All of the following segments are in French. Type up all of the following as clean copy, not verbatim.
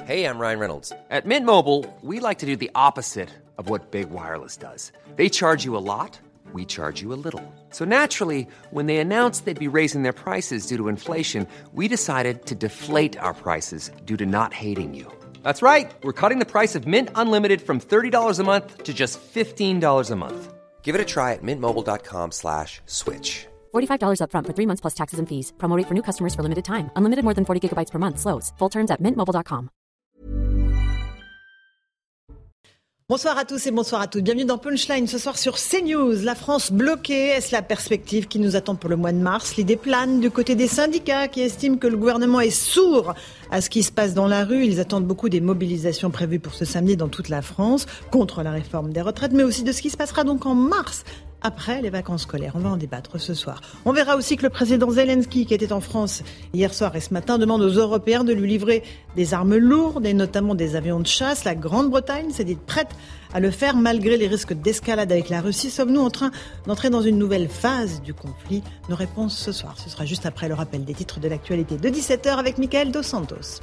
Hey, I'm Ryan Reynolds. At Mint Mobile, we like to do the opposite of what Big Wireless does. They charge you a lot, we charge you a little. So naturally, when they announced they'd be raising their prices due to inflation, we decided to deflate our prices due to not hating you. That's right. We're cutting the price of Mint Unlimited from $30 a month to just $15 a month. Give it a try at mintmobile.com/switch. $45 up front for 3 months plus taxes and fees. Promo rate for new customers for limited time. Unlimited more than 40 gigabytes per month. Slows full terms at mintmobile.com. Bonsoir à tous et bonsoir à toutes. Bienvenue dans Punchline ce soir sur CNews. La France bloquée, est-ce la perspective qui nous attend pour le mois de mars ? L'idée plane du côté des syndicats qui estiment que le gouvernement est sourd à ce qui se passe dans la rue. Ils attendent beaucoup des mobilisations prévues pour ce samedi dans toute la France contre la réforme des retraites, mais aussi de ce qui se passera donc en mars après les vacances scolaires. On va en débattre ce soir. On verra aussi que le président Zelensky, qui était en France hier soir et ce matin, demande aux Européens de lui livrer des armes lourdes et notamment des avions de chasse. La Grande-Bretagne s'est dite prête à le faire malgré les risques d'escalade avec la Russie. Sommes-nous en train d'entrer dans une nouvelle phase du conflit ? Nos réponses ce soir. Ce sera juste après le rappel des titres de l'actualité de 17h avec Mickaël Dos Santos.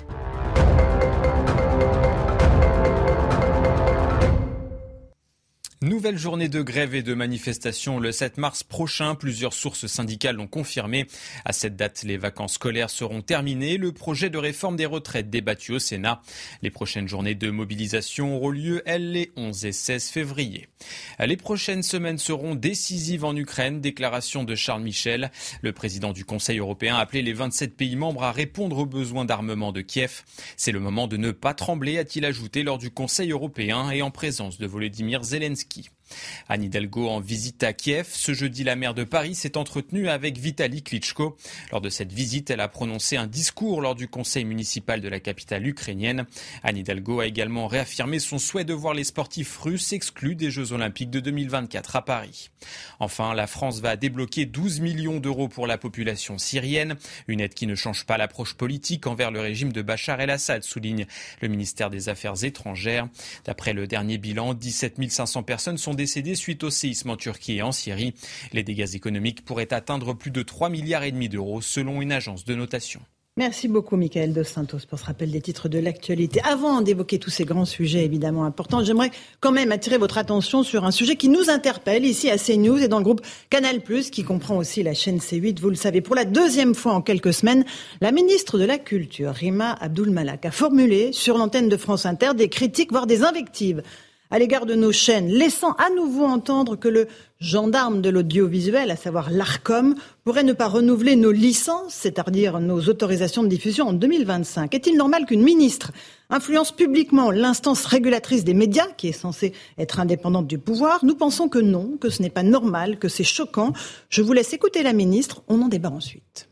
Nouvelle journée de grève et de manifestation le 7 mars prochain. Plusieurs sources syndicales l'ont confirmé. À cette date, les vacances scolaires seront terminées. Le projet de réforme des retraites débattu au Sénat. Les prochaines journées de mobilisation auront lieu, les 11 et 16 février. Les prochaines semaines seront décisives en Ukraine. Déclaration de Charles Michel. Le président du Conseil européen a appelé les 27 pays membres à répondre aux besoins d'armement de Kiev. C'est le moment de ne pas trembler, a-t-il ajouté lors du Conseil européen et en présence de Volodymyr Zelensky. Anne Hidalgo en visite à Kiev. Ce jeudi, la maire de Paris s'est entretenue avec Vitali Klitschko. Lors de cette visite, elle a prononcé un discours lors du conseil municipal de la capitale ukrainienne. Anne Hidalgo a également réaffirmé son souhait de voir les sportifs russes exclus des Jeux Olympiques de 2024 à Paris. Enfin, la France va débloquer 12 millions d'euros pour la population syrienne. Une aide qui ne change pas l'approche politique envers le régime de Bachar el-Assad, souligne le ministère des Affaires étrangères. D'après le dernier bilan, 17 500 personnes sont décédées suite au séisme en Turquie et en Syrie. Les dégâts économiques pourraient atteindre plus de 3,5 milliards d'euros selon une agence de notation. Merci beaucoup Mickaël Dos Santos pour ce rappel des titres de l'actualité. Avant d'évoquer tous ces grands sujets évidemment importants, j'aimerais quand même attirer votre attention sur un sujet qui nous interpelle ici à CNews et dans le groupe Canal+, qui comprend aussi la chaîne C8. Vous le savez, pour la deuxième fois en quelques semaines, la ministre de la Culture, Rima Abdul-Malak, a formulé sur l'antenne de France Inter des critiques, voire des invectives à l'égard de nos chaînes, laissant à nouveau entendre que le gendarme de l'audiovisuel, à savoir l'Arcom, pourrait ne pas renouveler nos licences, c'est-à-dire nos autorisations de diffusion en 2025. Est-il normal qu'une ministre influence publiquement l'instance régulatrice des médias, qui est censée être indépendante du pouvoir ? Nous pensons que non, que ce n'est pas normal, que c'est choquant. Je vous laisse écouter la ministre, on en débat ensuite.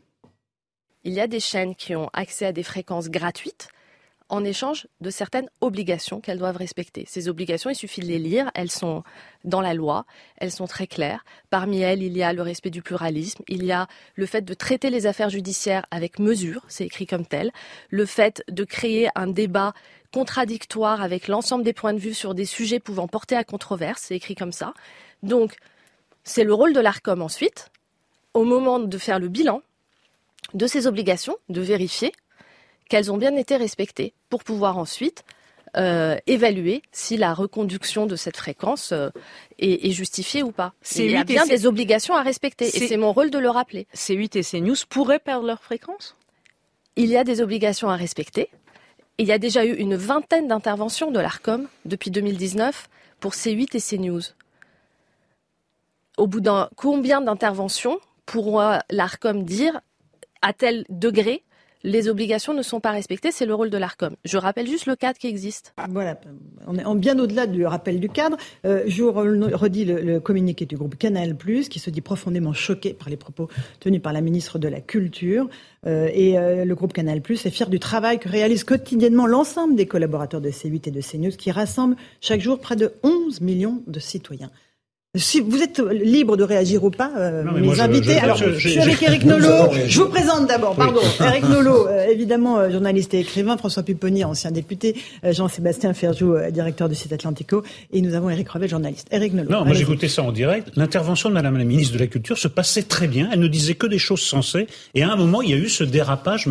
Il y a des chaînes qui ont accès à des fréquences gratuites, en échange de certaines obligations qu'elles doivent respecter. Ces obligations, il suffit de les lire, elles sont dans la loi, elles sont très claires. Parmi elles, il y a le respect du pluralisme, il y a le fait de traiter les affaires judiciaires avec mesure, c'est écrit comme tel, le fait de créer un débat contradictoire avec l'ensemble des points de vue sur des sujets pouvant porter à controverse, c'est écrit comme ça. Donc, c'est le rôle de l'Arcom ensuite, au moment de faire le bilan de ces obligations, de vérifier qu'elles ont bien été respectées pour pouvoir ensuite évaluer si la reconduction de cette fréquence est justifiée ou pas. Il y a bien des obligations à respecter et c'est mon rôle de le rappeler. C8 et CNews pourraient perdre leur fréquence ? Il y a des obligations à respecter. Il y a déjà eu une vingtaine d'interventions de l'Arcom depuis 2019 pour C8 et CNews. Au bout d'un combien d'interventions pourra l'Arcom dire à tel degré les obligations ne sont pas respectées, c'est le rôle de l'Arcom. Je rappelle juste le cadre qui existe. Voilà, on est bien au-delà du rappel du cadre. Je vous redis le communiqué du groupe Canal+, qui se dit profondément choqué par les propos tenus par la ministre de la Culture. Le groupe Canal+ est fier du travail que réalise quotidiennement l'ensemble des collaborateurs de C8 et de CNews, qui rassemblent chaque jour près de 11 millions de citoyens. Si vous êtes libre de réagir ou pas, mes invités. Alors, je suis avec Éric Nolot. Je vous présente d'abord, pardon. Éric Nolot, évidemment, journaliste et écrivain. François Pupponi, ancien député. Jean-Sébastien Ferjou, directeur du site Atlantico. Et nous avons Éric Revel, journaliste. Éric Nolot. Non, moi j'écoutais ça en direct. L'intervention de Madame la ministre de la Culture se passait très bien. Elle ne disait que des choses sensées. Et à un moment, il y a eu ce dérapage, mais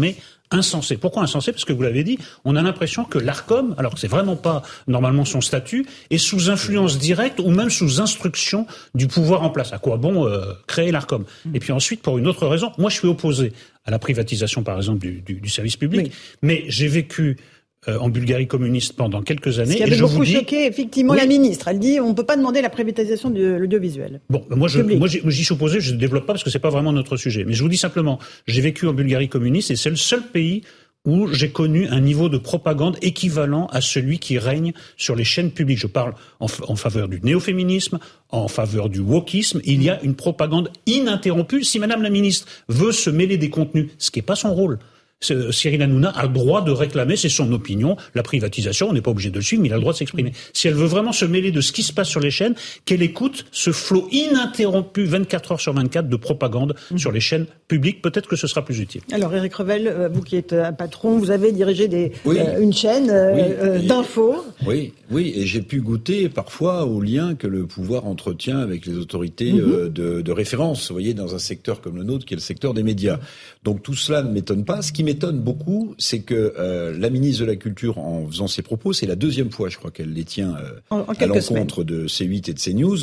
insensé. Pourquoi insensé ? Parce que vous l'avez dit, on a l'impression que l'Arcom, alors que c'est vraiment pas normalement son statut, est sous influence directe ou même sous instruction du pouvoir en place. À quoi bon créer l'Arcom ? Et puis ensuite, pour une autre raison, moi je suis opposé à la privatisation, par exemple, du service public, mais j'ai vécu en Bulgarie communiste pendant quelques années. Ce qui avait beaucoup choqué, effectivement, la ministre. Elle dit on ne peut pas demander la privatisation de l'audiovisuel. Bon, moi j'y suis opposé, je ne développe pas parce que c'est pas vraiment notre sujet. Mais je vous dis simplement, j'ai vécu en Bulgarie communiste et c'est le seul pays où j'ai connu un niveau de propagande équivalent à celui qui règne sur les chaînes publiques. Je parle en faveur du néo-féminisme, en faveur du wokisme. Il y a une propagande ininterrompue. Si Madame la ministre veut se mêler des contenus, ce qui n'est pas son rôle, Cyril Hanouna a le droit de réclamer, c'est son opinion, la privatisation, on n'est pas obligé de le suivre, mais il a le droit de s'exprimer. Si elle veut vraiment se mêler de ce qui se passe sur les chaînes, qu'elle écoute ce flot ininterrompu 24 heures sur 24 de propagande sur les chaînes publiques, peut-être que ce sera plus utile. Alors Éric Revel, vous qui êtes un patron, vous avez dirigé une chaîne d'infos. Oui, et j'ai pu goûter parfois au lien que le pouvoir entretient avec les autorités de référence, vous voyez, dans un secteur comme le nôtre, qui est le secteur des médias. Donc tout cela ne m'étonne pas. Ce qui m'étonne beaucoup, c'est que la ministre de la Culture, en faisant ses propos, c'est la deuxième fois, je crois, qu'elle les tient à l'encontre de C8 et de CNews.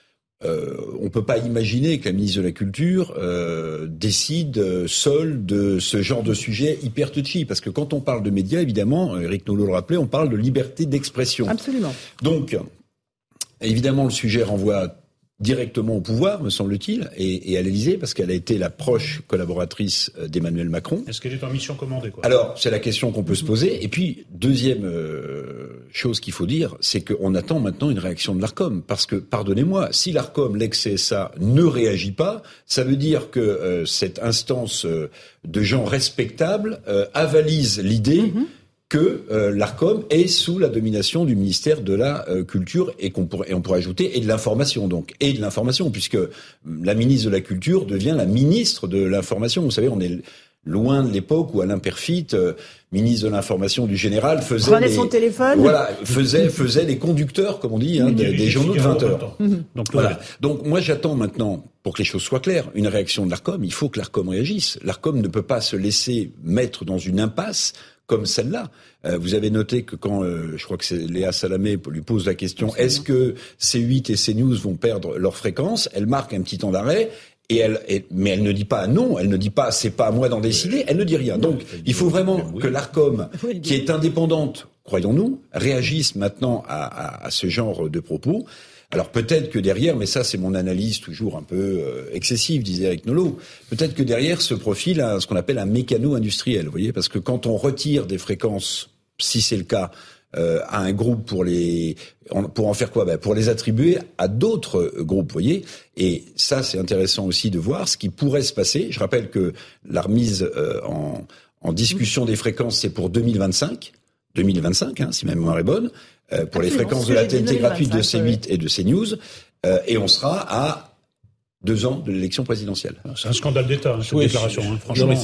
On peut pas imaginer que la ministre de la Culture décide seule de ce genre de sujet hyper touchy, parce que quand on parle de médias, évidemment, Éric Nolot le rappelait, on parle de liberté d'expression. Absolument. Donc, évidemment, le sujet renvoie directement au pouvoir, me semble-t-il, et à l'Élysée, parce qu'elle a été la proche collaboratrice d'Emmanuel Macron. Est-ce qu'elle est en mission commandée, quoi ? Alors, c'est la question qu'on peut se poser. Et puis, deuxième chose qu'il faut dire, c'est qu'on attend maintenant une réaction de l'Arcom. Parce que, pardonnez-moi, si l'Arcom, l'ex-CSA, ne réagit pas, ça veut dire que cette instance de gens respectables avalise l'idée que l'Arcom est sous la domination du ministère de la Culture et on pourrait ajouter et de l'information puisque la ministre de la Culture devient la ministre de l'information. Vous savez, on est loin de l'époque où Alain Peyrefitte, ministre de l'information du général, faisait son téléphone. Voilà, faisait les conducteurs, comme on dit, des journaux de 20 heures. Donc moi j'attends maintenant, pour que les choses soient claires, une réaction de l'Arcom. Il faut que l'Arcom réagisse. L'Arcom ne peut pas se laisser mettre dans une impasse comme celle-là. Vous avez noté que quand, je crois que c'est Léa Salamé lui pose la question, est-ce que C8 et CNews vont perdre leur fréquence ? Elle marque un petit temps d'arrêt. Mais elle ne dit pas non, elle ne dit pas c'est pas à moi d'en décider, elle ne dit rien. Donc il faut vraiment que l'Arcom, qui est indépendante, croyons-nous, réagisse maintenant à ce genre de propos. Alors peut-être que derrière, mais ça c'est mon analyse toujours un peu excessive, disait Éric Nolot, peut-être que derrière se profile ce qu'on appelle un mécano industriel, vous voyez, parce que quand on retire des fréquences, si c'est le cas, à un groupe pour en faire quoi ? Pour les attribuer à d'autres groupes, vous voyez. Et ça, c'est intéressant aussi de voir ce qui pourrait se passer. Je rappelle que la remise en discussion des fréquences, c'est pour 2025, si ma mémoire est bonne, pour les fréquences de la TNT gratuite de C8 et de CNews, et on sera à 2 ans de l'élection présidentielle. C'est un scandale d'État, cette déclaration, franchement. Non,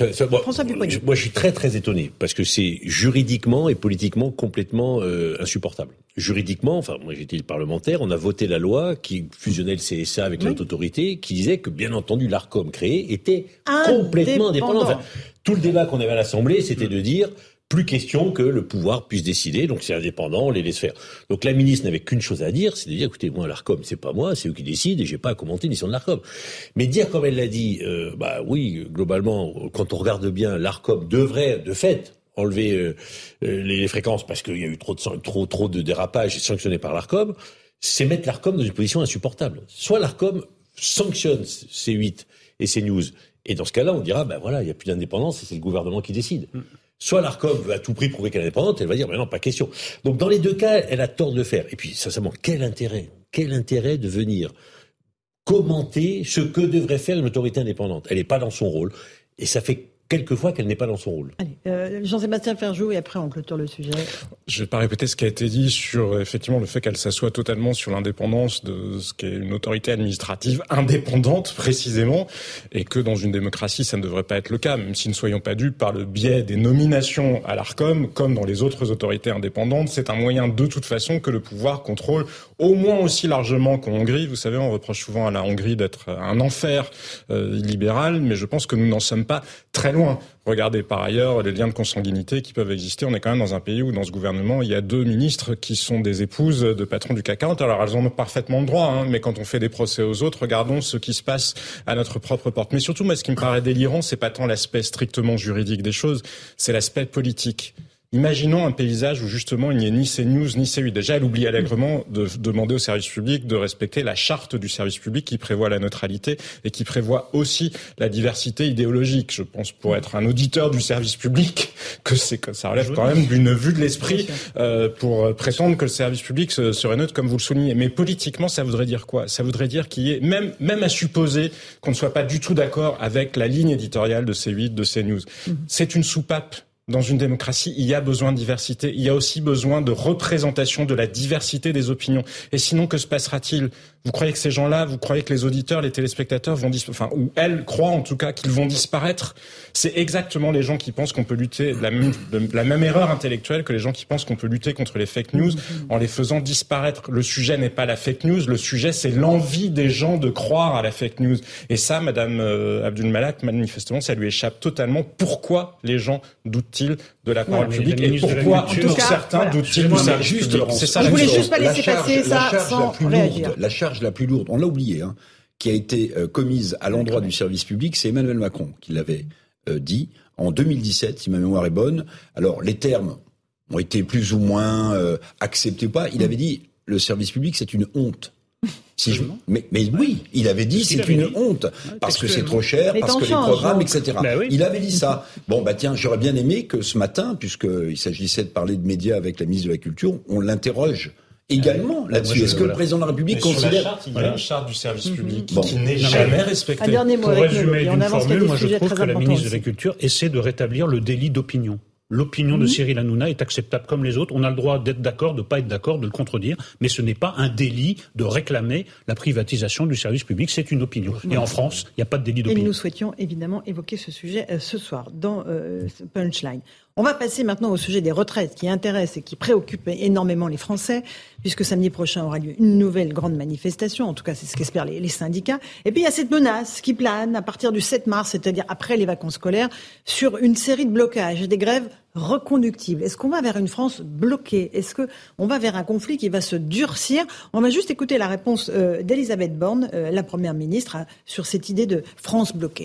mais moi, je suis très, très étonné, parce que c'est juridiquement et politiquement complètement insupportable. Juridiquement, enfin, moi j'étais parlementaire, on a voté la loi qui fusionnait le CSA avec l'autre autorité, qui disait que, bien entendu, l'Arcom créé était complètement indépendant. Enfin, tout le débat qu'on avait à l'Assemblée, c'était de dire plus question que le pouvoir puisse décider, donc c'est indépendant, on les laisse faire. Donc la ministre n'avait qu'une chose à dire, c'est de dire, écoutez, moi l'Arcom, c'est pas moi, c'est eux qui décident, et j'ai pas à commenter une décision de l'Arcom. Mais dire comme elle l'a dit, oui, globalement, quand on regarde bien, l'Arcom devrait, de fait, enlever les fréquences parce qu'il y a eu trop de dérapages sanctionnés par l'Arcom, c'est mettre l'Arcom dans une position insupportable. Soit l'Arcom sanctionne C8 et CNews, et dans ce cas-là, on dira, il n'y a plus d'indépendance, et c'est le gouvernement qui décide. Soit l'Arcom veut à tout prix prouver qu'elle est indépendante, elle va dire, non, pas question. Donc, dans les deux cas, elle a tort de le faire. Et puis, sincèrement, quel intérêt de venir commenter ce que devrait faire une autorité indépendante. Elle n'est pas dans son rôle. Et ça fait quelques fois qu'elle n'est pas dans son rôle. Allez, Jean-Sébastien Ferjou, et après on clôture le sujet. Je ne vais pas répéter ce qui a été dit sur effectivement le fait qu'elle s'assoit totalement sur l'indépendance de ce qu'est une autorité administrative indépendante précisément, et que dans une démocratie ça ne devrait pas être le cas, même si ne soyons pas dupes, par le biais des nominations à l'Arcom, comme dans les autres autorités indépendantes, c'est un moyen de toute façon que le pouvoir contrôle au moins aussi largement qu'en Hongrie. Vous savez, on reproche souvent à la Hongrie d'être un enfer libéral, mais je pense que nous n'en sommes pas très loin. loin. Regardez par ailleurs les liens de consanguinité qui peuvent exister. On est quand même dans un pays où, dans ce gouvernement, il y a 2 ministres qui sont des épouses de patrons du CAC 40. Alors, elles ont parfaitement le droit, mais quand on fait des procès aux autres, regardons ce qui se passe à notre propre porte. Mais surtout, moi, ce qui me paraît délirant, c'est pas tant l'aspect strictement juridique des choses, c'est l'aspect politique. Imaginons un paysage où justement il n'y ait ni CNews ni C8. Déjà, elle oublie allègrement de demander au service public de respecter la charte du service public qui prévoit la neutralité et qui prévoit aussi la diversité idéologique. Je pense, pour être un auditeur du service public, que ça relève quand même d'une vue de l'esprit pour prétendre que le service public serait neutre, comme vous le soulignez. Mais politiquement, ça voudrait dire quoi ? Ça voudrait dire qu'il y ait, même à supposer qu'on ne soit pas du tout d'accord avec la ligne éditoriale de C8, de CNews. C'est une soupape. Dans une démocratie, il y a besoin de diversité. Il y a aussi besoin de représentation de la diversité des opinions. Et sinon, que se passera-t-il ? Vous croyez que ces gens-là, vous croyez que les auditeurs, les téléspectateurs vont ou elles croient en tout cas qu'ils vont disparaître ? C'est exactement les gens qui pensent qu'on peut lutter de la même erreur intellectuelle que les gens qui pensent qu'on peut lutter contre les fake news en les faisant disparaître. Le sujet n'est pas la fake news, le sujet c'est l'envie des gens de croire à la fake news. Et ça, Madame Abdul Malak, manifestement, ça lui échappe totalement. Pourquoi les gens doutent-ils de la parole publique et pourquoi certains doutent-ils du service public ? C'est ça. Je voulais juste pas laisser passer ça sans réagir. La charge la plus lourde, on l'a oublié, qui a été commise à l'endroit du service public, c'est Emmanuel Macron qui l'avait dit en 2017, si ma mémoire est bonne. Alors les termes ont été plus ou moins acceptés ou pas. Il avait dit le service public c'est une honte. Mais oui, il avait dit c'est une honte parce que c'est trop cher, parce que les programmes, etc. Oui. Il avait dit ça. Bon, tiens, j'aurais bien aimé que ce matin, puisqu'il s'agissait de parler de médias avec la ministre de la Culture, on l'interroge également là-dessus. Est-ce que le président de la République considère... Il y a une charte du service public qui n'est jamais respectée. Un dernier mot pour avec résumer d'une formule, moi je trouve que la ministre aussi de la Culture essaie de rétablir le délit d'opinion. L'opinion de Cyril Hanouna est acceptable comme les autres. On a le droit d'être d'accord, de ne pas être d'accord, de le contredire. Mais ce n'est pas un délit de réclamer la privatisation du service public. C'est une opinion. Et en France, il n'y a pas de délit d'opinion. Et nous souhaitions évidemment évoquer ce sujet ce soir dans Punchline. On va passer maintenant au sujet des retraites qui intéresse et qui préoccupe énormément les Français, puisque samedi prochain aura lieu une nouvelle grande manifestation. En tout cas, c'est ce qu'espèrent les syndicats. Et puis, il y a cette menace qui plane à partir du 7 mars, c'est-à-dire après les vacances scolaires, sur une série de blocages et des grèves reconductibles. Est-ce qu'on va vers une France bloquée ? Est-ce qu'on va vers un conflit qui va se durcir ? On va juste écouter la réponse d'Elisabeth Borne, la Première ministre, sur cette idée de France bloquée.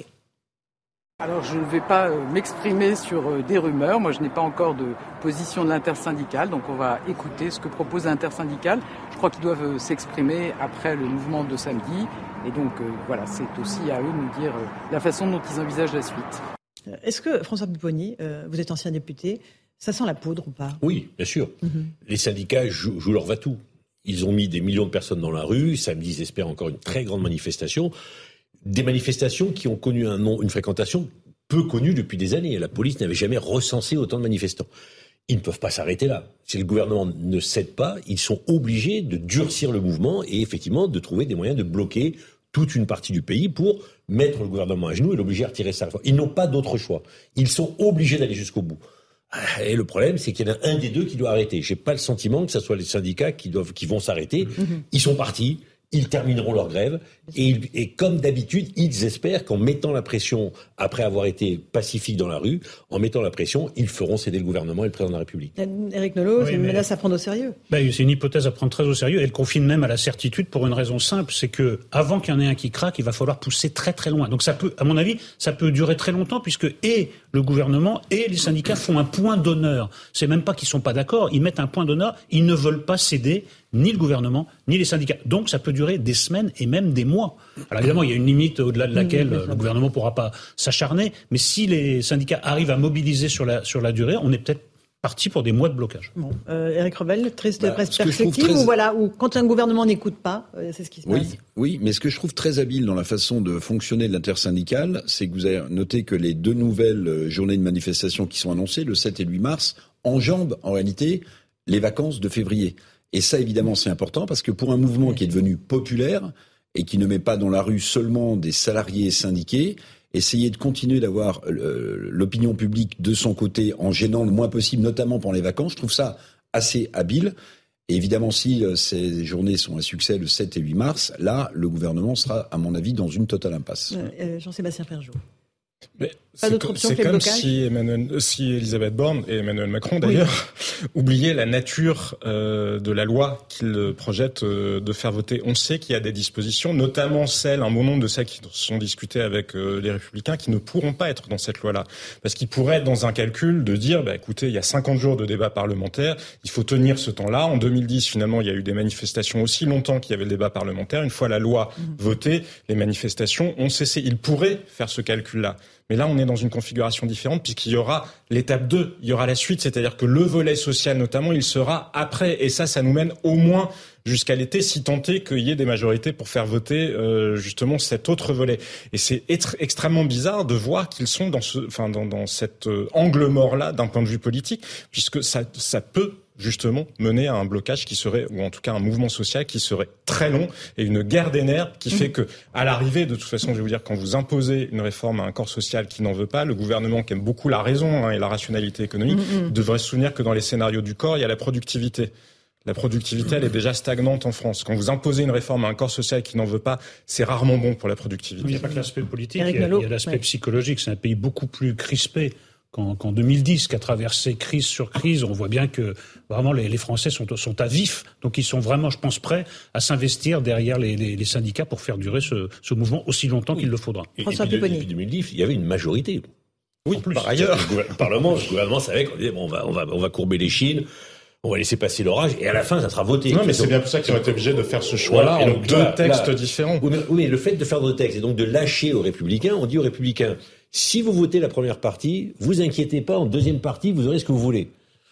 Alors je ne vais pas m'exprimer sur des rumeurs, moi je n'ai pas encore de position de l'intersyndicale, donc on va écouter ce que propose l'intersyndicale. Je crois qu'ils doivent s'exprimer après le mouvement de samedi, et donc voilà, c'est aussi à eux de nous dire la façon dont ils envisagent la suite. Est-ce que, François Pupponi, vous êtes ancien député, ça sent la poudre ou pas ? Oui, bien sûr. Les syndicats jouent leur va-tout. Ils ont mis des millions de personnes dans la rue, samedi ils espèrent encore une très grande manifestation. Des manifestations qui ont connu une fréquentation peu connue depuis des années. La police n'avait jamais recensé autant de manifestants. Ils ne peuvent pas s'arrêter là. Si le gouvernement ne cède pas, ils sont obligés de durcir le mouvement et effectivement de trouver des moyens de bloquer toute une partie du pays pour mettre le gouvernement à genoux et l'obliger à retirer sa réforme. Ils n'ont pas d'autre choix. Ils sont obligés d'aller jusqu'au bout. Et le problème, c'est qu'il y en a un des deux qui doit arrêter. J'ai pas le sentiment que ce soit les syndicats qui vont s'arrêter. Ils sont partis. Ils termineront leur grève et comme d'habitude, ils espèrent qu'en mettant la pression, après avoir été pacifiques dans la rue, en mettant la pression, ils feront céder le gouvernement et le président de la République. Éric Nolot, c'est une menace à prendre au sérieux. C'est une hypothèse à prendre très au sérieux. Elle confine même à la certitude pour une raison simple, c'est que avant qu'il y en ait un qui craque, il va falloir pousser très très loin. Donc ça peut, à mon avis, ça peut durer très longtemps puisque et le gouvernement et les syndicats font un point d'honneur. C'est même pas qu'ils sont pas d'accord, ils mettent un point d'honneur. Ils ne veulent pas céder ni le gouvernement ni les syndicats. Donc ça peut durer des semaines et même des mois. Alors évidemment, il y a une limite au-delà de laquelle le gouvernement ne pourra pas s'acharner. Mais si les syndicats arrivent à mobiliser sur la durée, on est peut-être parti pour des mois de blocage. Bon, Éric Revel, triste perspective ou quand un gouvernement n'écoute pas, c'est ce qui se passe. Oui, mais ce que je trouve très habile dans la façon de fonctionner de l'intersyndicale, c'est que vous avez noté que les 2 nouvelles journées de manifestation qui sont annoncées, le 7 et le 8 mars, enjambent en réalité les vacances de février. Et ça, évidemment, c'est important parce que pour un mouvement qui est devenu populaire et qui ne met pas dans la rue seulement des salariés syndiqués, essayer de continuer d'avoir l'opinion publique de son côté en gênant le moins possible, notamment pendant les vacances, je trouve ça assez habile. Et évidemment, si ces journées sont un succès le 7 et 8 mars, là, le gouvernement sera, à mon avis, dans une totale impasse. Jean-Sébastien Ferjou. Mais Pas d'autre option que les blocages. C'est comme si Elisabeth Borne et Emmanuel Macron d'ailleurs oubliaient la nature de la loi qu'ils projettent de faire voter. On sait qu'il y a des dispositions, notamment un bon nombre de celles qui sont discutées avec les Républicains, qui ne pourront pas être dans cette loi-là, parce qu'ils pourraient être dans un calcul de dire, écoutez, il y a 50 jours de débat parlementaire, il faut tenir ce temps-là. En 2010, finalement, il y a eu des manifestations aussi longtemps qu'il y avait le débat parlementaire. Une fois la loi votée, les manifestations ont cessé. Ils pourraient faire ce calcul-là. Mais là, on est dans une configuration différente puisqu'il y aura l'étape 2, il y aura la suite, c'est-à-dire que le volet social notamment, il sera après. Et ça nous mène au moins jusqu'à l'été, si tant est qu'il y ait des majorités pour faire voter justement cet autre volet. Et c'est extrêmement bizarre de voir qu'ils sont dans cet angle mort-là d'un point de vue politique, puisque ça peut justement mener à un blocage qui serait, ou en tout cas un mouvement social qui serait très long et une guerre des nerfs qui fait que, à l'arrivée, de toute façon, je vais vous dire, quand vous imposez une réforme à un corps social qui n'en veut pas, le gouvernement qui aime beaucoup la raison et la rationalité économique devrait se souvenir que dans les scénarios du corps, il y a la productivité. La productivité, elle est déjà stagnante en France. Quand vous imposez une réforme à un corps social qui n'en veut pas, c'est rarement bon pour la productivité. Il n'y a pas que l'aspect politique, il y a l'aspect psychologique. C'est un pays beaucoup plus crispé qu'en 2010, qu'à traverser crise sur crise. On voit bien que vraiment les Français sont à vif. Donc ils sont vraiment, je pense, prêts à s'investir derrière les syndicats pour faire durer ce mouvement aussi longtemps qu'il le faudra. François Pupponi. Depuis 2010, il y avait une majorité. Oui, par ailleurs. Le gouvernement savait qu'on disait, on va courber les chines. On va laisser passer l'orage et à la fin, ça sera voté. Non, mais c'est bien pour ça qu'ils ont été obligés de faire ce choix-là en deux textes différents. Oui, mais le fait de faire deux textes et donc de lâcher aux Républicains, on dit aux Républicains, si vous votez la première partie, vous inquiétez pas, en deuxième partie, vous aurez ce que vous voulez.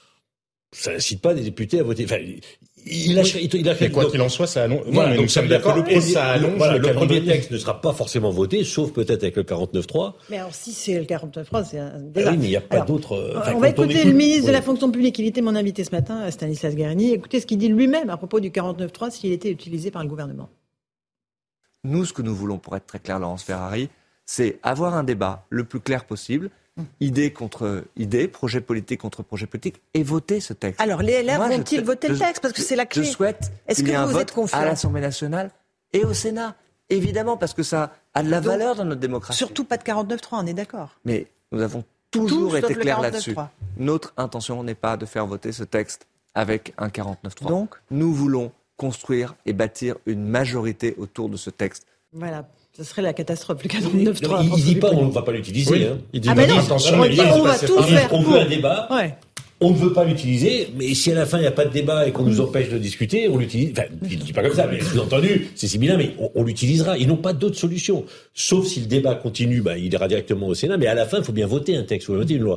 Ça n'incite pas des députés à voter. Enfin, il a fait quoi qu'il en soit, ça allonge. Voilà, donc ça veut dire que le premier calendrier. texte ne sera pas forcément voté, sauf peut-être avec le 49.3. Mais alors, si c'est le 49.3, c'est un débat. Oui, mais il n'y a pas d'autre. On va écouter le ministre de la fonction publique. Il était mon invité ce matin, Stanislas Guerini. Écoutez ce qu'il dit lui-même à propos du 49.3 s'il était utilisé par le gouvernement. Nous, ce que nous voulons, pour être très clair, Laurence Ferrari, c'est avoir un débat le plus clair possible, idée contre idée, projet politique contre projet politique, et voter ce texte. Alors, les LR vont-ils voter le texte ? Parce que c'est la clé. Je souhaite qu'il y ait un vote à l'Assemblée nationale et au Sénat, évidemment, parce que ça a de la valeur dans notre démocratie. Surtout pas de 49.3, on est d'accord. Mais nous avons toujours été clairs là-dessus. Notre intention n'est pas de faire voter ce texte avec un 49.3. Donc, nous voulons construire et bâtir une majorité autour de ce texte. Voilà. Ce serait la catastrophe, le 49.3. Il ne dit pas on ne va pas l'utiliser. Oui. Hein. Il dit on va tout faire. On veut un débat. Ouais. On ne veut pas l'utiliser, mais si à la fin il n'y a pas de débat et qu'on nous empêche de discuter, on l'utilise. Enfin, je ne dis pas comme ça, mais sous-entendu, c'est similaire, mais on l'utilisera. Ils n'ont pas d'autre solution. Sauf si le débat continue, il ira directement au Sénat, mais à la fin, il faut bien voter un texte, il faut voter une loi.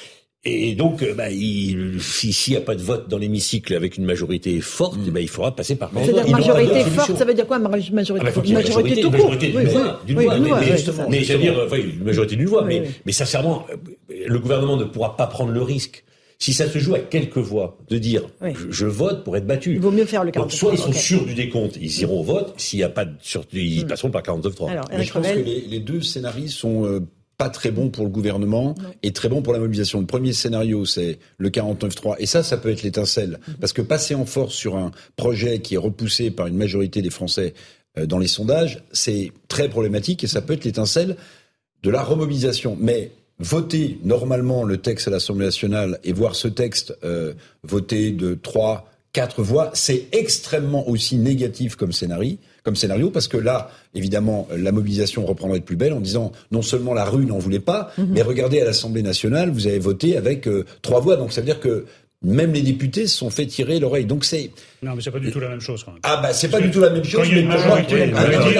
Et donc, s'il n'y a pas de vote dans l'hémicycle avec une majorité forte, il faudra passer par là. C'est-à-dire majorité forte, ça veut dire quoi, majorité forte? Une majorité tout court. D'une voix. Mais j'allais dire, une majorité d'une voix. Mais sincèrement, le gouvernement ne pourra pas prendre le risque. Si ça se joue à quelques voix, de dire je vote pour être battu. Il vaut mieux faire le 49.3. Donc soit ils sont sûrs du décompte, ils iront au vote. S'il n'y a pas de ils passeront par 49.3. Alors, mais je pense que les deux scénarios sont pas très bons pour le gouvernement et très bons pour la mobilisation. Le premier scénario, c'est le 49.3. Et ça peut être l'étincelle. Parce que passer en force sur un projet qui est repoussé par une majorité des Français dans les sondages, c'est très problématique et ça peut être l'étincelle de la remobilisation. Mais voter normalement le texte à l'Assemblée nationale et voir ce texte voté de 3-4 voix, c'est extrêmement aussi négatif comme scénario, parce que là, évidemment, la mobilisation reprendrait de plus belle en disant non seulement la rue n'en voulait pas, mais regardez à l'Assemblée nationale, vous avez voté avec 3 voix, donc ça veut dire que même les députés se sont fait tirer l'oreille. Donc c'est... Non, mais c'est pas du tout la même chose, quand même. C'est pas du tout la même chose. Quand il y a une majorité,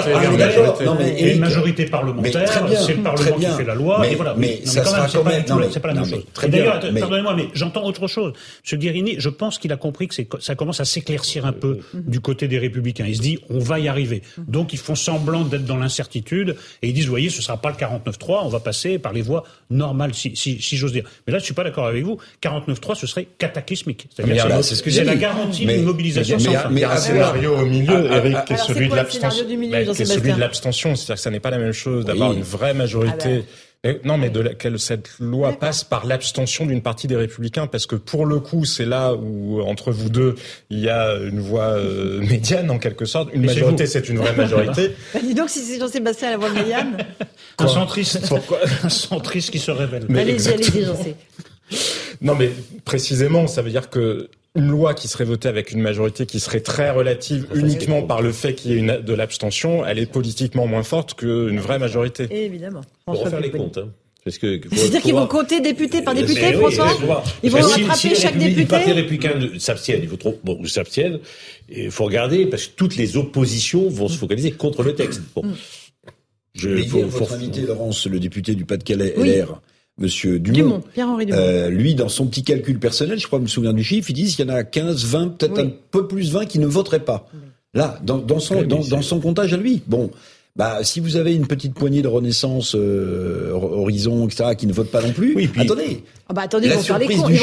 il y a une majorité parlementaire, c'est le Parlement qui fait la loi, et voilà. Mais ça sera quand même... C'est pas la même chose. D'ailleurs, pardonnez-moi, mais j'entends autre chose. M. Guerini, je pense qu'il a compris que ça commence à s'éclaircir un peu du côté des Républicains. Il se dit, on va y arriver. Donc, ils font semblant d'être dans l'incertitude, et ils disent, vous voyez, ce sera pas le 49.3, on va passer par les voies normales, si j'ose dire. Mais là, je suis pas d'accord avec vous. 49.3, ce serait cataclysmique. C'est-à-dire c'est la garantie d'une mobilisation sans fin. Mais un scénario au milieu, Eric, qui est celui de l'abstention. C'est-à-dire que ça n'est pas la même chose d'avoir une vraie majorité Non, mais cette loi passe par l'abstention d'une partie des Républicains, parce que pour le coup, c'est là où, entre vous deux, il y a une voix médiane, en quelque sorte. Une majorité, c'est une vraie majorité. Dis donc, si c'est Jean-Sébastien à la voix médiane. Un centriste qui se révèle. Allez-y, Jean-Sébastien. Non, mais précisément, ça veut dire que une loi qui serait votée avec une majorité qui serait très relative uniquement par le fait qu'il y ait de l'abstention, elle est politiquement moins forte qu'une vraie majorité. Évidemment. On va faire les comptes. Parce que c'est-à-dire qu'ils vont compter député par député, François. Ils vont rattraper chaque député. Les partis républicains s'abstiennent. S'abstiennent. Il faut regarder, parce que toutes les oppositions vont se focaliser contre le texte. Bon. Votre invité, Laurence, le député du Pas-de-Calais, LR, Monsieur Dumont, Pierre-Henri Dumont. Lui, dans son petit calcul personnel, je crois que je me souviens du chiffre, il dit qu'il y en a 15, 20, peut-être un peu plus 20 qui ne voteraient pas. Là, dans son comptage à lui. Bon. Si vous avez une petite poignée de Renaissance, Horizon, etc., qui ne votent pas non plus, attendez, ils vont faire les comptes,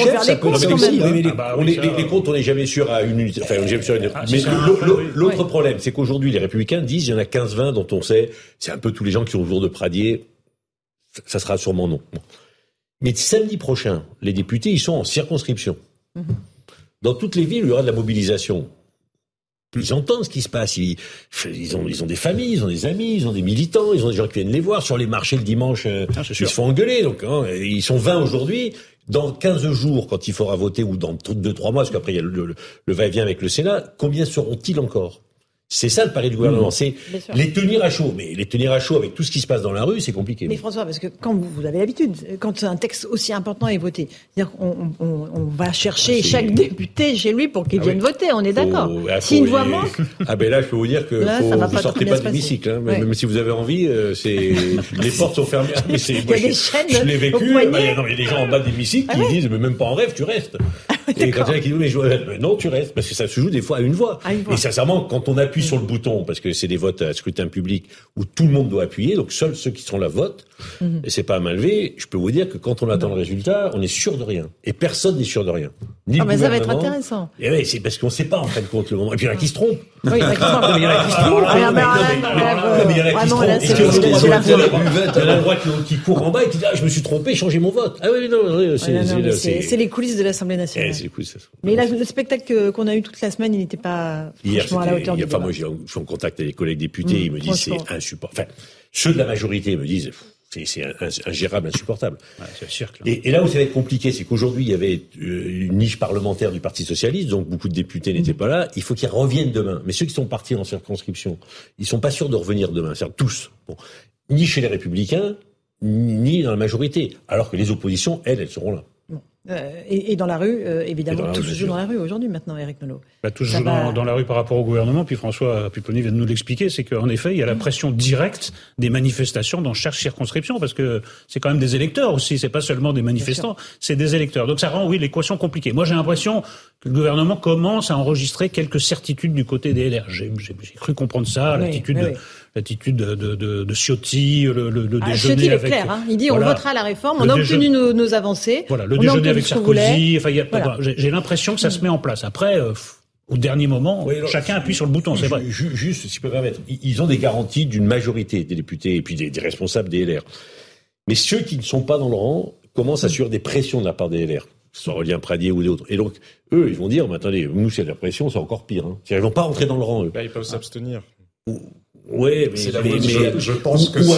les comptes, on n'est jamais sûr à une unité. Enfin, on n'est jamais sûr à une... Mais l'autre problème, c'est qu'aujourd'hui, les Républicains disent, il y en a 15-20 dont on sait, c'est un peu tous les gens qui sont autour de Pradier, ça sera sûrement non. Bon. Mais samedi prochain, les députés, ils sont en circonscription. Dans toutes les villes, il y aura de la mobilisation. Ils entendent ce qui se passe. Ils ont des familles, ils ont des amis, ils ont des militants, ils ont des gens qui viennent les voir. Sur les marchés le dimanche, ils se font engueuler. Donc, ils sont 20 aujourd'hui. Dans 15 jours, quand il faudra voter, ou dans 2-3 mois, parce qu'après il y a le va-et-vient avec le Sénat, combien seront-ils encore ? C'est ça le pari du gouvernement, c'est les tenir à chaud. Mais les tenir à chaud avec tout ce qui se passe dans la rue, c'est compliqué. Mais François, parce que quand vous avez l'habitude, quand un texte aussi important est voté, c'est-à-dire qu'on va chercher chaque député chez lui pour qu'il vienne voter, on est d'accord. Si une voix manque... Là, je peux vous dire que vous sortez pas de l'hémicycle. Même si vous avez envie, les portes sont fermées. Mais il y a des chaînes. Je l'ai vécu. Il y a des gens en bas de l'hémicycle qui disent, mais même pas en rêve, tu restes. Et quand il y en a qui disent, mais non, tu restes, parce que ça se joue des fois à une voix. Et sincèrement, quand on appuie sur le bouton, parce que c'est des votes à scrutin public où tout le monde doit appuyer, donc seuls ceux qui seront là votent, et c'est pas à main levée, je peux vous dire que quand on attend le résultat, on est sûr de rien. Et personne n'est sûr de rien. Mais ça va être intéressant. Et oui, c'est parce qu'on sait pas, en fin de compte, le moment. Et puis il y en a qui se trompent. Oui, il y en a qui se trompent. Il y en a qui se trompent. Il y en a qui se trompent. Il y en a un droit qui court en bas et qui dit, je me suis trompé, changez mon vote. Ah oui, non, c'est les coulisses de l'Assemblée nationale. Mais là, le spectacle qu'on a eu toute la semaine, il n'était pas franchement à la hauteur du débat. Moi, je suis en contact avec les collègues députés, ils me disent c'est insupportable. Enfin, ceux de la majorité me disent c'est ingérable, insupportable. C'est sûr. Et là où ça va être compliqué, c'est qu'aujourd'hui, il y avait une niche parlementaire du Parti socialiste, donc beaucoup de députés n'étaient pas là. Il faut qu'ils reviennent demain. Mais ceux qui sont partis en circonscription, ils sont pas sûrs de revenir demain. C'est-à-dire tous. Bon. Ni chez les Républicains, ni dans la majorité. Alors que les oppositions, elles seront là. Et dans la rue, évidemment, tout se joue dans la rue aujourd'hui maintenant, Éric Nolot. Tout se joue dans la rue par rapport au gouvernement, puis François Pupponi vient de nous l'expliquer, c'est qu'en effet, il y a la pression directe des manifestations dans chaque circonscription, parce que c'est quand même des électeurs aussi, c'est pas seulement des manifestants, c'est des électeurs. Donc ça rend, l'équation compliquée. Moi, j'ai l'impression que le gouvernement commence à enregistrer quelques certitudes du côté des LR. J'ai cru comprendre ça, l'attitude de Ciotti, le déjeuner Ciotti avec... est clair, il dit on votera la réforme, on a obtenu nos avancées. Voilà, le déjeuner avec Sarkozy, j'ai l'impression que ça se met en place. Après, au dernier moment, chacun appuie sur le bouton, c'est vrai. Juste, si je peux me permettre, ils ont des garanties d'une majorité des députés et puis des responsables des LR. Mais ceux qui ne sont pas dans le rang commencent à subir des pressions de la part des LR, que ce soit Aurélien Pradier ou d'autres. Et donc, eux, ils vont dire, mais attendez, nous, c'est de la pression, c'est encore pire. Ils ne vont pas rentrer dans le rang, eux. Ils peuvent s'abstenir. Ouais, je pense que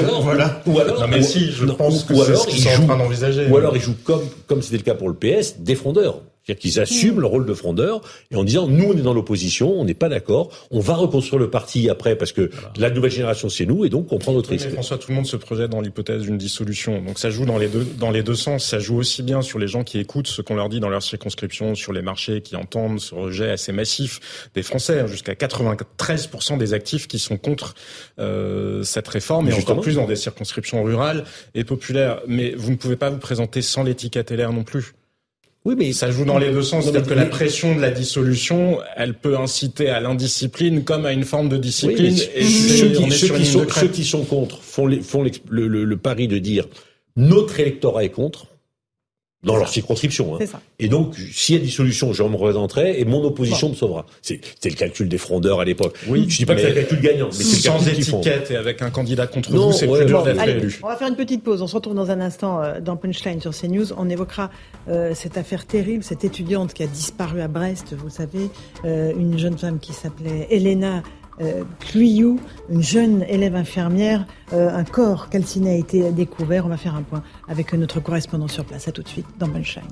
je pense que c'est ce qu'ils sont en train d'envisager. Ou alors ils jouent comme c'était le cas pour le PS, des frondeurs. C'est-à-dire qu'ils assument le rôle de frondeur et en disant nous on est dans l'opposition, on n'est pas d'accord, on va reconstruire le parti après parce que la nouvelle génération c'est nous et donc on prend notre risque. Mais François, tout le monde se projette dans l'hypothèse d'une dissolution. Donc ça joue dans les deux sens. Ça joue aussi bien sur les gens qui écoutent ce qu'on leur dit dans leur circonscription, sur les marchés qui entendent ce rejet assez massif des Français, jusqu'à 93% des actifs qui sont contre cette réforme et encore plus dans des circonscriptions rurales et populaires. Mais vous ne pouvez pas vous présenter sans l'étiquette LR non plus. Oui, mais ça joue dans les deux sens. C'est-à-dire que la pression de la dissolution, elle peut inciter à l'indiscipline comme à une forme de discipline. Oui, et ceux qui sont contre font le pari de dire notre électorat est contre. dans leur circonscription. C'est ça. Et donc, s'il y a dissolution, je me représenterai et mon opposition me sauvera. C'était le calcul des frondeurs à l'époque. Oui, je dis pas que c'est le calcul gagnant, mais c'est sans étiquette et avec un candidat contre vous, c'est plus dur d'être élu. On va faire une petite pause. On se retrouve dans un instant dans Punchline sur CNews. On évoquera cette affaire terrible, cette étudiante qui a disparu à Brest, vous savez, une jeune femme qui s'appelait Elena Cluyou, une jeune élève infirmière, un corps calciné a été découvert. On va faire un point avec notre correspondant sur place. À tout de suite dans Punchline.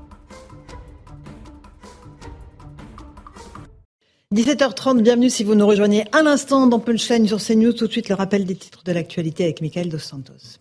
17h30, bienvenue si vous nous rejoignez à l'instant dans Punchline sur CNews. Tout de suite le rappel des titres de l'actualité avec Michael Dos Santos.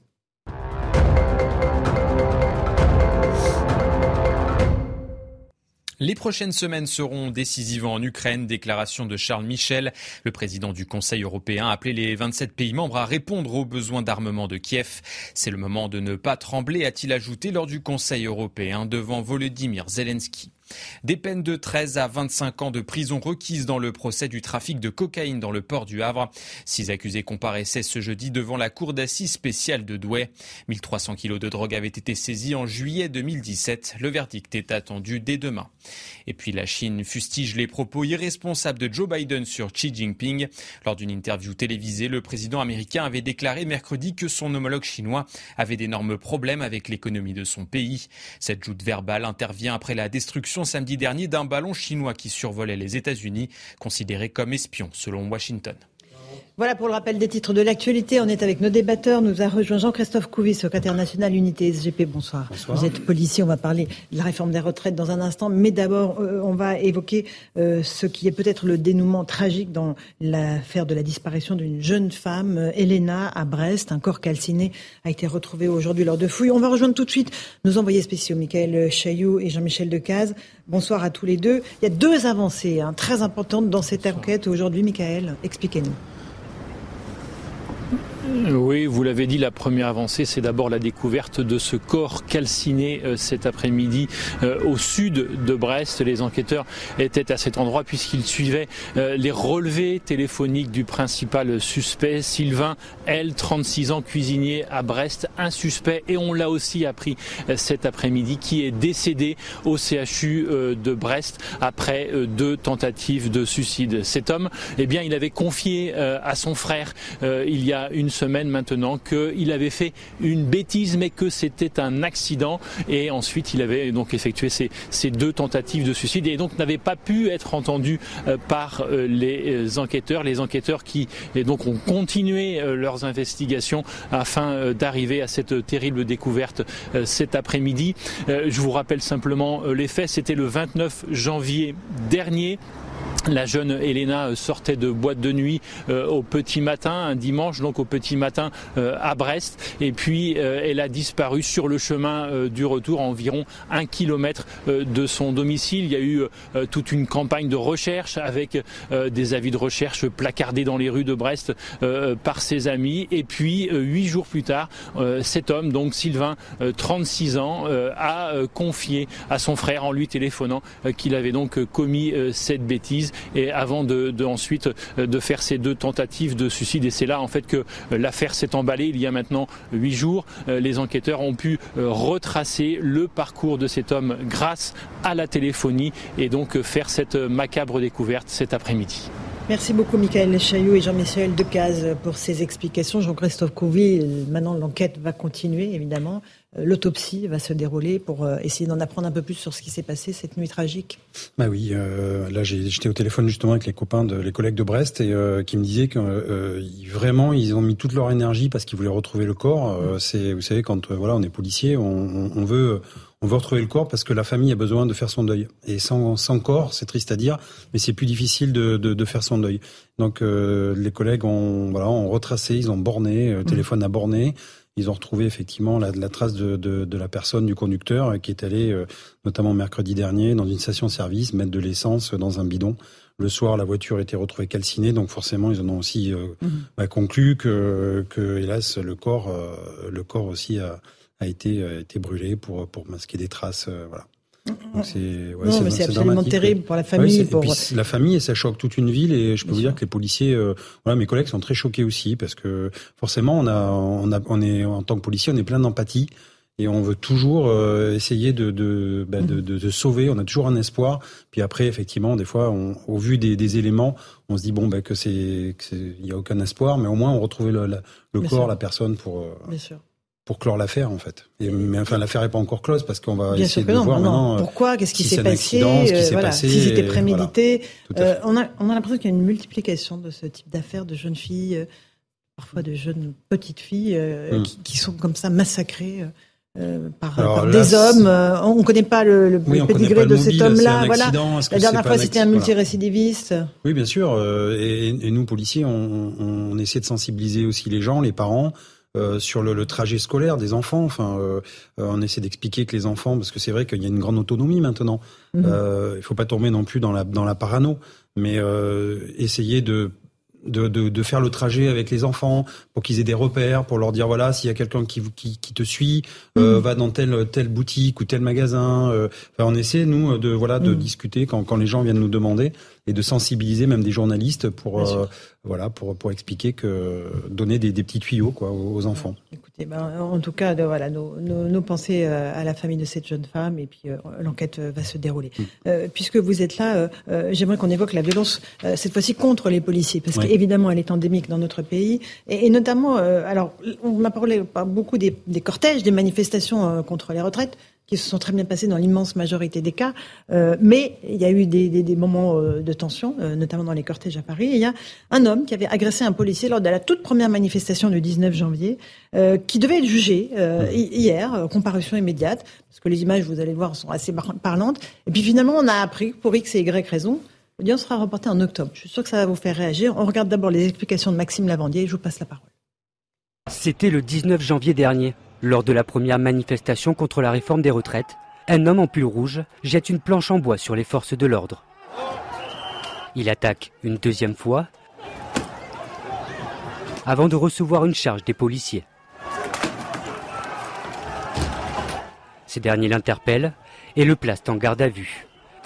Les prochaines semaines seront décisives en Ukraine. Déclaration de Charles Michel. Le président du Conseil européen a appelé les 27 pays membres à répondre aux besoins d'armement de Kiev. C'est le moment de ne pas trembler, a-t-il ajouté lors du Conseil européen devant Volodymyr Zelensky. Des peines de 13 à 25 ans de prison requises dans le procès du trafic de cocaïne dans le port du Havre. 6 accusés comparaissaient ce jeudi devant la cour d'assises spéciale de Douai. 1300 kilos de drogue avaient été saisis en juillet 2017. Le verdict est attendu dès demain. Et puis la Chine fustige les propos irresponsables de Joe Biden sur Xi Jinping. Lors d'une interview télévisée, le président américain avait déclaré mercredi que son homologue chinois avait d'énormes problèmes avec l'économie de son pays. Cette joute verbale intervient après la destruction samedi dernier d'un ballon chinois qui survolait les États-Unis, considéré comme espion selon Washington. Voilà pour le rappel des titres de l'actualité. On est avec nos débatteurs. Nous a rejoint Jean-Christophe Couvi, secrétaire national Unité SGP. Bonsoir. Bonsoir. Vous êtes policier. On va parler de la réforme des retraites dans un instant. Mais d'abord, on va évoquer ce qui est peut-être le dénouement tragique dans l'affaire de la disparition d'une jeune femme, Elena, à Brest. Un corps calciné a été retrouvé aujourd'hui lors de fouilles. On va rejoindre tout de suite nos envoyés spéciaux, Michael Chailloux et Jean-Michel Decaze. Bonsoir à tous les deux. Il y a 2 avancées très importantes dans cette enquête aujourd'hui. Michael, expliquez-nous. Oui, vous l'avez dit, la première avancée, c'est d'abord la découverte de ce corps calciné cet après-midi au sud de Brest. Les enquêteurs étaient à cet endroit puisqu'ils suivaient les relevés téléphoniques du principal suspect, Sylvain L, 36 ans, cuisinier à Brest, un suspect, et on l'a aussi appris cet après-midi, qui est décédé au CHU de Brest après 2 tentatives de suicide. Cet homme, eh bien, il avait confié à son frère il y a une semaine maintenant qu'il avait fait une bêtise mais que c'était un accident, et ensuite il avait donc effectué ces 2 tentatives de suicide et donc n'avait pas pu être entendu par les enquêteurs qui et donc ont continué leurs investigations afin d'arriver à cette terrible découverte cet après-midi. Je vous rappelle simplement les faits. C'était le 29 janvier dernier. La jeune Elena sortait de boîte de nuit au petit matin, un dimanche, donc au petit matin à Brest. Et puis elle a disparu sur le chemin du retour à environ 1 kilomètre de son domicile. Il y a eu toute une campagne de recherche avec des avis de recherche placardés dans les rues de Brest par ses amis. Et puis 8 jours plus tard, cet homme, donc Sylvain, 36 ans, a confié à son frère en lui téléphonant qu'il avait donc commis cette bêtise. Et avant ensuite de faire ces 2 tentatives de suicide, et c'est là en fait que l'affaire s'est emballée. Il y a maintenant 8 jours, les enquêteurs ont pu retracer le parcours de cet homme grâce à la téléphonie et donc faire cette macabre découverte cet après-midi. Merci beaucoup Michael Chailloux et Jean-Michel Decaze pour ces explications. Jean-Christophe Couvi, maintenant l'enquête va continuer évidemment. L'autopsie va se dérouler pour essayer d'en apprendre un peu plus sur ce qui s'est passé cette nuit tragique. Bah oui, là j'étais au téléphone justement avec les collègues de Brest et qui me disaient que vraiment ils ont mis toute leur énergie parce qu'ils voulaient retrouver le corps. C'est, vous savez, quand on est policier, on veut retrouver le corps parce que la famille a besoin de faire son deuil. Et sans corps, c'est triste à dire, mais c'est plus difficile de faire son deuil. Donc les collègues ont retracé, ils ont borné, le téléphone a borné. Ils ont retrouvé effectivement la trace de la personne, du conducteur, qui est allé, notamment mercredi dernier, dans une station-service, mettre de l'essence dans un bidon. Le soir, la voiture était retrouvée calcinée, donc forcément, ils en ont aussi conclu que hélas, le corps aussi a été brûlé pour masquer des traces, voilà. Donc c'est absolument terrible pour la famille. Et puis la famille, et ça choque toute une ville. Et je peux vous dire que les policiers, mes collègues sont très choqués aussi parce que forcément, on est en tant que policier, on est plein d'empathie. et on veut toujours essayer de sauver. On a toujours un espoir. Puis après, effectivement, des fois, au vu des éléments, on se dit il y a aucun espoir, mais au moins on retrouve le corps, la personne pour clore l'affaire, en fait. Mais enfin, l'affaire n'est pas encore close parce qu'on va essayer de voir maintenant. Pourquoi, qu'est-ce qui s'est passé, si c'était prémédité. On a l'impression qu'il y a une multiplication de ce type d'affaires, de jeunes filles, parfois de jeunes petites filles, qui sont comme ça massacrées. Par des hommes, on ne connaît pas le pédigré de cet homme-là. Voilà. La dernière fois, c'était un multirécidiviste. Oui, bien sûr. Et nous, policiers, on essaie de sensibiliser aussi les gens, les parents, sur le trajet scolaire des enfants. Enfin, on essaie d'expliquer que les enfants, parce que c'est vrai qu'il y a une grande autonomie maintenant. Il faut pas tomber non plus dans la parano, mais essayer de faire le trajet avec les enfants pour qu'ils aient des repères, pour leur dire voilà, s'il y a quelqu'un qui te suit, va dans telle boutique ou tel magasin. On essaie nous de discuter quand les gens viennent nous demander et de sensibiliser même des journalistes pour expliquer donner des petits tuyaux aux enfants. Écoutez, en tout cas, nos pensées à la famille de cette jeune femme et puis l'enquête va se dérouler. Puisque vous êtes là, j'aimerais qu'on évoque la violence cette fois-ci contre les policiers, parce qu'évidemment elle est endémique dans notre pays et notamment, alors on m'a parlé beaucoup des cortèges, des manifestations contre les retraites, qui se sont très bien passés dans l'immense majorité des cas, mais il y a eu des moments de tension, notamment dans les cortèges à Paris. Et il y a un homme qui avait agressé un policier lors de la toute première manifestation du 19 janvier, qui devait être jugé hier, comparution immédiate, parce que les images, vous allez le voir, sont assez parlantes. Et puis finalement, on a appris, pour X et Y raison, l'audience sera reportée en octobre. Je suis sûr que ça va vous faire réagir. On regarde d'abord les explications de Maxime Lavandier et je vous passe la parole. C'était le 19 janvier dernier. Lors de la première manifestation contre la réforme des retraites, un homme en pull rouge jette une planche en bois sur les forces de l'ordre. Il attaque une deuxième fois avant de recevoir une charge des policiers. Ces derniers l'interpellent et le placent en garde à vue.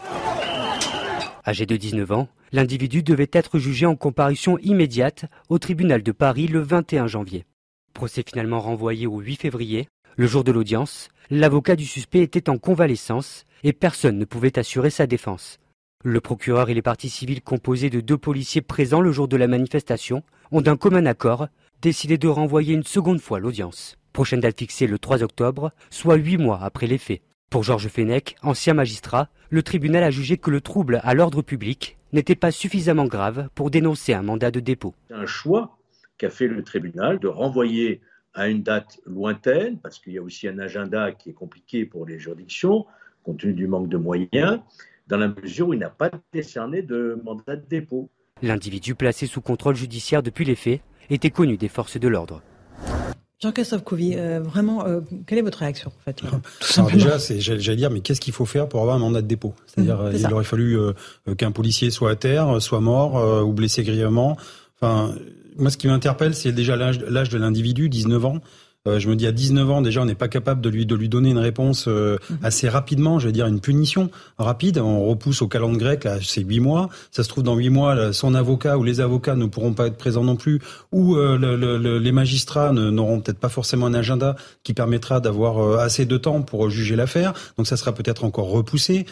Âgé de 19 ans, l'individu devait être jugé en comparution immédiate au tribunal de Paris le 21 janvier. Procès finalement renvoyé au 8 février. Le jour de l'audience, l'avocat du suspect était en convalescence et personne ne pouvait assurer sa défense. Le procureur et les parties civiles composées de 2 policiers présents le jour de la manifestation ont d'un commun accord décidé de renvoyer une seconde fois l'audience. Prochaine date fixée le 3 octobre, soit 8 mois après les faits. Pour Georges Fenech, ancien magistrat, le tribunal a jugé que le trouble à l'ordre public n'était pas suffisamment grave pour dénoncer un mandat de dépôt. C'est un choix qu'a fait le tribunal de renvoyer à une date lointaine, parce qu'il y a aussi un agenda qui est compliqué pour les juridictions, compte tenu du manque de moyens, dans la mesure où il n'a pas décerné de mandat de dépôt. L'individu placé sous contrôle judiciaire depuis les faits était connu des forces de l'ordre. Jean-Christophe Couvi, vraiment, quelle est votre réaction en fait, Alors déjà, j'allais dire, mais qu'est-ce qu'il faut faire pour avoir un mandat de dépôt ? C'est-à-dire, il aurait fallu qu'un policier soit à terre, soit mort ou blessé grièvement. Enfin, moi, ce qui m'interpelle, c'est déjà l'âge de l'individu, 19 ans. Je me dis, à 19 ans, déjà, on n'est pas capable de lui donner une réponse assez rapidement, je veux dire une punition rapide. On repousse au calendrier grec, là, c'est 8 mois. Ça se trouve, dans 8 mois, là, son avocat ou les avocats ne pourront pas être présents non plus, ou les magistrats n'auront peut-être pas forcément un agenda qui permettra d'avoir assez de temps pour juger l'affaire. Donc, ça sera peut-être encore repoussé.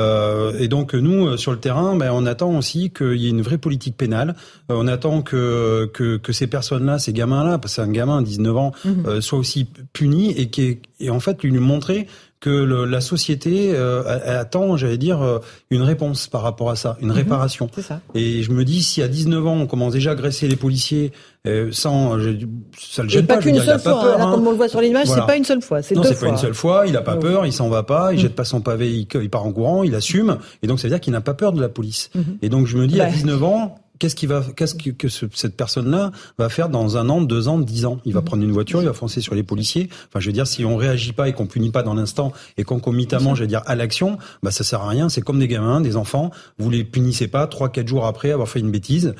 Et donc, nous, sur le terrain, on attend aussi qu'il y ait une vraie politique pénale. On attend que ces personnes-là, ces gamins-là, parce que c'est un gamin, 19 ans, soit aussi puni et en fait lui montrer que la société attend, j'allais dire, une réponse par rapport à ça, une réparation. C'est ça. Et je me dis, si à 19 ans on commence déjà à agresser les policiers ça le gêne pas. Pas qu'une seule fois. Peur, là, comme on le voit sur l'image, voilà. C'est pas une seule fois, c'est 2 fois. Non, c'est pas une seule fois. Il a pas peur, il s'en va pas, il jette pas son pavé, il part en courant, il assume. Et donc ça veut dire qu'il n'a pas peur de la police. Et donc je me dis, à 19 ans. Qu'est-ce que cette personne-là va faire dans 1 an, 2 ans, 10 ans ? Il va prendre une voiture, il va foncer sur les policiers. Enfin, je veux dire, si on réagit pas et qu'on punit pas dans l'instant et concomitamment, je veux dire, à l'action, ça sert à rien. C'est comme des gamins, des enfants. Vous les punissez pas 3-4 jours après avoir fait une bêtise.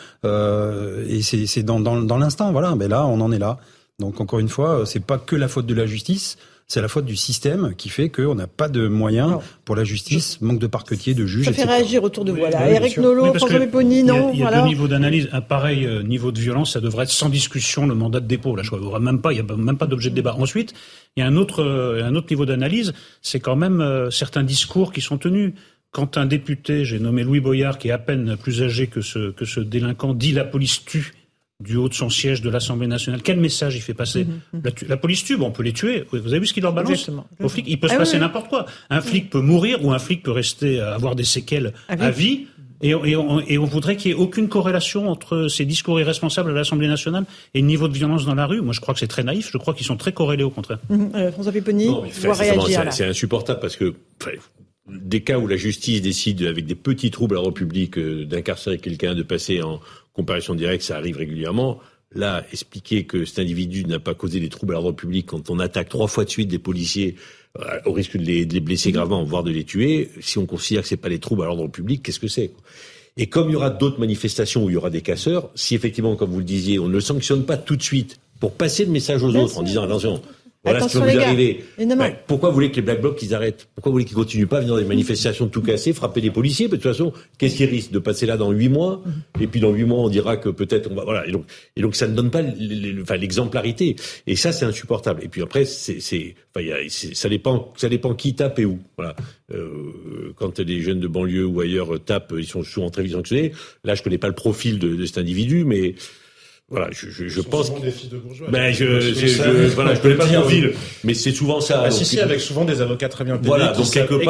Et c'est dans l'instant, voilà. Mais là, on en est là. Donc, encore une fois, c'est pas que la faute de la justice. C'est la faute du système qui fait qu'on n'a pas de moyens pour la justice, manque de parquetiers, de juges, Ça fait etc. réagir autour de vous. Oui, Éric Nolot, François Pupponi, non. Il y a deux niveaux d'analyse. Un pareil niveau de violence, ça devrait être sans discussion le mandat de dépôt. Là, il n'y a même pas d'objet de débat. Ensuite, il y a un autre niveau d'analyse, c'est quand même certains discours qui sont tenus. Quand un député, j'ai nommé Louis Boyard, qui est à peine plus âgé que ce délinquant, dit la police tue du haut de son siège de l'Assemblée nationale. Quel message il fait passer? La police tue, on peut les tuer. Vous avez vu ce qu'il leur balance aux flics? Il peut se passer n'importe quoi. Un flic peut mourir ou un flic peut rester avoir des séquelles à vie. Et on voudrait qu'il n'y ait aucune corrélation entre ces discours irresponsables à l'Assemblée nationale et le niveau de violence dans la rue. Moi, je crois que c'est très naïf. Je crois qu'ils sont très corrélés, au contraire. François Pupponi, doit réagir. C'est insupportable parce que des cas où la justice décide, avec des petits troubles à l'ordre public, d'incarcérer quelqu'un, de passer en comparution directe, ça arrive régulièrement. Là, expliquer que cet individu n'a pas causé des troubles à l'ordre public quand on attaque 3 fois de suite des policiers au risque de les blesser gravement, voire de les tuer, si on considère que c'est pas des troubles à l'ordre public, qu'est-ce que c'est? Et comme il y aura d'autres manifestations où il y aura des casseurs, si effectivement, comme vous le disiez, on ne le sanctionne pas tout de suite pour passer le message aux autres en disant attention, voilà ce qui va vous arriver. Pourquoi vous voulez que les Black Blocs ils arrêtent? Pourquoi vous voulez qu'ils continuent pas à venir dans des manifestations tout casser, frapper des policiers? De toute façon, qu'est-ce qu'ils risquent de passer là dans 8 mois? Et puis dans 8 mois, on dira que peut-être on va voilà. Et donc ça ne donne pas l'exemplarité. Et ça, c'est insupportable. Et puis après, ça dépend qui tape et où. Voilà. Quand des jeunes de banlieue ou ailleurs tapent, ils sont souvent très vite sanctionnés. Là, je connais pas le profil de cet individu, mais voilà, je pense que des filles de bourgeois. Je connais pas le profil, mais c'est souvent ça. Avec souvent des avocats très bien payés. Voilà, donc quelque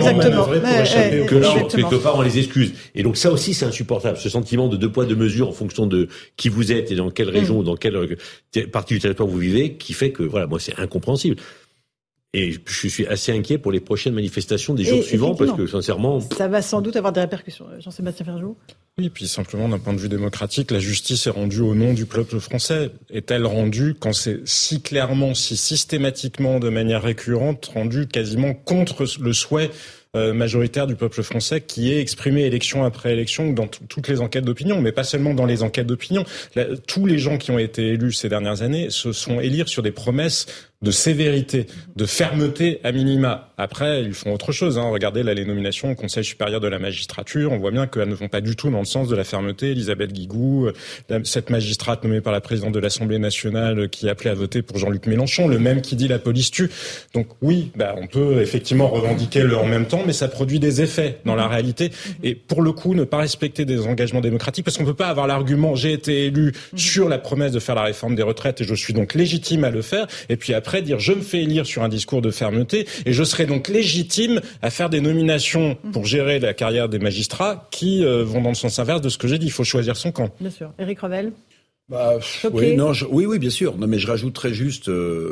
part on les excuse. Et donc ça aussi c'est insupportable, ce sentiment de 2 poids 2 mesures en fonction de qui vous êtes et dans quelle région ou dans quelle partie du territoire vous vivez, qui fait que voilà, moi c'est incompréhensible. Et je suis assez inquiet pour les prochaines manifestations des jours suivants parce que sincèrement, ça va sans doute avoir des répercussions. Jean-Sébastien Ferjou. Oui, puis simplement d'un point de vue démocratique, la justice est rendue au nom du peuple français. Est-elle rendue quand c'est si clairement, si systématiquement, de manière récurrente, rendue quasiment contre le souhait majoritaire du peuple français qui est exprimé élection après élection dans toutes les enquêtes d'opinion, mais pas seulement dans les enquêtes d'opinion. Tous les gens qui ont été élus ces dernières années se sont élus sur des promesses de sévérité, de fermeté à minima. Après, ils font autre chose. Regardez là, les nominations au Conseil supérieur de la magistrature. On voit bien qu'elles ne vont pas du tout dans le sens de la fermeté. Elisabeth Guigou, cette magistrate nommée par la présidente de l'Assemblée nationale qui appelait à voter pour Jean-Luc Mélenchon, le même qui dit la police tue. Donc oui, on peut effectivement revendiquer le en même temps, mais ça produit des effets dans la réalité. Et pour le coup, ne pas respecter des engagements démocratiques, parce qu'on peut pas avoir l'argument j'ai été élu sur la promesse de faire la réforme des retraites et je suis donc légitime à le faire, et puis après dire je me fais élire sur un discours de fermeté et je serai donc légitime à faire des nominations pour gérer la carrière des magistrats qui vont dans le sens inverse de ce que j'ai dit. Il faut choisir son camp. Bien sûr. Éric Revel. Oui, bien sûr. Non, mais je rajouterais juste,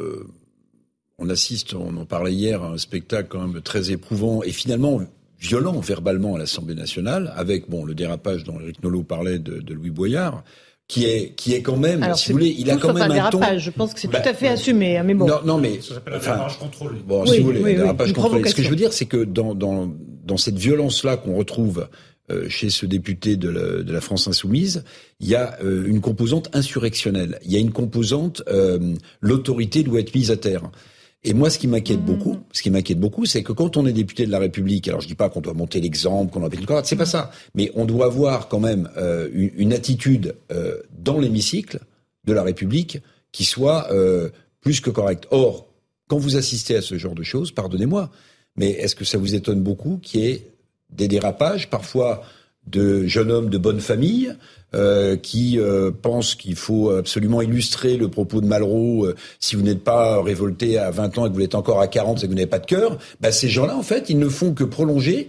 on en parlait hier, à un spectacle quand même très éprouvant et finalement violent verbalement à l'Assemblée nationale, avec le dérapage dont Éric Nolot parlait de Louis Boyard. Qui est quand même, alors, si vous voulez, il a quand même un ton. Je pense que c'est tout à fait assumé, mais bon. Non, mais ça s'appelle un dérapage contrôlé. Bon, si vous voulez, dérapage contrôlé. Ce que je veux dire, c'est que dans cette violence-là qu'on retrouve chez ce député de la France insoumise, il y a une composante insurrectionnelle. Il y a une composante, l'autorité doit être mise à terre. Et moi, ce qui m'inquiète beaucoup, c'est que quand on est député de la République, alors je dis pas qu'on doit monter l'exemple, qu'on doit mettre une cravate, c'est pas ça. Mais on doit avoir quand même une attitude dans l'hémicycle de la République qui soit plus que correcte. Or, quand vous assistez à ce genre de choses, pardonnez-moi, mais est-ce que ça vous étonne beaucoup qu'il y ait des dérapages, parfois de jeunes hommes de bonne famille, qui pensent qu'il faut absolument illustrer le propos de Malraux, si vous n'êtes pas révolté à 20 ans et que vous l'êtes encore à 40, c'est que vous n'avez pas de cœur. Ces gens-là, en fait, ils ne font que prolonger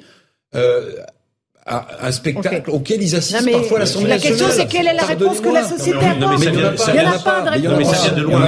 un spectacle auquel ils assistent parfois à l'Assemblée nationale. La question, c'est quelle est la réponse que la société apporte? Il n'y en a pas de réponse. Mais ça vient de loin.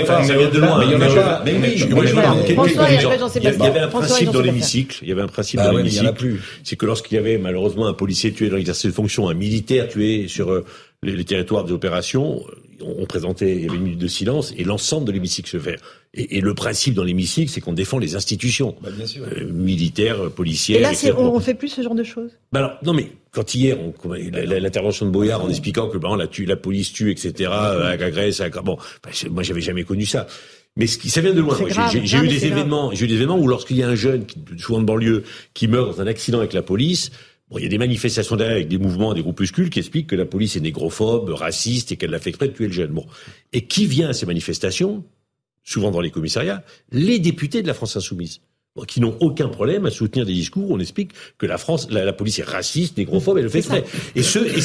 Il y avait un principe dans l'hémicycle. C'est que lorsqu'il y avait malheureusement un policier tué dans l'exercice de fonction, un militaire tué sur les territoires des opérations, on présentait, il y avait une minute de silence et l'ensemble de l'hémicycle se fait. Et le principe dans l'hémicycle, c'est qu'on défend les institutions. Bien sûr. Militaires, policières. Et là, on fait plus ce genre de choses. Alors, non mais, quand hier, l'intervention de Boyard en expliquant que la police tue, etc., agresse, moi j'avais jamais connu ça. Mais ça vient de loin. J'ai eu des événements où lorsqu'il y a un jeune, souvent de banlieue, qui meurt dans un accident avec la police, il y a des manifestations derrière avec des mouvements, des groupuscules qui expliquent que la police est négrophobe, raciste et qu'elle l'a fait exprès de tuer le jeune. Et qui vient à ces manifestations? Souvent dans les commissariats, les députés de la France Insoumise. Qui n'ont aucun problème à soutenir des discours où on explique que la police est raciste, négrophobe, elle le fait exprès. Et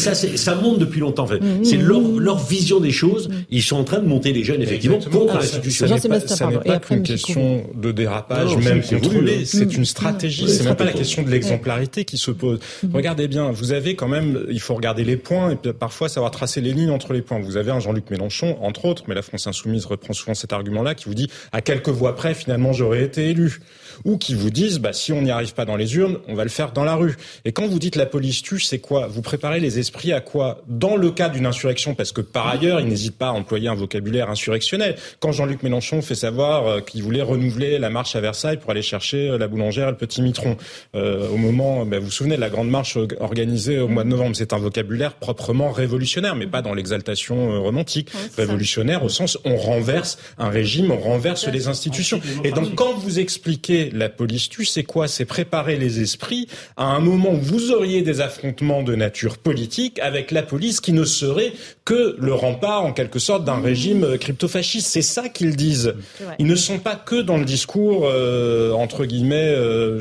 ça monte depuis longtemps, en fait. C'est leur vision des choses. Ils sont en train de monter les jeunes, effectivement, contre l'institution. Ça n'est pas qu'une question de dérapage, même contrôlé. C'est une stratégie. C'est même pas la question de l'exemplarité qui se pose. Regardez bien, vous avez quand même, il faut regarder les points et parfois savoir tracer les lignes entre les points. Vous avez un Jean-Luc Mélenchon, entre autres, mais la France Insoumise reprend souvent cet argument-là, qui vous dit, à quelques voix près, finalement, j'aurais été élu. Ou qui vous disent, si on n'y arrive pas dans les urnes, on va le faire dans la rue. Et quand vous dites la police tue, c'est quoi? Vous préparez les esprits à quoi? Dans le cas d'une insurrection, parce que par ailleurs, il n'hésite pas à employer un vocabulaire insurrectionnel. Quand Jean-Luc Mélenchon fait savoir qu'il voulait renouveler la marche à Versailles pour aller chercher la boulangère et le petit mitron, au moment, vous vous souvenez de la grande marche organisée au mois de novembre, c'est un vocabulaire proprement révolutionnaire, mais pas dans l'exaltation romantique. Révolutionnaire au sens, on renverse un régime, on renverse les institutions. Et donc, quand vous expliquez la police tue, c'est quoi? C'est préparer les esprits à un moment où vous auriez des affrontements de nature politique avec la police qui ne serait que le rempart, en quelque sorte, d'un régime crypto-fasciste. C'est ça qu'ils disent. Ils ne sont pas que dans le discours, entre guillemets,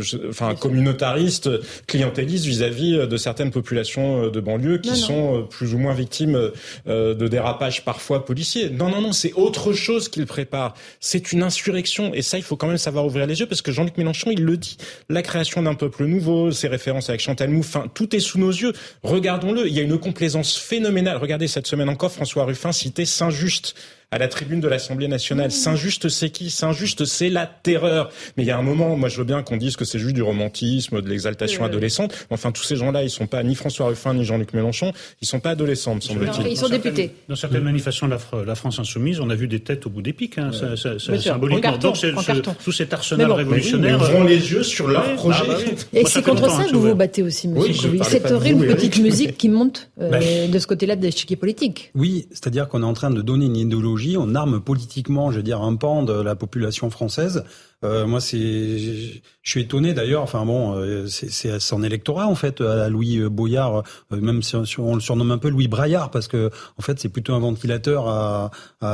communautariste, clientéliste vis-à-vis de certaines populations de banlieue qui sont plus ou moins victimes de dérapages parfois policiers. Non, c'est autre chose qu'ils préparent. C'est une insurrection. Et ça, il faut quand même savoir ouvrir les yeux parce que Jean-Luc Mélenchon, il le dit. La création d'un peuple nouveau, ses références avec Chantal Mouffe, tout est sous nos yeux. Regardons-le. Il y a une complaisance phénoménale. Regardez, cette semaine encore, François Ruffin citait Saint-Just à la tribune de l'Assemblée nationale. Saint-Just, c'est qui? Saint-Just, c'est la terreur. Mais il y a un moment, moi je veux bien qu'on dise que c'est juste du romantisme, de l'exaltation adolescente. Enfin, tous ces gens-là, ils sont pas ni François Ruffin ni Jean-Luc Mélenchon. Ils sont pas adolescents, me semble-t-il. Ils sont députés. Dans certaines manifestations de la France Insoumise, on a vu des têtes au bout des pics, symboliquement. Donc tout cet arsenal révolutionnaire. Ils ouvrons les yeux sur leur projet. Et c'est contre ça que vous vous battez aussi, monsieur Couvi. Cette horrible petite musique qui monte de ce côté-là de l'échiquier politique. Oui, c'est-à-dire qu'on est en train de donner une idéologie, on arme politiquement, je veux dire, un pan de la population française. Moi, je suis étonné d'ailleurs. Enfin bon, c'est son électorat en fait, à Louis Boyard, même si on le surnomme un peu Louis Braillard, parce que en fait, c'est plutôt un ventilateur à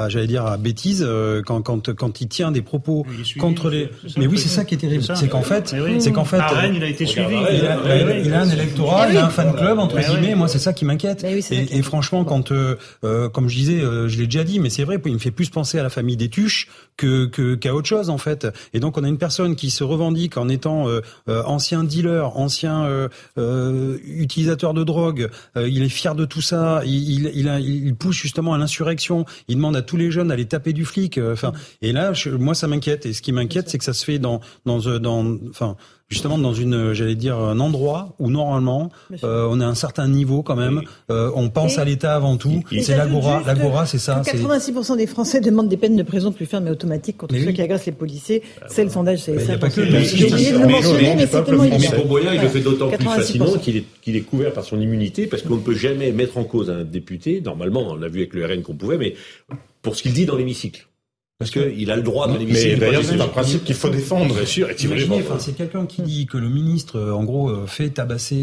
bêtises quand il tient des propos contre les. Mais oui, c'est ça qui est terrible. C'est qu'en fait, à Rennes, il a été suivi. Il a un électorat, il a un fan club entre guillemets. Moi, c'est ça qui m'inquiète. Et franchement, quand, comme je disais, je l'ai déjà dit, mais c'est vrai, il me fait plus penser à la famille des Tuches qu'à autre chose en fait. Et donc on a une personne qui se revendique en étant ancien dealer, ancien utilisateur de drogue. Il est fier de tout ça. Il pousse justement à l'insurrection. Il demande à tous les jeunes d'aller taper du flic. Et là, moi ça m'inquiète. Et ce qui m'inquiète, c'est que ça se fait justement dans un endroit où normalement on a un certain niveau quand même. On pense à l'État avant tout. C'est l'agora. L'agora, c'est ça. 86% des Français demandent des peines de prison plus fermes mais automatiques contre ceux qui agressent les policiers. C'est le sondage. C'est ça. J'ai oublié de le mentionner, mais c'est tellement évident. Mais pour Boyard, il le fait d'autant plus facilement qu'il est couvert par son immunité, parce qu'on ne peut jamais mettre en cause un député. Normalement, on l'a vu avec le RN qu'on pouvait, mais pour ce qu'il dit dans l'hémicycle. Parce qu'il a le droit de l'hémicycle. Mais d'ailleurs, c'est un principe qu'il faut défendre. Bien sûr. C'est quelqu'un qui dit que le ministre, en gros, fait tabasser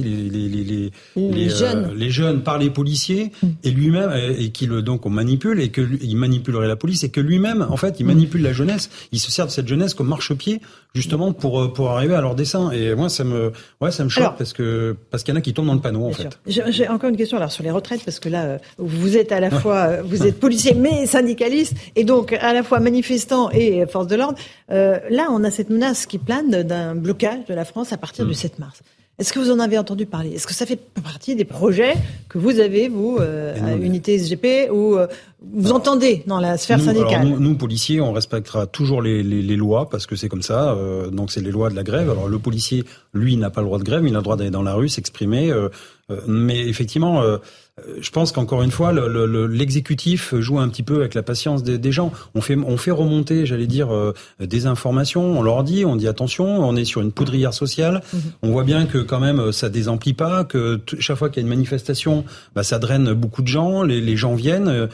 les jeunes par les policiers, et lui-même, et donc on manipule, et qu'il manipulerait la police, et que lui-même, en fait, il manipule la jeunesse. Il se sert de cette jeunesse comme marchepied, justement, pour arriver à leur dessein. Et moi, ça me choque. Alors, parce qu'il y en a qui tombent dans le panneau, en fait. J'ai encore une question, alors, sur les retraites, parce que là, vous êtes à la fois, vous êtes policier, mais syndicaliste, et donc, à la fois manifestants et forces de l'ordre. Là, on a cette menace qui plane d'un blocage de la France à partir du 7 mars. Est-ce que vous en avez entendu parler? Est-ce que ça fait partie des projets que vous avez, vous, à Unité SGP, ou vous entendez dans la sphère syndicale. Nous, policiers, on respectera toujours les lois parce que c'est comme ça. Donc c'est les lois de la grève. Alors le policier, lui, n'a pas le droit de grève, mais il a le droit d'aller dans la rue, s'exprimer. Mais effectivement, je pense qu'encore une fois, l'exécutif joue un petit peu avec la patience des gens. On fait remonter, j'allais dire, des informations. On dit attention, on est sur une poudrière sociale. On voit bien que quand même ça désemplit pas, que chaque fois qu'il y a une manifestation, ça draine beaucoup de gens. Les gens viennent.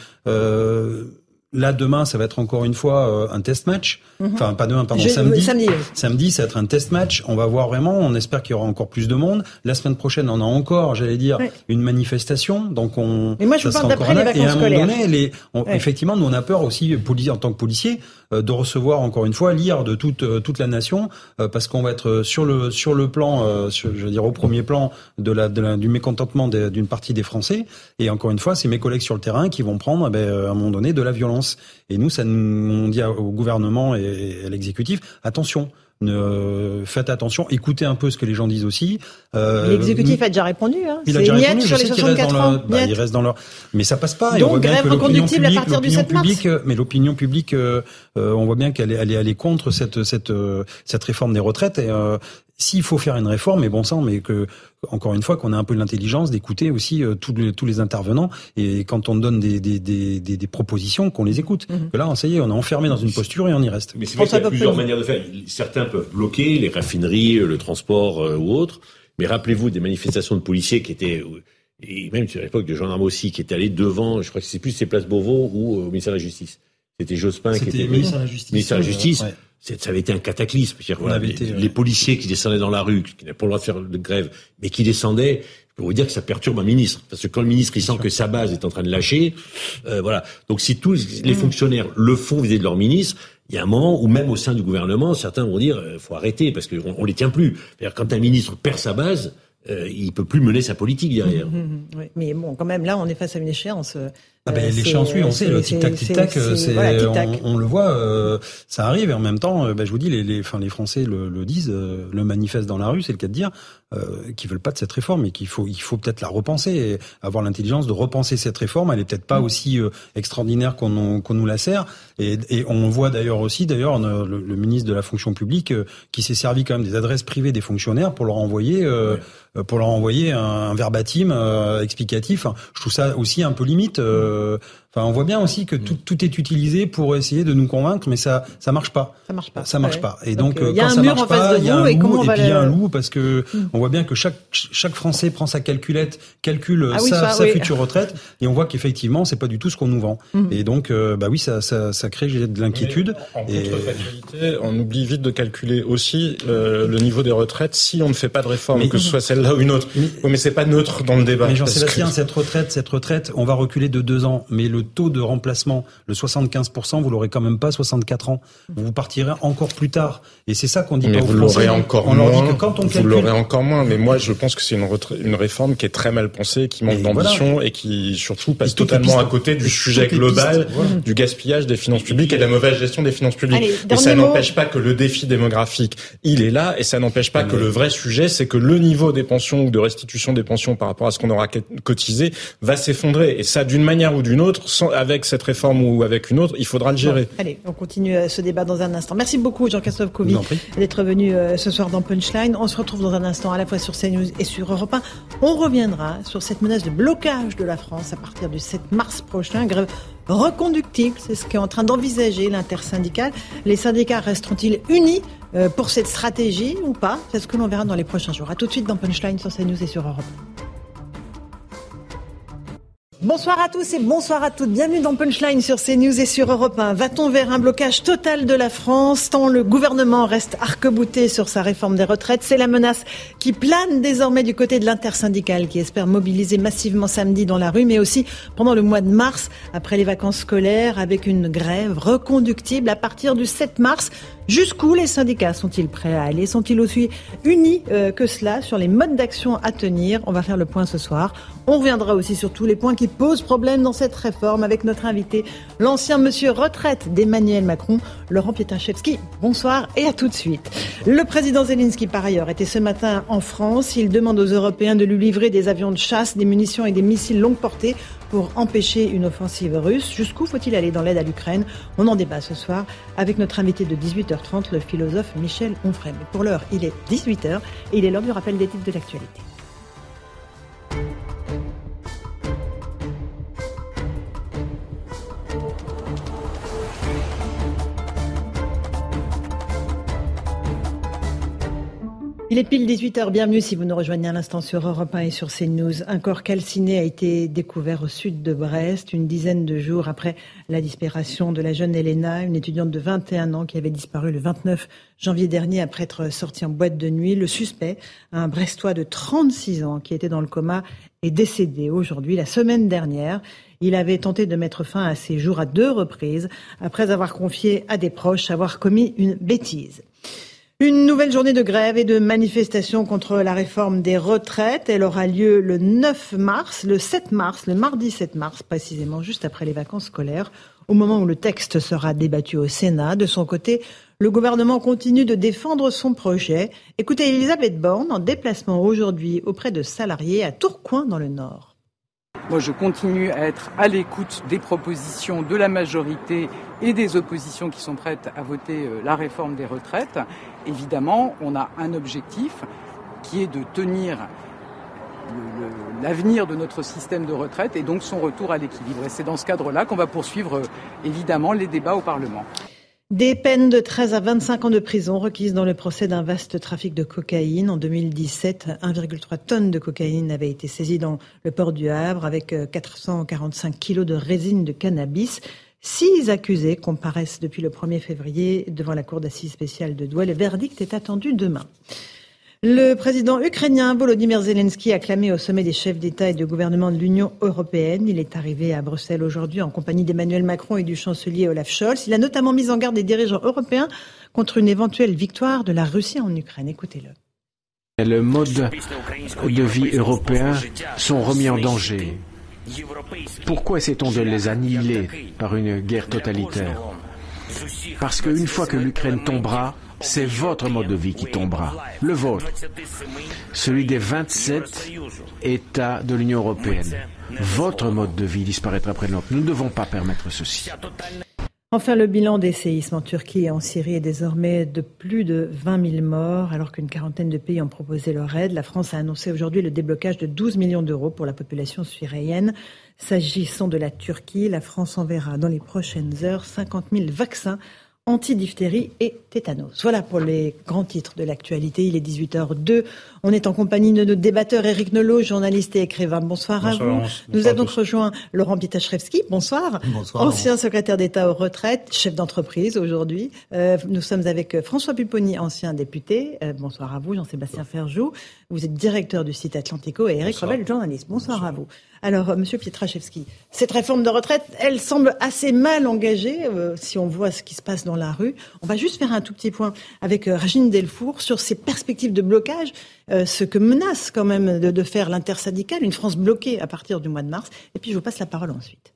Là, demain, ça va être encore une fois un test match. Enfin, pas demain, pardon, samedi. Samedi, ça va être un test match. On va voir vraiment, on espère qu'il y aura encore plus de monde. La semaine prochaine, on a encore, j'allais dire, une manifestation. Donc Mais moi, je vous parle d'après les vacances scolaires. Et à un moment donné, effectivement, nous, on a peur aussi, en tant que policiers, de recevoir, encore une fois, l'ire de toute la nation, parce qu'on va être sur le plan, je veux dire, au premier plan du mécontentement d'une partie des Français. Et encore une fois, c'est mes collègues sur le terrain qui vont prendre, à un moment donné, de la violence. Et nous, on dit au gouvernement et à l'exécutif, attention. Faites attention, écoutez un peu ce que les gens disent aussi. L'exécutif a déjà répondu. Il a déjà répondu. Sur les 64 ans. Il reste dans leur. Mais ça passe pas. Donc grève reconductible à partir du 7 mars. Mais l'opinion publique, on voit bien qu'elle est contre cette réforme des retraites. Et s'il faut faire une réforme, mais bon sang, mais que encore une fois qu'on ait un peu l'intelligence d'écouter aussi tous les intervenants, et quand on donne des propositions, qu'on les écoute. Que là, ça y est, on est enfermé dans une posture et on y reste. Mais c'est vrai qu'il y a plusieurs manières de faire. Certains peuvent bloquer les raffineries, le transport ou autre. Mais rappelez-vous des manifestations de policiers qui étaient, et même à l'époque de gendarmes aussi, qui étaient allés devant, je crois que c'est plus Place Beauvau ou au ministère de la Justice. C'était Jospin qui était ministre de la Justice. Ministère de la Justice. Ouais. Ça avait été un cataclysme. Les policiers qui descendaient dans la rue, qui n'avaient pas le droit de faire de grève, mais qui descendaient, je peux vous dire que ça perturbe un ministre. Parce que quand le ministre, il sent que sa base est en train de lâcher, voilà. Donc si tous les fonctionnaires le font vis-à-vis de leur ministre, il y a un moment où même au sein du gouvernement, certains vont dire, faut arrêter, parce qu'on les tient plus. C'est-à-dire, quand un ministre perd sa base, il peut plus mener sa politique derrière. Oui. Mais bon, quand même, là, on est face à une échéance. L'échéance, oui, on sait, le tic-tac, on le voit, ça arrive, et en même temps, je vous dis, les Français le disent, le manifeste dans la rue, c'est le cas de dire, qu'ils veulent pas de cette réforme, et qu'il faut peut-être la repenser, et avoir l'intelligence de repenser cette réforme. Elle est peut-être pas aussi extraordinaire qu'on nous la sert, et on voit d'ailleurs le ministre de la fonction publique qui s'est servi quand même des adresses privées des fonctionnaires pour leur envoyer un verbatim explicatif. Je trouve ça aussi un peu limite. On voit bien aussi que tout est utilisé pour essayer de nous convaincre, mais ça marche pas. Ça marche pas. Et donc quand ça marche pas, il y a un loup, et puis il y a un loup parce que on voit bien que chaque Français prend sa calculette, calcule sa future retraite, et on voit qu'effectivement c'est pas du tout ce qu'on nous vend. Et donc ça crée de l'inquiétude. En contre-factualité, on oublie vite de calculer aussi le niveau des retraites si on ne fait pas de réforme, que ce soit celle-là ou une autre. Mais c'est pas neutre dans le débat. Mais Jean-Sébastien, cette retraite, on va reculer de 2 ans, mais le taux de remplacement, le 75%, vous l'aurez quand même pas 64 ans. Vous partirez encore plus tard. Et c'est ça qu'on dit pas aux Français. Vous l'aurez encore moins. Vous l'aurez encore moins. Mais moi, je pense que c'est une réforme qui est très mal pensée, qui manque d'ambition et qui, surtout, passe totalement à côté du sujet global du gaspillage des finances publiques et de la mauvaise gestion des finances publiques. Et ça n'empêche pas que le défi démographique, il est là, et ça n'empêche pas que le vrai sujet, c'est que le niveau des pensions ou de restitution des pensions par rapport à ce qu'on aura cotisé va s'effondrer. Et ça, d'une manière ou d'une autre, avec cette réforme ou avec une autre, il faudra le gérer. Allez, on continue ce débat dans un instant. Merci beaucoup Jean-Christophe Couvi d'être venu ce soir dans Punchline. On se retrouve dans un instant à la fois sur CNews et sur Europe 1. On reviendra sur cette menace de blocage de la France à partir du 7 mars prochain. Grève reconductible, c'est ce qu'est en train d'envisager l'intersyndicale. Les syndicats resteront-ils unis pour cette stratégie ou pas? C'est ce que l'on verra dans les prochains jours. À tout de suite dans Punchline sur CNews et sur Europe 1. Bonsoir à tous et bonsoir à toutes. Bienvenue dans Punchline sur CNews et sur Europe 1. Va-t-on vers un blocage total de la France tant le gouvernement reste arc-bouté sur sa réforme des retraites? C'est la menace qui plane désormais du côté de l'intersyndicale qui espère mobiliser massivement samedi dans la rue, mais aussi pendant le mois de mars, après les vacances scolaires, avec une grève reconductible à partir du 7 mars. Jusqu'où les syndicats sont-ils prêts à aller? Sont-ils aussi unis que cela sur les modes d'action à tenir? On va faire le point ce soir. On reviendra aussi sur tous les points qui pose problème dans cette réforme avec notre invité, l'ancien monsieur retraite d'Emmanuel Macron, Laurent Pietraszewski. Bonsoir et à tout de suite. Le président Zelensky, par ailleurs, était ce matin en France. Il demande aux Européens de lui livrer des avions de chasse, des munitions et des missiles longue portée pour empêcher une offensive russe. Jusqu'où faut-il aller dans l'aide à l'Ukraine ? On en débat ce soir avec notre invité de 18h30, le philosophe Michel Onfray. Mais pour l'heure, il est 18h et il est l'heure du rappel des titres de l'actualité. Il est pile 18h, bienvenue si vous nous rejoignez à l'instant sur Europe 1 et sur CNews. Un corps calciné a été découvert au sud de Brest, une dizaine de jours après la disparition de la jeune Elena, une étudiante de 21 ans qui avait disparu le 29 janvier dernier après être sortie en boîte de nuit. Le suspect, un Brestois de 36 ans qui était dans le coma, est décédé aujourd'hui, la semaine dernière. Il avait tenté de mettre fin à ses jours à 2 reprises après avoir confié à des proches avoir commis une bêtise. Une nouvelle journée de grève et de manifestation contre la réforme des retraites. Elle aura lieu le 9 mars, le 7 mars, le mardi 7 mars, précisément juste après les vacances scolaires, au moment où le texte sera débattu au Sénat. De son côté, le gouvernement continue de défendre son projet. Écoutez Elisabeth Borne en déplacement aujourd'hui auprès de salariés à Tourcoing dans le Nord. Moi, je continue à être à l'écoute des propositions de la majorité et des oppositions qui sont prêtes à voter la réforme des retraites. Évidemment, on a un objectif qui est de tenir l'avenir de notre système de retraite et donc son retour à l'équilibre. Et c'est dans ce cadre-là qu'on va poursuivre évidemment les débats au Parlement. Des peines de 13 à 25 ans de prison requises dans le procès d'un vaste trafic de cocaïne. En 2017, 1,3 tonnes de cocaïne avaient été saisies dans le port du Havre avec 445 kilos de résine de cannabis. 6 accusés comparaissent depuis le 1er février devant la cour d'assises spéciale de Douai. Le verdict est attendu demain. Le président ukrainien Volodymyr Zelensky a clamé au sommet des chefs d'État et de gouvernement de l'Union européenne. Il est arrivé à Bruxelles aujourd'hui en compagnie d'Emmanuel Macron et du chancelier Olaf Scholz. Il a notamment mis en garde les dirigeants européens contre une éventuelle victoire de la Russie en Ukraine. Écoutez-le. Les modes de vie européens sont remis en danger. Pourquoi essaie-t-on de les annihiler par une guerre totalitaire ? Parce qu'une fois que l'Ukraine tombera, c'est votre mode de vie qui tombera, le vôtre, celui des 27 États de l'Union européenne. Votre mode de vie disparaîtra après le nôtre. Nous ne devons pas permettre ceci. Enfin, le bilan des séismes en Turquie et en Syrie est désormais de plus de 20 000 morts, alors qu'une quarantaine de pays ont proposé leur aide. La France a annoncé aujourd'hui le déblocage de 12 millions d'euros pour la population syrienne. S'agissant de la Turquie, la France enverra dans les prochaines heures 50 000 vaccins anti-diphtérie et tétanos. Voilà pour les grands titres de l'actualité. Il est 18h02. On est en compagnie de notre débatteur Éric Nolot, journaliste et écrivain. Bonsoir à vous. Nous avons donc rejoint Laurent Pietraszewski. Bonsoir. Bonsoir. Ancien secrétaire d'État aux retraites, chef d'entreprise aujourd'hui. Nous sommes avec François Pupponi, ancien député. Bonsoir à vous, Jean-Sébastien Ferjou. Vous êtes directeur du site Atlantico et Éric Revel, journaliste. Bonsoir à vous. Alors, Monsieur Pietraszewski, cette réforme de retraite, elle semble assez mal engagée si on voit ce qui se passe dans la rue. On va juste faire un tout petit point avec Régine Delfour sur ces perspectives de blocage, ce que menace quand même de faire l'intersyndicale, une France bloquée à partir du mois de mars. Et puis je vous passe la parole ensuite.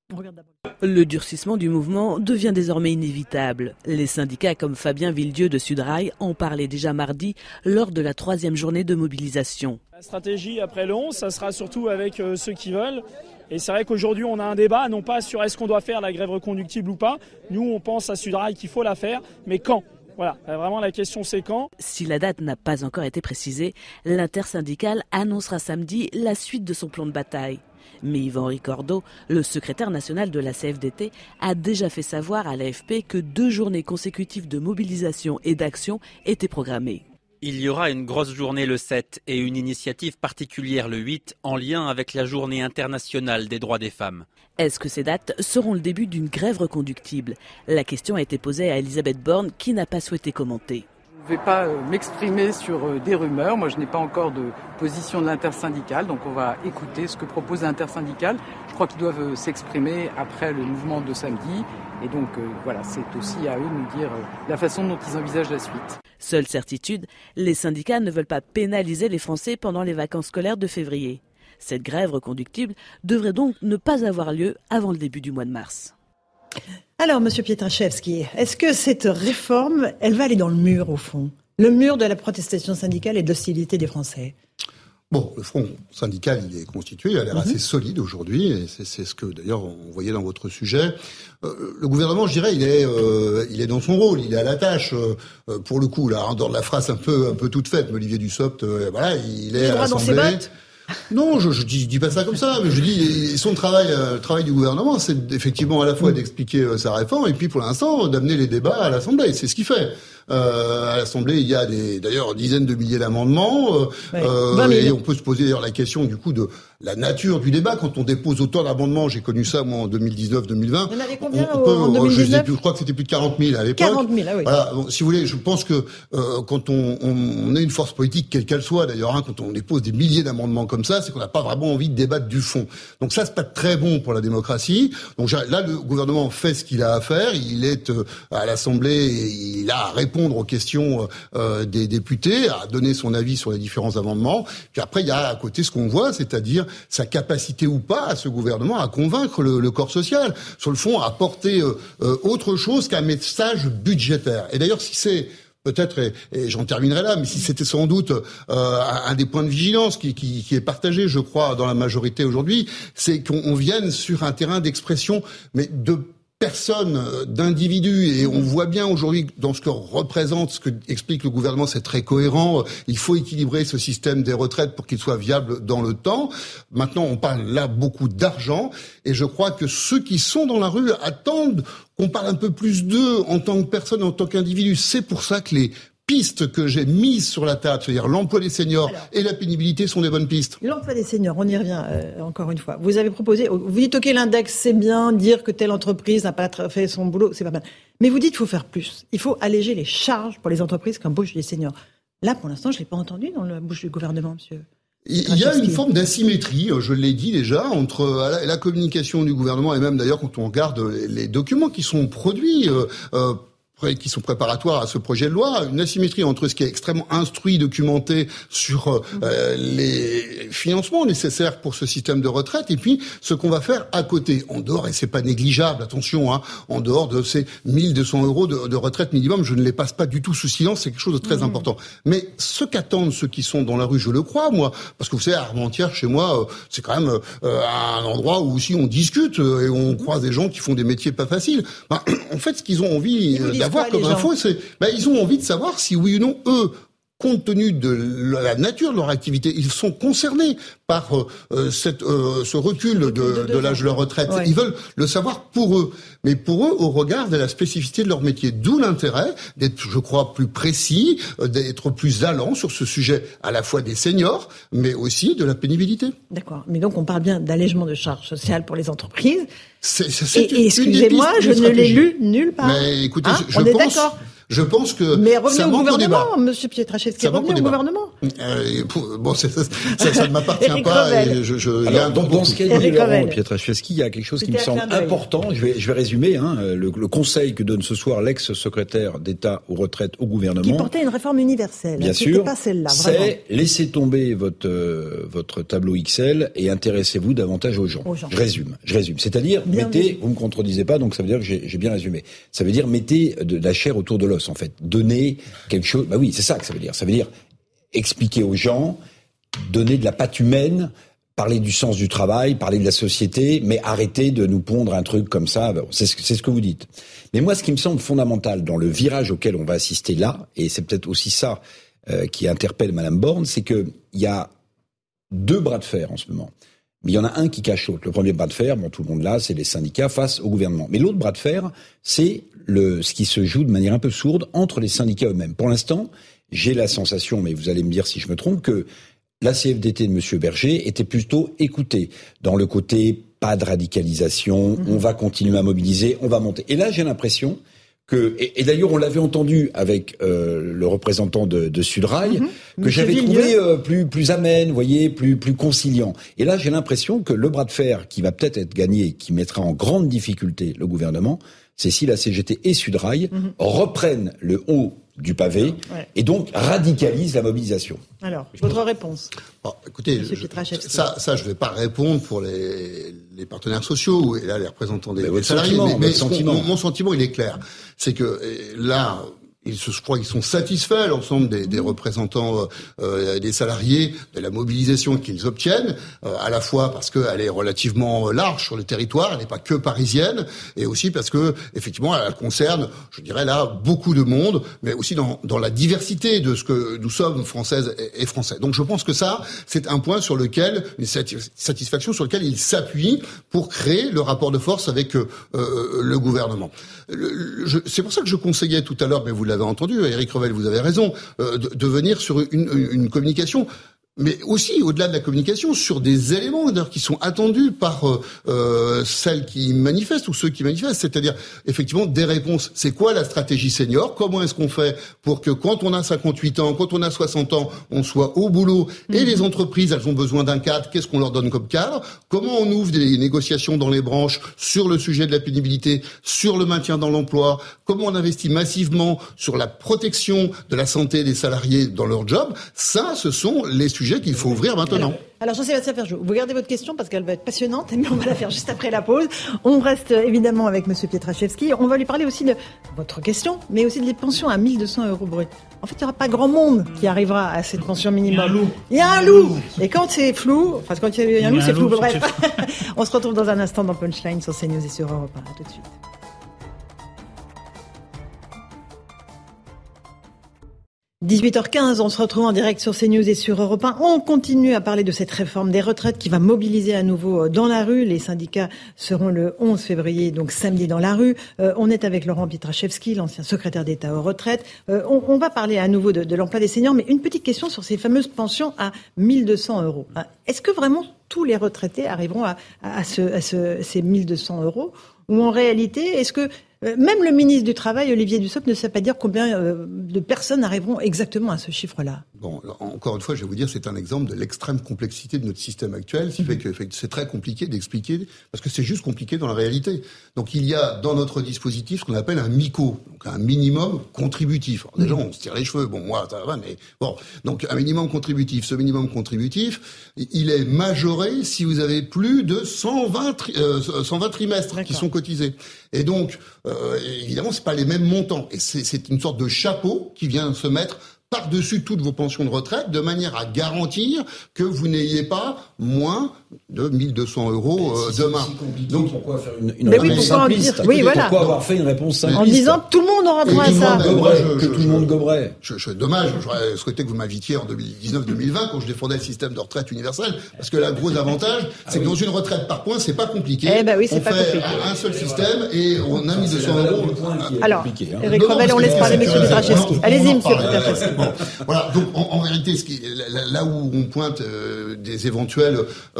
Le durcissement du mouvement devient désormais inévitable. Les syndicats comme Fabien Villedieu de Sudrail en parlaient déjà mardi lors de la 3e journée de mobilisation. La stratégie après le 11, ça sera surtout avec ceux qui veulent. Et c'est vrai qu'aujourd'hui on a un débat, non pas sur est-ce qu'on doit faire la grève reconductible ou pas. Nous on pense à Sudrail qu'il faut la faire, mais quand ? Voilà, vraiment la question c'est quand. Si la date n'a pas encore été précisée, l'intersyndicale annoncera samedi la suite de son plan de bataille. Mais Yvan Ricordeau, le secrétaire national de la CFDT, a déjà fait savoir à l'AFP que 2 journées consécutives de mobilisation et d'action étaient programmées. Il y aura une grosse journée le 7 et une initiative particulière le 8 en lien avec la journée internationale des droits des femmes. Est-ce que ces dates seront le début d'une grève reconductible ? La question a été posée à Elisabeth Borne qui n'a pas souhaité commenter. Je ne vais pas m'exprimer sur des rumeurs. Moi, je n'ai pas encore de position de l'intersyndicale, donc on va écouter ce que propose l'intersyndicale. Je crois qu'ils doivent s'exprimer après le mouvement de samedi. Et donc, voilà, c'est aussi à eux de nous dire la façon dont ils envisagent la suite. Seule certitude, les syndicats ne veulent pas pénaliser les Français pendant les vacances scolaires de février. Cette grève reconductible devrait donc ne pas avoir lieu avant le début du mois de mars. Alors, Monsieur Pietraszewski, est-ce que cette réforme, elle va aller dans le mur, au fond ? Le mur de la protestation syndicale et de l'hostilité des Français ? Bon, le front syndical, il est constitué, il a l'air assez solide aujourd'hui, et c'est ce que d'ailleurs on voyait dans votre sujet. Le gouvernement, je dirais, il est dans son rôle, il est à la tâche. Pour le coup, là, en dehors de la phrase un peu toute faite, mais Olivier Dussopt, voilà, il est à l'Assemblée. Non, je dis pas ça comme ça, mais je dis son travail, le travail du gouvernement, c'est effectivement à la fois d'expliquer sa réforme et puis pour l'instant d'amener les débats à l'Assemblée. C'est ce qu'il fait. À l'Assemblée, il y a d'ailleurs dizaines de milliers d'amendements, et on peut se poser d'ailleurs la question du coup de la nature du débat quand on dépose autant d'amendements. J'ai connu ça moi en 2019-2020. Il y en avait combien en 2019 je crois que c'était plus de 40 000 à l'époque. 40 000, ah oui. Voilà, bon, si vous voulez, je pense que quand on est une force politique, quelle qu'elle soit d'ailleurs, quand on dépose des milliers d'amendements comme ça, c'est qu'on n'a pas vraiment envie de débattre du fond. Donc ça, c'est pas très bon pour la démocratie. Donc là, le gouvernement fait ce qu'il a à faire. Il est à l'Assemblée, et il a à répondre aux questions des députés, à donner son avis sur les différents amendements. Puis après, il y a à côté ce qu'on voit, c'est-à-dire sa capacité ou pas à ce gouvernement à convaincre le corps social. Sur le fond, à porter autre chose qu'un message budgétaire. Et d'ailleurs, si c'est peut-être, et j'en terminerai là, mais si c'était sans doute un des points de vigilance qui est partagé, je crois, dans la majorité aujourd'hui, c'est qu'on vienne sur un terrain d'expression, mais de personnes, d'individus, et on voit bien aujourd'hui dans ce que représente, ce que explique le gouvernement, c'est très cohérent. Il faut équilibrer ce système des retraites pour qu'il soit viable dans le temps. Maintenant, on parle là beaucoup d'argent, et je crois que ceux qui sont dans la rue attendent qu'on parle un peu plus d'eux en tant que personne, en tant qu'individu. C'est pour ça que les pistes que j'ai mises sur la table, c'est-à-dire l'emploi des seniors et la pénibilité, sont des bonnes pistes. L'emploi des seniors, on y revient encore une fois. Vous avez proposé, vous dites ok, l'index c'est bien, dire que telle entreprise n'a pas fait son boulot, c'est pas mal. Mais vous dites qu'il faut faire plus. Il faut alléger les charges pour les entreprises qui embauchent des seniors. Là, pour l'instant, je l'ai pas entendu dans la bouche du gouvernement, monsieur. Il y a une forme d'asymétrie, je l'ai dit déjà, entre la communication du gouvernement et même d'ailleurs quand on regarde les documents qui sont produits, qui sont préparatoires à ce projet de loi, une asymétrie entre ce qui est extrêmement instruit, documenté sur les financements nécessaires pour ce système de retraite, et puis ce qu'on va faire à côté, en dehors, et c'est pas négligeable, attention, en dehors de ces 1200 € de retraite minimum, je ne les passe pas du tout sous silence, c'est quelque chose de très important. Mais ce qu'attendent ceux qui sont dans la rue, je le crois, moi, parce que vous savez, à Armentières, chez moi, c'est quand même un endroit où aussi on discute, et on croise des gens qui font des métiers pas faciles. En fait, ce qu'ils ont envie d'avoir comme info, c'est ils ont envie de savoir si oui ou non, eux, compte tenu de la nature de leur activité, ils sont concernés par ce recul de l'âge de la retraite. Ouais. Ils veulent le savoir pour eux. Mais pour eux, au regard de la spécificité de leur métier. D'où l'intérêt d'être, je crois, plus précis, d'être plus allant sur ce sujet à la fois des seniors, mais aussi de la pénibilité. D'accord. Mais donc, on parle bien d'allègement de charges sociales pour les entreprises. Et excusez-moi, je ne l'ai lu nulle part. Mais écoutez, on est d'accord. Je pense que mais revenez ça au manque gouvernement, Monsieur Pietraszewski, revenez au gouvernement. Bon, ça ne m'appartient pas. Et il y a un dans ce qu'a dit Laurent Pietraszewski, il y a quelque chose qui me semble important. Je vais résumer le conseil que donne ce soir l'ex-secrétaire d'État aux retraites au gouvernement. Qui portait une réforme universelle. Bien sûr. Pas celle-là, c'est laissez tomber votre tableau Excel et intéressez-vous davantage aux gens. Je résume. C'est-à-dire, vous me contredisez pas, donc ça veut dire que j'ai bien résumé. Ça veut dire mettez de la chair autour de l'os. En fait, donner quelque chose. Oui, c'est ça que ça veut dire. Ça veut dire expliquer aux gens, donner de la patte humaine, parler du sens du travail, parler de la société, mais arrêter de nous pondre un truc comme ça. C'est ce que vous dites. Mais moi, ce qui me semble fondamental dans le virage auquel on va assister là, et c'est peut-être aussi ça qui interpelle Madame Borne, c'est que il y a deux bras de fer en ce moment. Mais il y en a un qui cache l'autre. Le premier bras de fer, tout le monde là, c'est les syndicats face au gouvernement. Mais l'autre bras de fer, c'est ce qui se joue de manière un peu sourde entre les syndicats eux-mêmes. Pour l'instant, j'ai la sensation, mais vous allez me dire si je me trompe, que la CFDT de M. Berger était plutôt écoutée dans le côté pas de radicalisation, on va continuer à mobiliser, on va monter. Et là, j'ai l'impression que, et d'ailleurs on l'avait entendu avec le représentant de Sudrail, que j'avais trouvé plus amène, vous voyez, plus conciliant. Et là j'ai l'impression que le bras de fer qui va peut-être être gagné, qui mettra en grande difficulté le gouvernement, c'est si la CGT et Sudrail reprennent le haut du pavé et donc radicalise la mobilisation. Alors, votre réponse? Écoutez, ça, je ne vais pas répondre pour les partenaires sociaux et là les représentants des salariés. Mais mon sentiment, il est clair. C'est que là, je crois qu'ils sont satisfaits, l'ensemble des représentants des salariés, de la mobilisation qu'ils obtiennent, à la fois parce qu'elle est relativement large sur le territoire, elle n'est pas que parisienne, et aussi parce que effectivement elle concerne, je dirais là, beaucoup de monde, mais aussi dans la diversité de ce que nous sommes, Françaises et Français. Donc je pense que ça, c'est un point sur lequel, une satisfaction sur lequel ils s'appuient pour créer le rapport de force avec le gouvernement. C'est pour ça que je conseillais tout à l'heure, mais vous l'avez entendu, Éric Revel, vous avez raison, de venir sur une communication, mais aussi, au-delà de la communication, sur des éléments d'ailleurs qui sont attendus par celles qui manifestent ou ceux qui manifestent, c'est-à-dire effectivement des réponses. C'est quoi la stratégie senior? Comment est-ce qu'on fait pour que quand on a 58 ans, quand on a 60 ans, on soit au boulot? Et les entreprises, elles ont besoin d'un cadre. Qu'est-ce qu'on leur donne comme cadre? Comment on ouvre des négociations dans les branches sur le sujet de la pénibilité, sur le maintien dans l'emploi? Comment on investit massivement sur la protection de la santé des salariés dans leur job? Ça, ce sont les sujets qu'il faut ouvrir maintenant. Alors Jean-Sébastien Ferjou, vous gardez votre question parce qu'elle va être passionnante, mais on va la faire juste après la pause. On reste évidemment avec Monsieur Pietraszewski. On va lui parler aussi de votre question, mais aussi des pensions à 1 200 € brut. En fait, il n'y aura pas grand monde qui arrivera à cette pension minimum. Il y a un loup. Et quand c'est flou, enfin quand il y a un loup, c'est flou. Bref, on se retrouve dans un instant dans Punchline sur CNews et sur Europe 1. À tout de suite. 18h15, on se retrouve en direct sur CNews et sur Europe 1. On continue à parler de cette réforme des retraites qui va mobiliser à nouveau dans la rue. Les syndicats seront le 11 février, donc samedi, dans la rue. On est avec Laurent Pietraszewski, l'ancien secrétaire d'État aux retraites. On va parler à nouveau de l'emploi des seniors, mais une petite question sur ces fameuses pensions à 1 200 €. Est-ce que vraiment tous les retraités arriveront à ces 1 200 €? Ou en réalité, est-ce que même le ministre du Travail, Olivier Dussopt, ne sait pas dire combien de personnes arriveront exactement à ce chiffre-là? Bon, encore une fois, je vais vous dire, c'est un exemple de l'extrême complexité de notre système actuel, ce qui fait que c'est très compliqué d'expliquer, parce que c'est juste compliqué dans la réalité. Donc il y a dans notre dispositif ce qu'on appelle un MICO, donc un minimum contributif. Alors, déjà, on se tire les cheveux, bon, moi, ça va, mais bon. Donc un minimum contributif. Ce minimum contributif, il est majoré si vous avez plus de 120 trimestres qui sont cotisés. Et donc, évidemment, c'est pas les mêmes montants. Et c'est une sorte de chapeau qui vient se mettre par-dessus toutes vos pensions de retraite, de manière à garantir que vous n'ayez pas moins de 1 200 € demain. Donc pourquoi faire une réponse simpliste? Pourquoi avoir fait une réponse simpliste? En disant tout le monde aura droit à ça. Que tout le monde goberait. Dommage, j'aurais souhaité que vous m'invitiez en 2019-2020 quand je défendais le système de retraite universel, parce que le gros avantage, c'est que dans une retraite par points, c'est pas compliqué. Oui, c'est on fait un seul système et on a 1 200 €. Alors, Éric Revel, on laisse parler M. Pietraszewski. Allez-y, M. Pietraszewski. Voilà, donc en vérité, là où on pointe des éventuels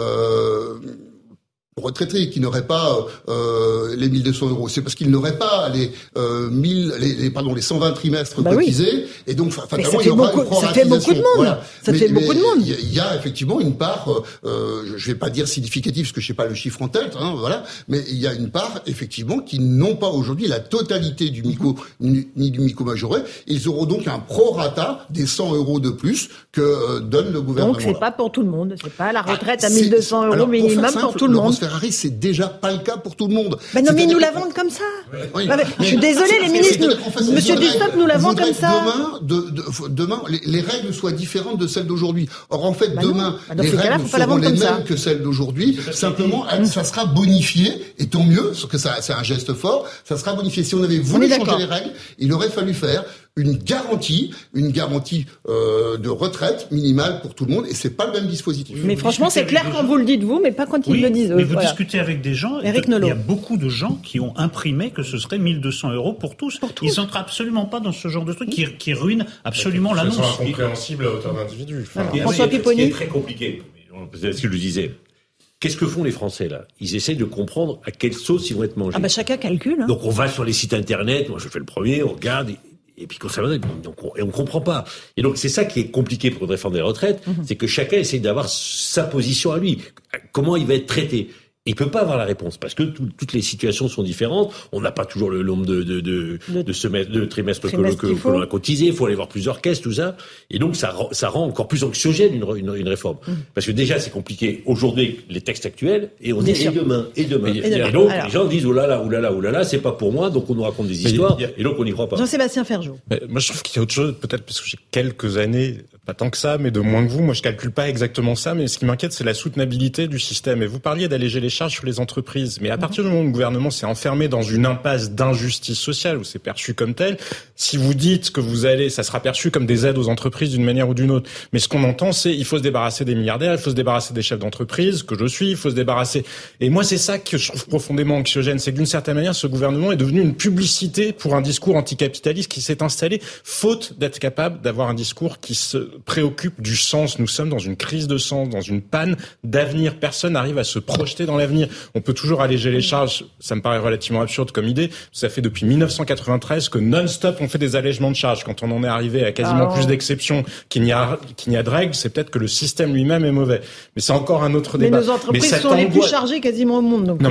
retraités qui n'auraient pas les 1 200 €, c'est parce qu'ils n'auraient pas les 120 trimestres cotisés, et donc fatalement il y aura une proratisation. Ça fait beaucoup de monde. Voilà. Ça fait beaucoup de monde. Il y a effectivement une part, je vais pas dire significative parce que je sais pas le chiffre en tête, voilà, mais il y a une part effectivement qui n'ont pas aujourd'hui la totalité du MICO ni du MICO majoré. Ils auront donc un prorata des 100 € de plus que donne le gouvernement. Donc c'est pas pour tout le monde, c'est pas la retraite à 1 200 € minimum pour tout le monde. Ferrari, c'est déjà pas le cas pour tout le monde. Non, mais ils nous la vendent comme ça. Oui. Je suis désolée, les ministres, Monsieur Dussopt nous la vend comme ça. Demain, les règles soient différentes de celles d'aujourd'hui. Or, en fait, demain, les règles seront les mêmes que celles d'aujourd'hui. Simplement, ça sera bonifié, et tant mieux, parce que c'est un geste fort, ça sera bonifié. Si on avait voulu changer les règles, il aurait fallu faire une garantie de retraite minimale pour tout le monde, et c'est pas le même dispositif. Mais franchement, c'est clair quand vous le dites vous, mais pas quand ils le disent eux. Mais vous discutez avec des gens, il y a beaucoup de gens qui ont imprimé que ce serait 1 200 € pour tous. Ils n'entrent absolument pas dans ce genre de truc qui ruine absolument l'annonce. C'est incompréhensible à hauteur d'individu. François Pipponi. Ce qui est très compliqué, c'est ce que je disais. Qu'est-ce que font les Français là? Ils essayent de comprendre à quelle sauce ils vont être mangés. Chacun calcule. Donc on va sur les sites internet, moi je fais le premier, on regarde. Et puis, on comprend pas. Et donc, c'est ça qui est compliqué pour une réforme des retraites, c'est que chacun essaie d'avoir sa position à lui. Comment il va être traité? Il peut pas avoir la réponse parce que toutes les situations sont différentes. On n'a pas toujours le nombre de trimestres que l'on a cotisé. Il faut aller voir plusieurs caisses, tout ça. Et donc ça rend encore plus anxiogène une réforme. Parce que déjà c'est compliqué aujourd'hui les textes actuels et on dit et demain. Et donc les gens disent oh là là, c'est pas pour moi. Donc on nous raconte des histoires et donc on n'y croit pas. Jean-Sébastien Ferjou. Moi je trouve qu'il y a autre chose, peut-être parce que j'ai quelques années, pas tant que ça, mais de moins que vous. Moi je calcule pas exactement ça, mais ce qui m'inquiète c'est la soutenabilité du système. Et vous parliez d'alléger les charges sur les entreprises. Mais à partir du moment où le gouvernement s'est enfermé dans une impasse d'injustice sociale, où c'est perçu comme tel, si vous dites que ça sera perçu comme des aides aux entreprises d'une manière ou d'une autre. Mais ce qu'on entend, c'est il faut se débarrasser des milliardaires, il faut se débarrasser des chefs d'entreprise, que je suis, il faut se débarrasser. Et moi, c'est ça que je trouve profondément anxiogène. C'est que d'une certaine manière, ce gouvernement est devenu une publicité pour un discours anticapitaliste qui s'est installé, faute d'être capable d'avoir un discours qui se préoccupe du sens. Nous sommes dans une crise de sens, dans une panne d'avenir. Personne n'arrive à se projeter dans l'avenir. On peut toujours alléger les charges, ça me paraît relativement absurde comme idée. Ça fait depuis 1993 que non-stop on fait des allègements de charges. Quand on en est arrivé à quasiment plus d'exceptions qu'il n'y a de règles, c'est peut-être que le système lui-même est mauvais. Mais c'est encore un autre débat. Mais nos entreprises sont les plus chargées quasiment au monde. Donc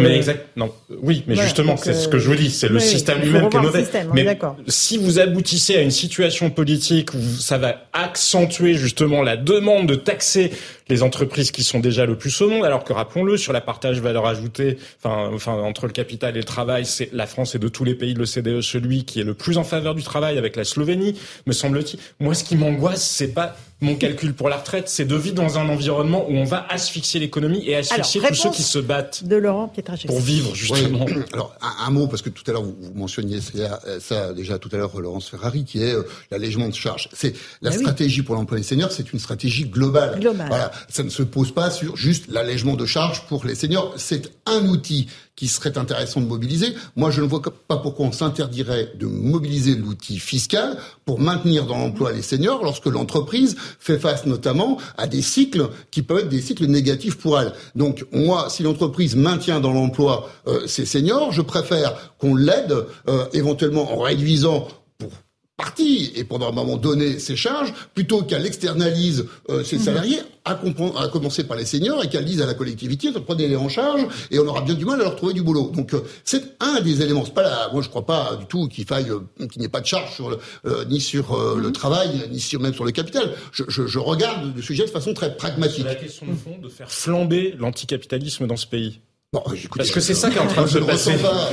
justement, c'est ce que je vous dis, c'est le système lui-même qui est mauvais. Mais si vous aboutissez à une situation politique où ça va accentuer justement la demande de taxer les entreprises qui sont déjà le plus au monde, alors que rappelons-le, sur la partage valeur ajoutée, enfin entre le capital et le travail, la France est de tous les pays de l'OCDE celui qui est le plus en faveur du travail, avec la Slovénie, me semble-t-il. Moi, ce qui m'angoisse, c'est pas mon calcul pour la retraite, c'est de vivre dans un environnement où on va asphyxier l'économie et asphyxier tous ceux qui se battent de Laurent Pietraszewski pour vivre, justement. Oui. Alors, un mot, parce que tout à l'heure, vous mentionniez ça déjà tout à l'heure, Laurence Ferrari, qui est l'allègement de charges. C'est la stratégie pour l'emploi des seniors, c'est une stratégie globale. Voilà. Ça ne se pose pas sur juste l'allègement de charges pour les seniors. C'est un outil qui serait intéressant de mobiliser. Moi, je ne vois pas pourquoi on s'interdirait de mobiliser l'outil fiscal pour maintenir dans l'emploi les seniors lorsque l'entreprise fait face notamment à des cycles qui peuvent être des cycles négatifs pour elle. Donc, moi, si l'entreprise maintient dans l'emploi ses seniors, je préfère qu'on l'aide éventuellement en réduisant pour partie et pendant un moment donné ses charges, plutôt qu'elle externalise ses salariés, à commencer par les seniors, et qu'elle dise à la collectivité, prenez-les en charge, et on aura bien du mal à leur trouver du boulot. Donc c'est un des éléments. C'est pas moi je crois pas du tout qu'il n'y ait pas de charge sur ni sur le travail, ni même sur le capital. Je regarde le sujet de façon très pragmatique. C'est la question de fond de faire flamber l'anticapitalisme dans ce pays. Bon, parce que c'est ça qui est en train de se passer.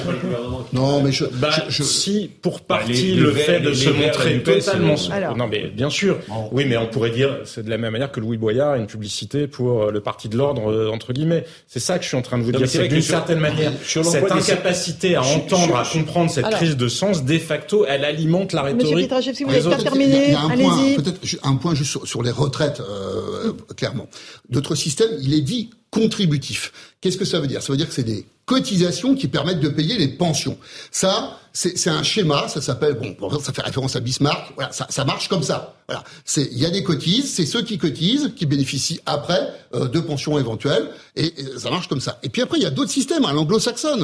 Non, mais si pour partie le fait de se montrer totalement. Non, mais bien sûr. Oui, mais on pourrait dire c'est de la même manière que Louis Boyard a une publicité pour le parti de l'ordre entre guillemets. C'est ça que je suis en train de vous dire. C'est d'une certaine manière cette incapacité à entendre, à comprendre cette crise de sens, de facto, elle alimente la rhétorique. Monsieur Pietraszewski, vous n'avez pas terminé. Il y a un point, peut-être un point juste sur les retraites, clairement. Notre système, il est dit contributif. Qu'est-ce que ça veut dire ? Ça veut dire que c'est des cotisations qui permettent de payer les pensions. Ça, c'est un schéma, ça s'appelle, ça fait référence à Bismarck, voilà, ça marche comme ça. Voilà. Il y a des cotises, c'est ceux qui cotisent, qui bénéficient après de pensions éventuelles, et ça marche comme ça. Et puis après, il y a d'autres systèmes, l'anglo-saxonne,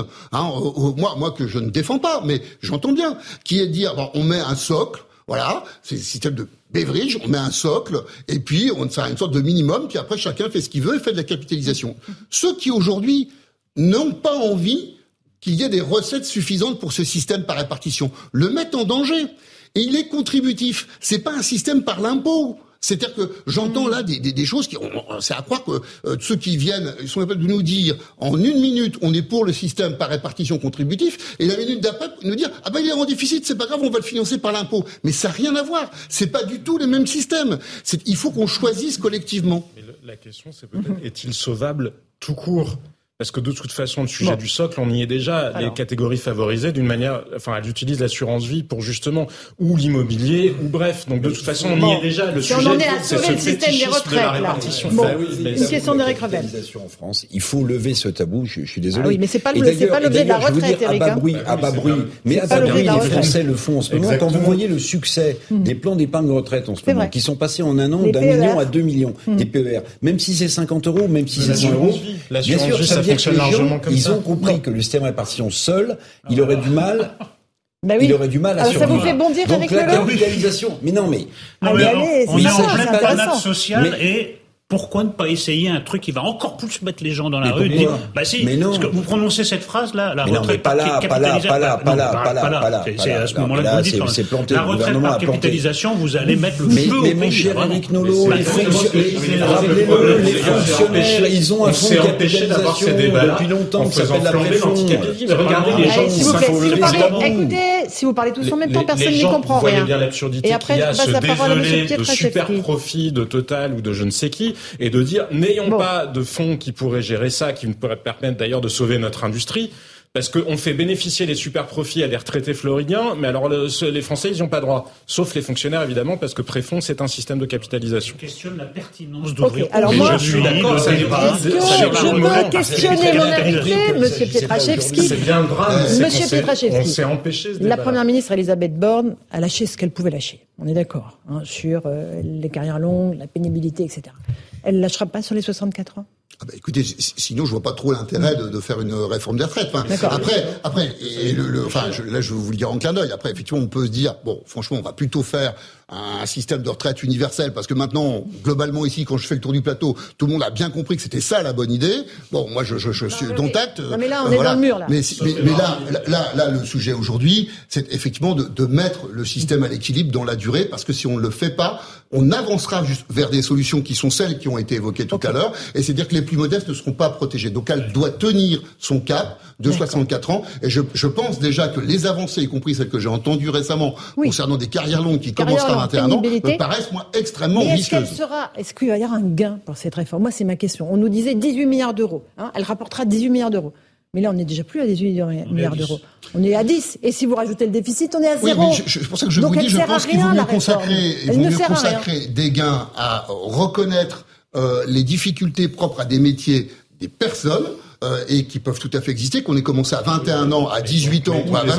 moi que je ne défends pas, mais j'entends bien, qui est de dire, on met un socle. Voilà, c'est le système de Beveridge, on met un socle, et puis ça a une sorte de minimum, puis après chacun fait ce qu'il veut et fait de la capitalisation. Ceux qui aujourd'hui n'ont pas envie qu'il y ait des recettes suffisantes pour ce système par répartition le mettent en danger. Et il est contributif. C'est pas un système par l'impôt. C'est-à-dire que j'entends là des choses qui, c'est à croire que ceux qui viennent, ils sont capables de nous dire en une minute, on est pour le système par répartition contributif, et la minute d'après nous dire il est en déficit, c'est pas grave, on va le financer par l'impôt. Mais ça n'a rien à voir. C'est pas du tout le même système. Il faut qu'on choisisse collectivement. Mais la question, c'est peut-être est-il sauvable tout court ? Parce que de toute façon, le sujet du socle, on y est déjà. Les catégories favorisées, d'une manière, elles utilisent l'assurance vie pour justement, ou l'immobilier, ou bref. Donc de toute façon, on y est déjà. Le sujet, on en est à sauver le système des retraites, de la répartition. Une question d'Éric Revel. En France, il faut lever ce tabou. Je suis désolé. Oui, mais c'est pas l'objet de la retraite, Éric. À bas bruit. Mais à bas bruit, les Français le font en ce moment. Quand vous voyez le succès des plans d'épargne retraite en ce moment, qui sont passés en un an d'1 million à 2 millions, des PER. Même si c'est 50 €, même si c'est 100 €. Bien sûr, ça fonctionne largement comme ça. Ils ont compris que le système de répartition seul, il aurait du mal. Il aurait du mal à survivre. Ça vous fait bondir donc avec la capitalisation. Mais non, mais on est en pleine panade sociale et Pourquoi ne pas essayer un truc qui va encore plus mettre les gens dans la rue? Bah si, mais non. Parce que vous prononcez cette phrase-là, la retraite par capitalisation. Pas là. C'est à ce moment-là que vous dites. La retraite par capitalisation, vous allez mettre le feu au pays. Mais mon cher Eric Nolot, les fonctionnaires, ils ont un fonds de capitalisation depuis longtemps qui s'appelle la préfond. Regardez les gens qui écoutez, si vous parlez tous en même temps, personne n'y comprend rien. Vous voyez bien l'absurdité qu'il y a à se désoler de super profits de Total ou de je ne sais qui, et de dire n'ayons pas de fonds qui pourraient gérer ça, qui pourraient permettre d'ailleurs de sauver notre industrie. Parce qu'on fait bénéficier les super profits à des retraités floridiens, mais alors les Français, ils n'y ont pas droit. Sauf les fonctionnaires, évidemment, parce que préfonds, c'est un système de capitalisation. Je questionne la pertinence d'ouvrir. Alors moi, je suis d'accord. Je peux questionner mon invité, Monsieur Pietraszewski. C'est bien grave. Monsieur Pietraszewski. On s'est empêché ce débat. La Première ministre Elisabeth Borne a lâché ce qu'elle pouvait lâcher. On est d'accord sur les carrières longues, la pénibilité, etc. Elle ne lâchera pas sur les 64 ans? Écoutez, sinon je vois pas trop l'intérêt de faire une réforme des retraites. Après, là je vais vous le dire en clin d'œil. Après, effectivement, on peut se dire, bon, franchement, on va plutôt faire un système de retraite universel, parce que maintenant, globalement ici, quand je fais le tour du plateau, tout le monde a bien compris que c'était ça la bonne idée. Bon, moi, je suis dont acte. Non, mais là, on est dans le mur, là. Mais là, le sujet aujourd'hui, c'est effectivement de mettre le système à l'équilibre dans la durée, parce que si on ne le fait pas, on avancera juste vers des solutions qui sont celles qui ont été évoquées tout à l'heure, et c'est-à-dire que les plus modestes ne seront pas protégés. Donc, elle doit tenir son cap de 64 ans, et je pense déjà que les avancées, y compris celles que j'ai entendues récemment, concernant des carrières longues qui commencent à 21 ans, me paraissent, moi, extrêmement risqueuses. Est-ce qu'il va y avoir un gain pour cette réforme? Moi, c'est ma question. On nous disait 18 milliards d'euros. Elle rapportera 18 milliards d'euros. Mais là, on n'est déjà plus à 18 milliards d'euros. On est à 10. Et si vous rajoutez le déficit, on est à 0. Oui, c'est pour ça que je vous dis, je pense qu'il vaut mieux consacrer des gains à reconnaître les difficultés propres à des métiers, des personnes, et qui peuvent tout à fait exister, qu'on ait commencé à 21 ans, à 18 ans ou à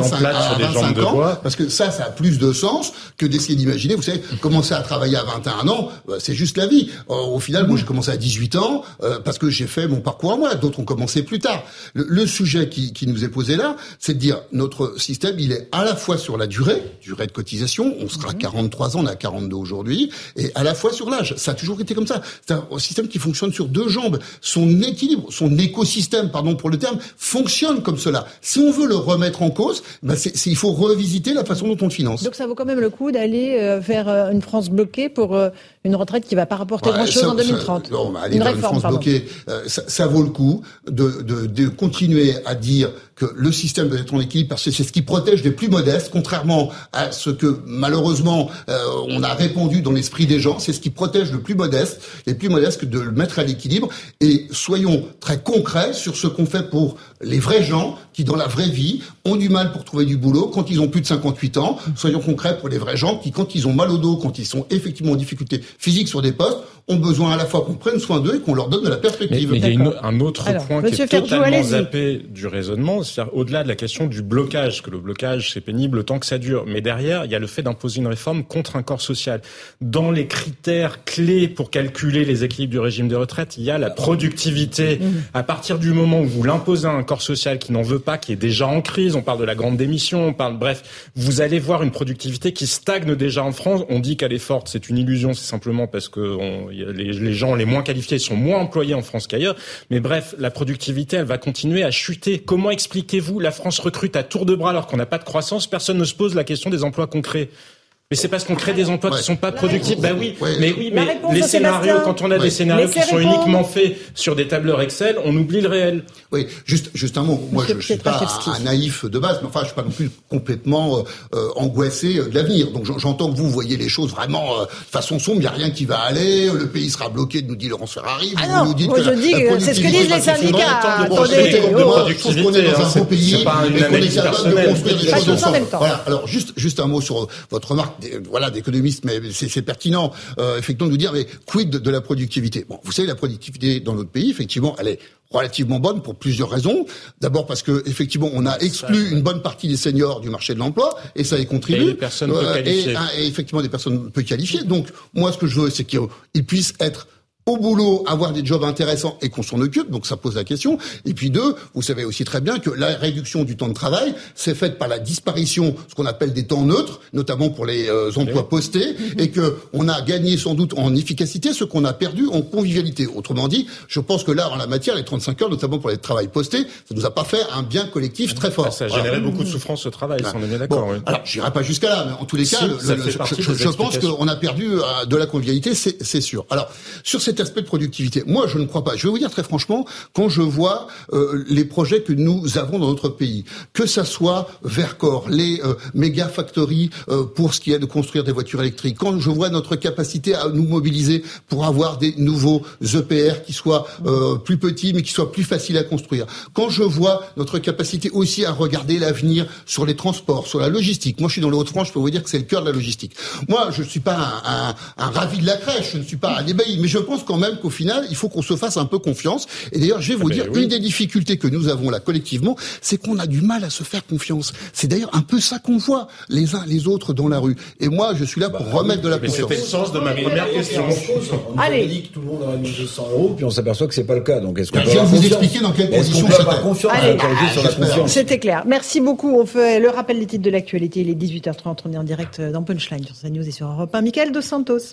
25 ans, parce que ça a plus de sens que d'essayer d'imaginer, vous savez, commencer à travailler à 21 ans, c'est juste la vie. Au final, moi j'ai commencé à 18 ans, parce que j'ai fait mon parcours à moi, d'autres ont commencé plus tard. Le sujet qui nous est posé là, c'est de dire, notre système, il est à la fois sur la durée de cotisation, on sera à 43 ans, on est à 42 aujourd'hui, et à la fois sur l'âge. Ça a toujours été comme ça. C'est un système qui fonctionne sur deux jambes. Son équilibre, son écosystème, pardon pour le terme, fonctionne comme cela. Si on veut le remettre en cause, il faut revisiter la façon dont on le finance. Donc ça vaut quand même le coup d'aller vers une France bloquée pour une retraite qui ne va pas rapporter grand-chose en 2030. Aller vers une France bloquée, ça vaut le coup de continuer à dire que le système doit être en équilibre, parce que c'est ce qui protège les plus modestes, contrairement à ce que malheureusement on a répandu dans l'esprit des gens. C'est ce qui protège les plus modestes que de le mettre à l'équilibre. Et soyons très concrets sur ce qu'on fait pour les vrais gens qui, dans la vraie vie, ont du mal pour trouver du boulot quand ils ont plus de 58 ans. Soyons concrets pour les vrais gens qui, quand ils ont mal au dos, quand ils sont effectivement en difficulté physique sur des postes, ont besoin à la fois qu'on prenne soin d'eux et qu'on leur donne de la perspective. Mais il y a un autre point qui est totalement zappé du raisonnement, c'est-à-dire au-delà de la question du blocage, que le blocage c'est pénible le temps que ça dure, mais derrière il y a le fait d'imposer une réforme contre un corps social. Dans les critères clés pour calculer les équilibres du régime de retraite, il y a la productivité. À partir du moment où vous l'imposez à un corps social qui n'en veut pas, qui est déjà en crise, on parle de la grande démission, bref, vous allez voir une productivité qui stagne déjà en France. On dit qu'elle est forte, c'est une illusion, c'est simplement parce que les gens les moins qualifiés sont moins employés en France qu'ailleurs. Mais bref, la productivité, elle va continuer à chuter. Comment expliquez-vous la France recrute à tour de bras alors qu'on n'a pas de croissance? Personne ne se pose la question des emplois concrets. Mais c'est parce qu'on crée des emplois qui sont pas productifs. Mais les scénarios, quand on a des scénarios qui sont uniquement faits sur des tableurs Excel, on oublie le réel. Oui, juste un mot. Moi, je suis pas un naïf de base, mais enfin, je suis pas non plus complètement angoissé de l'avenir. Donc, j'entends que vous voyez les choses vraiment de façon sombre. Il y a rien qui va aller. Le pays sera bloqué, nous dit Laurence Ferrari. Vous nous dites que c'est ce que disent les syndicats. Attendez, je pense qu'on est dans un beau pays et qu'on est capable de construire des choses ensemble. Voilà. Alors, juste un mot sur votre remarque. D'économistes, mais c'est pertinent, effectivement, de nous dire, mais quid de la productivité? Bon, vous savez, la productivité dans notre pays, effectivement, elle est relativement bonne pour plusieurs raisons. D'abord parce que, effectivement, on a exclu une bonne partie des seniors du marché de l'emploi, et ça y contribue. Et des personnes peu qualifiées. Et effectivement, des personnes peu qualifiées. Donc, moi, ce que je veux, c'est qu'ils puissent être au boulot, avoir des jobs intéressants et qu'on s'en occupe, donc ça pose la question. Et puis 2, vous savez aussi très bien que la réduction du temps de travail s'est faite par la disparition, ce qu'on appelle des temps neutres, notamment pour les emplois postés, et que on a gagné sans doute en efficacité ce qu'on a perdu en convivialité. Autrement dit, je pense que là, en la matière, les 35 heures, notamment pour les travails postés, ça nous a pas fait un bien collectif très fort. Ça a généré beaucoup de souffrance au travail, on est bien d'accord. Bon, alors, j'irai pas jusqu'à là, mais en tous les cas, je pense qu'on a perdu de la convivialité, c'est sûr. Alors, sur cet aspect de productivité, moi, je ne crois pas. Je vais vous dire très franchement, quand je vois les projets que nous avons dans notre pays, que ça soit Vercors, les méga factories pour ce qui est de construire des voitures électriques, quand je vois notre capacité à nous mobiliser pour avoir des nouveaux EPR qui soient plus petits mais qui soient plus faciles à construire, quand je vois notre capacité aussi à regarder l'avenir sur les transports, sur la logistique. Moi, je suis dans le Hauts-de-France, je peux vous dire que c'est le cœur de la logistique. Moi, je ne suis pas un ravi de la crèche, je ne suis pas un ébahi, mais je pense quand même qu'au final, il faut qu'on se fasse un peu confiance. Et d'ailleurs, je vais vous dire, une des difficultés que nous avons là collectivement, c'est qu'on a du mal à se faire confiance. C'est d'ailleurs un peu ça qu'on voit les uns les autres dans la rue. Et moi, je suis là pour remettre de la confiance. C'était le sens de ma première question. On avait dit que tout le monde aurait mis 200 €, puis on s'aperçoit que c'est pas le cas. Donc, est-ce qu'on peut vous expliquer dans quelle position c'est pas confiance sur la confiance. C'était clair. Merci beaucoup. On fait le rappel des titres de l'actualité. Il est 18h30. On est en direct dans Punchline sur CNews et sur Europe 1. Michael Dos Santos.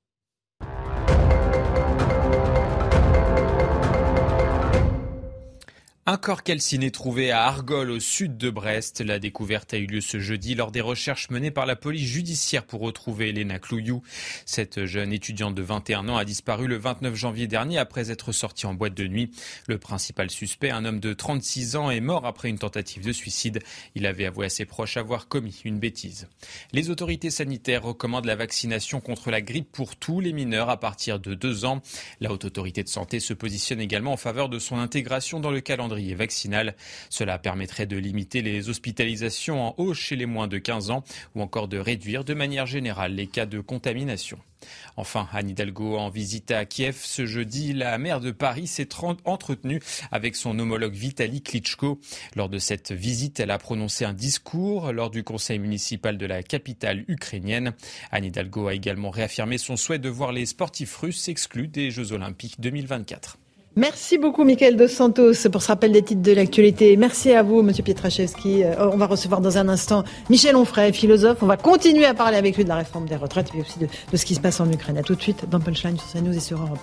Un corps calciné trouvé à Argol, au sud de Brest. La découverte a eu lieu ce jeudi lors des recherches menées par la police judiciaire pour retrouver Elena Clouillou. Cette jeune étudiante de 21 ans a disparu le 29 janvier dernier après être sortie en boîte de nuit. Le principal suspect, un homme de 36 ans, est mort après une tentative de suicide. Il avait avoué à ses proches avoir commis une bêtise. Les autorités sanitaires recommandent la vaccination contre la grippe pour tous les mineurs à partir de 2 ans. La Haute Autorité de Santé se positionne également en faveur de son intégration dans le calendrier vaccinal. Cela permettrait de limiter les hospitalisations en hausse chez les moins de 15 ans ou encore de réduire de manière générale les cas de contamination. Enfin, Anne Hidalgo en visite à Kiev ce jeudi, la maire de Paris s'est entretenue avec son homologue Vitali Klitschko. Lors de cette visite, elle a prononcé un discours lors du conseil municipal de la capitale ukrainienne. Anne Hidalgo a également réaffirmé son souhait de voir les sportifs russes exclus des Jeux Olympiques 2024. Merci beaucoup, Michael Dos Santos, pour ce rappel des titres de l'actualité. Merci à vous, Monsieur Pietraszewski. On va recevoir dans un instant Michel Onfray, philosophe. On va continuer à parler avec lui de la réforme des retraites, mais aussi de ce qui se passe en Ukraine. À tout de suite dans Punchline sur CNews et sur Europe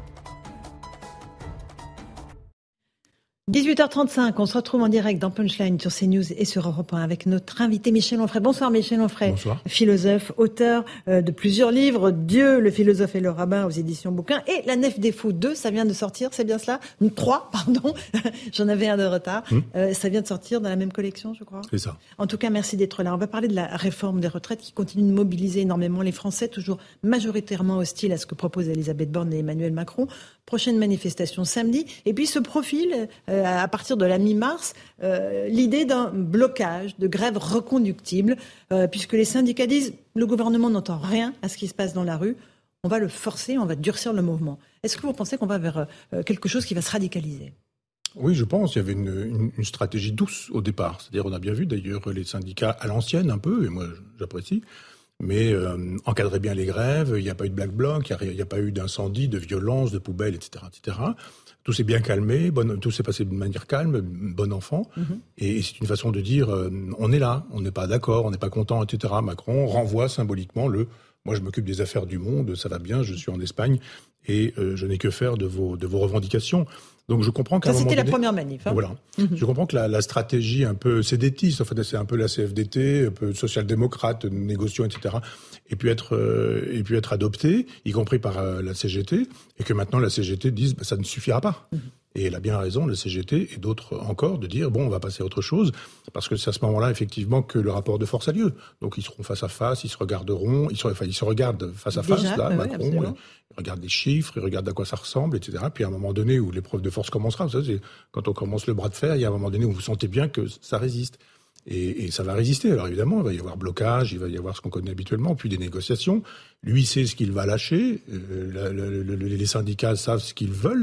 1. 18h35, on se retrouve en direct dans Punchline sur CNews et sur Europe 1 avec notre invité Michel Onfray. Bonsoir Michel Onfray. Bonsoir. Philosophe, auteur de plusieurs livres, Dieu, le philosophe et le rabbin aux éditions Bouquin et La Nef des Fous 2, ça vient de sortir, c'est bien cela ? 3, pardon, j'en avais un de retard. Ça vient de sortir dans la même collection, je crois. C'est ça. En tout cas, merci d'être là. On va parler de la réforme des retraites qui continue de mobiliser énormément les Français, toujours majoritairement hostiles à ce que proposent Elisabeth Borne et Emmanuel Macron. Prochaine manifestation samedi. Et puis ce profil, à partir de la mi-mars, l'idée d'un blocage, de grève reconductible, puisque les syndicats disent le gouvernement n'entend rien à ce qui se passe dans la rue. On va le forcer, on va durcir le mouvement. Est-ce que vous pensez qu'on va vers quelque chose qui va se radicaliser ? Oui, je pense. Il y avait une stratégie douce au départ. C'est-à-dire, on a bien vu d'ailleurs les syndicats à l'ancienne un peu, et moi j'apprécie, mais encadrer bien les grèves, il n'y a pas eu de black bloc, il n'y a pas eu d'incendie, de violence, de poubelles, etc., etc. Tout s'est bien calmé, tout s'est passé de manière calme, bon enfant. Et c'est une façon de dire, on est là, on n'est pas d'accord, on n'est pas content, etc. Macron renvoie symboliquement moi je m'occupe des affaires du monde, ça va bien, je suis en Espagne, et je n'ai que faire de vos revendications. Donc je comprends qu'à un moment donné... Ça, c'était la première manif. Hein. Voilà. Je comprends que la stratégie un peu cédétiste, en fait, c'est un peu la CFDT, un peu social-démocrate, négociant, etc., et puis être adoptée, y compris par la CGT, et que maintenant la CGT dise ça ne suffira pas. Et elle a bien raison, la CGT et d'autres encore, de dire on va passer à autre chose, parce que c'est à ce moment-là, effectivement, que le rapport de force a lieu. Donc ils seront face à face, ils se regarderont, ils se regardent face à face, là, Macron, ils regardent les chiffres, ils regardent à quoi ça ressemble, etc. Puis à un moment donné où l'épreuve de force commencera, vous savez, quand on commence le bras de fer, il y a un moment donné où vous sentez bien que ça résiste. Et ça va résister. Alors évidemment, il va y avoir blocage, il va y avoir ce qu'on connaît habituellement, puis des négociations. Lui sait ce qu'il va lâcher, les syndicats savent ce qu'ils veulent,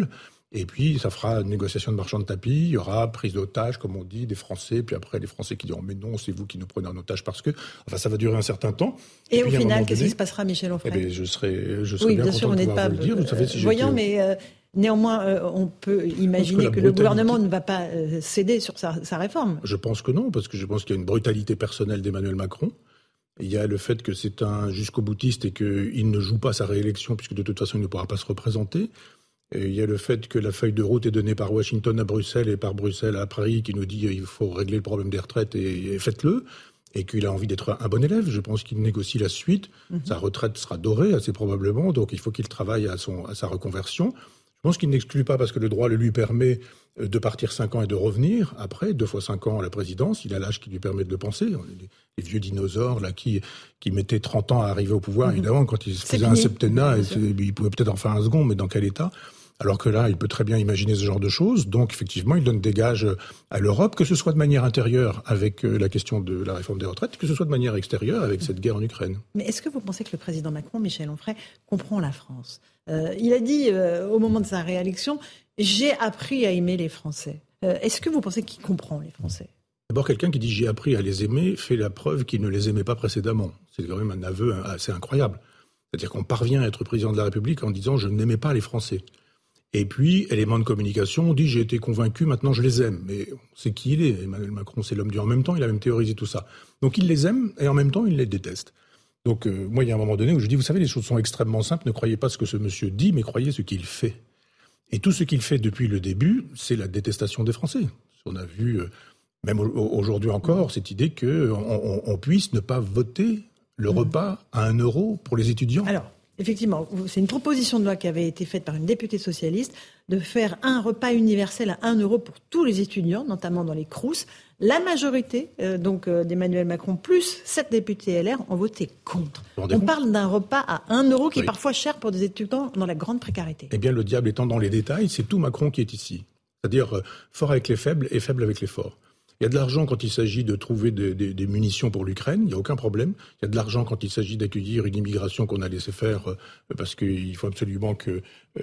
Et puis, ça fera une négociation de marchand de tapis. Il y aura prise d'otages, comme on dit, des Français. Puis après, les Français qui diront, mais non, c'est vous qui nous prenez en otage parce que... Enfin, ça va durer un certain temps. Et au final, qu'est-ce qui se passera, Michel Onfray ? Eh bien, je serai oui, bien sûr, content de pouvoir vous le dire. Vous savez, si voyant, mais néanmoins, on peut imaginer que le gouvernement ne va pas céder sur sa réforme. Je pense que non, parce que je pense qu'il y a une brutalité personnelle d'Emmanuel Macron. Il y a le fait que c'est un jusqu'au-boutiste et qu'il ne joue pas sa réélection, puisque de toute façon, il ne pourra pas se représenter. Et il y a le fait que la feuille de route est donnée par Washington à Bruxelles et par Bruxelles à Paris, qui nous dit il faut régler le problème des retraites et faites-le. Et qu'il a envie d'être un bon élève. Je pense qu'il négocie la suite. Sa retraite sera dorée, assez probablement. Donc il faut qu'il travaille à sa reconversion. Je pense qu'il n'exclut pas, parce que le droit le lui permet, de partir 5 ans et de revenir. Après, 2 fois 5 ans à la présidence, il a l'âge qui lui permet de le penser. Les vieux dinosaures là, qui mettaient 30 ans à arriver au pouvoir, évidemment, quand ils faisaient un septennat, il pouvait peut-être en faire un second, mais dans quel état ? Alors que là, il peut très bien imaginer ce genre de choses. Donc, effectivement, il donne des gages à l'Europe, que ce soit de manière intérieure avec la question de la réforme des retraites, que ce soit de manière extérieure avec cette guerre en Ukraine. Mais est-ce que vous pensez que le président Macron, Michel Onfray, comprend la France ? Il a dit au moment de sa réélection, « J'ai appris à aimer les Français ». Est-ce que vous pensez qu'il comprend les Français ? D'abord, quelqu'un qui dit « j'ai appris à les aimer » fait la preuve qu'il ne les aimait pas précédemment. C'est quand même un aveu assez incroyable. C'est-à-dire qu'on parvient à être président de la République en disant « je n'aimais pas les Français ». Et puis, élément de communication, on dit « j'ai été convaincu, maintenant je les aime ». Mais on sait qui il est. Emmanuel Macron, c'est l'homme du « en même temps », il a même théorisé tout ça. Donc il les aime et en même temps il les déteste. Donc moi, il y a un moment donné où je dis « vous savez, les choses sont extrêmement simples, ne croyez pas ce que ce monsieur dit, mais croyez ce qu'il fait ». Et tout ce qu'il fait depuis le début, c'est la détestation des Français. On a vu, même aujourd'hui encore, cette idée qu'on puisse ne pas voter le repas à 1 euro pour les étudiants. Alors, effectivement, c'est une proposition de loi qui avait été faite par une députée socialiste de faire un repas universel à 1 euro pour tous les étudiants, notamment dans les Crous. La majorité d'Emmanuel Macron plus 7 députés LR ont voté contre. On parle d'un repas à 1 euro qui est parfois cher pour des étudiants dans la grande précarité. Eh bien, le diable étant dans les détails, c'est tout Macron qui est ici. C'est-à-dire fort avec les faibles et faible avec les forts. Il y a de l'argent quand il s'agit de trouver des munitions pour l'Ukraine, il n'y a aucun problème. Il y a de l'argent quand il s'agit d'accueillir une immigration qu'on a laissé faire parce qu'il faut absolument que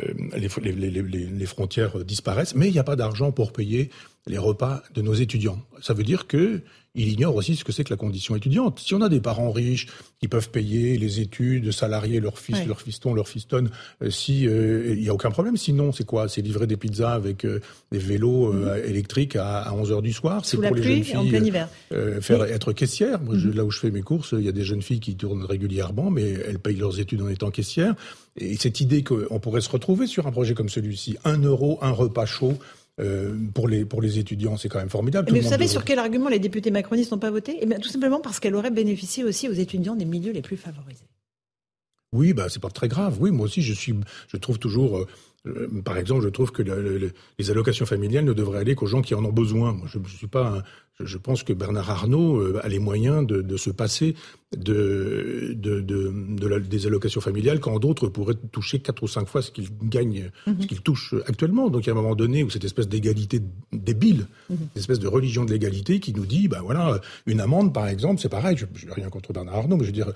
les frontières disparaissent. Mais il n'y a pas d'argent pour payer les repas de nos étudiants. Ça veut dire qu'il ignore aussi ce que c'est que la condition étudiante. Si on a des parents riches qui peuvent payer les études, salarier leur fils, leur fiston, leur fistonne, il n'y a aucun problème. Sinon, c'est quoi ? C'est livrer des pizzas avec des vélos électriques à 11h du soir. C'est pour les jeunes filles en plein hiver. Être caissière. Moi, là où je fais mes courses, il y a des jeunes filles qui tournent régulièrement, mais elles payent leurs études en étant caissières. Et cette idée qu'on pourrait se retrouver sur un projet comme celui-ci, 1 euro, un repas chaud, pour les étudiants, c'est quand même formidable. Mais vous savez sur quel argument les députés macronistes n'ont pas voté ? Eh bien, tout simplement parce qu'elle aurait bénéficié aussi aux étudiants des milieux les plus favorisés. Oui, c'est pas très grave. Oui, moi aussi, je trouve toujours... par exemple, je trouve que les allocations familiales ne devraient aller qu'aux gens qui en ont besoin. Moi, je pense que Bernard Arnault a les moyens de se passer des allocations familiales quand d'autres pourraient toucher 4 ou 5 fois ce qu'ils gagnent, ce qu'ils touchent actuellement. Donc, il y a un moment donné où cette espèce d'égalité débile, cette espèce de religion de l'égalité qui nous dit, une amende, par exemple, c'est pareil, je n'ai rien contre Bernard Arnault, mais je veux dire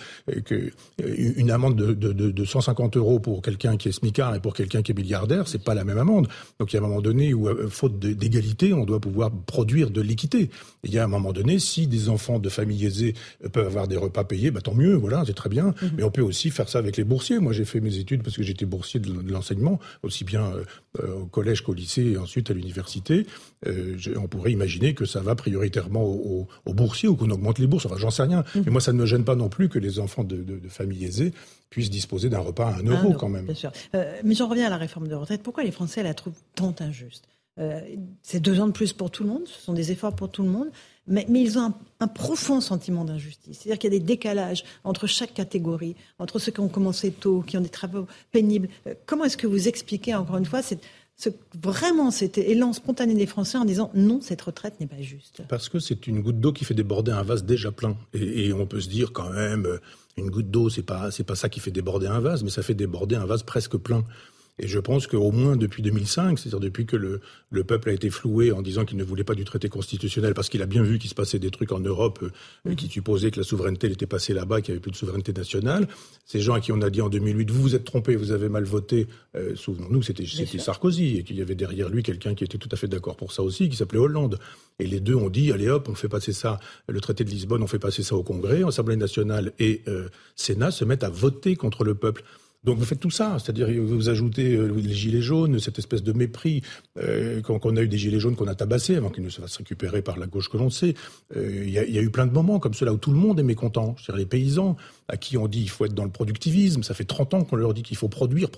une amende de 150 euros pour quelqu'un qui est smicard et pour quelqu'un qui est milliardaire, c'est pas la même amende. Donc, il y a un moment donné où, faute d'égalité, on doit pouvoir produire de l'équité. Et il y a un moment donné, si des enfants de familles aisées peuvent avoir des repas payés, tant mieux, voilà, c'est très bien. Mais on peut aussi faire ça avec les boursiers. Moi, j'ai fait mes études parce que j'étais boursier de l'enseignement, aussi bien au collège qu'au lycée et ensuite à l'université. On pourrait imaginer que ça va prioritairement aux boursiers ou qu'on augmente les bourses. Enfin, j'en sais rien. Mais moi, ça ne me gêne pas non plus que les enfants de familles aisées puissent disposer d'un repas à 1 euro quand même. Bien sûr. Mais j'en reviens à la réforme de retraite. Pourquoi les Français la trouvent tant injuste ? C'est 2 ans de plus pour tout le monde, ce sont des efforts pour tout le monde, mais ils ont un profond sentiment d'injustice. C'est-à-dire qu'il y a des décalages entre chaque catégorie, entre ceux qui ont commencé tôt, qui ont des travaux pénibles. Comment est-ce que vous expliquez, encore une fois, vraiment cet élan spontané des Français en disant non, cette retraite n'est pas juste ? Parce que c'est une goutte d'eau qui fait déborder un vase déjà plein. Et on peut se dire quand même, une goutte d'eau, c'est pas ça qui fait déborder un vase, mais ça fait déborder un vase presque plein. Et je pense qu'au moins depuis 2005, c'est-à-dire depuis que le peuple a été floué en disant qu'il ne voulait pas du traité constitutionnel parce qu'il a bien vu qu'il se passait des trucs en Europe qui supposaient que la souveraineté était passée là-bas, qu'il n'y avait plus de souveraineté nationale. Ces gens à qui on a dit en 2008, vous êtes trompés, vous avez mal voté, souvenons-nous, c'était Sarkozy, et qu'il y avait derrière lui quelqu'un qui était tout à fait d'accord pour ça aussi, qui s'appelait Hollande. Et les deux ont dit, allez hop, on fait passer ça, le traité de Lisbonne, on fait passer ça au Congrès, Assemblée nationale et Sénat se mettent à voter contre le peuple. Donc vous faites tout ça, c'est-à-dire vous ajoutez les gilets jaunes, cette espèce de mépris, quand on a eu des gilets jaunes qu'on a tabassés avant qu'ils ne se fassent récupérer par la gauche que l'on sait. Il y a eu plein de moments comme ceux-là où tout le monde est mécontent. C'est-à-dire les paysans à qui on dit il faut être dans le productivisme, ça fait 30 ans qu'on leur dit qu'il faut produire.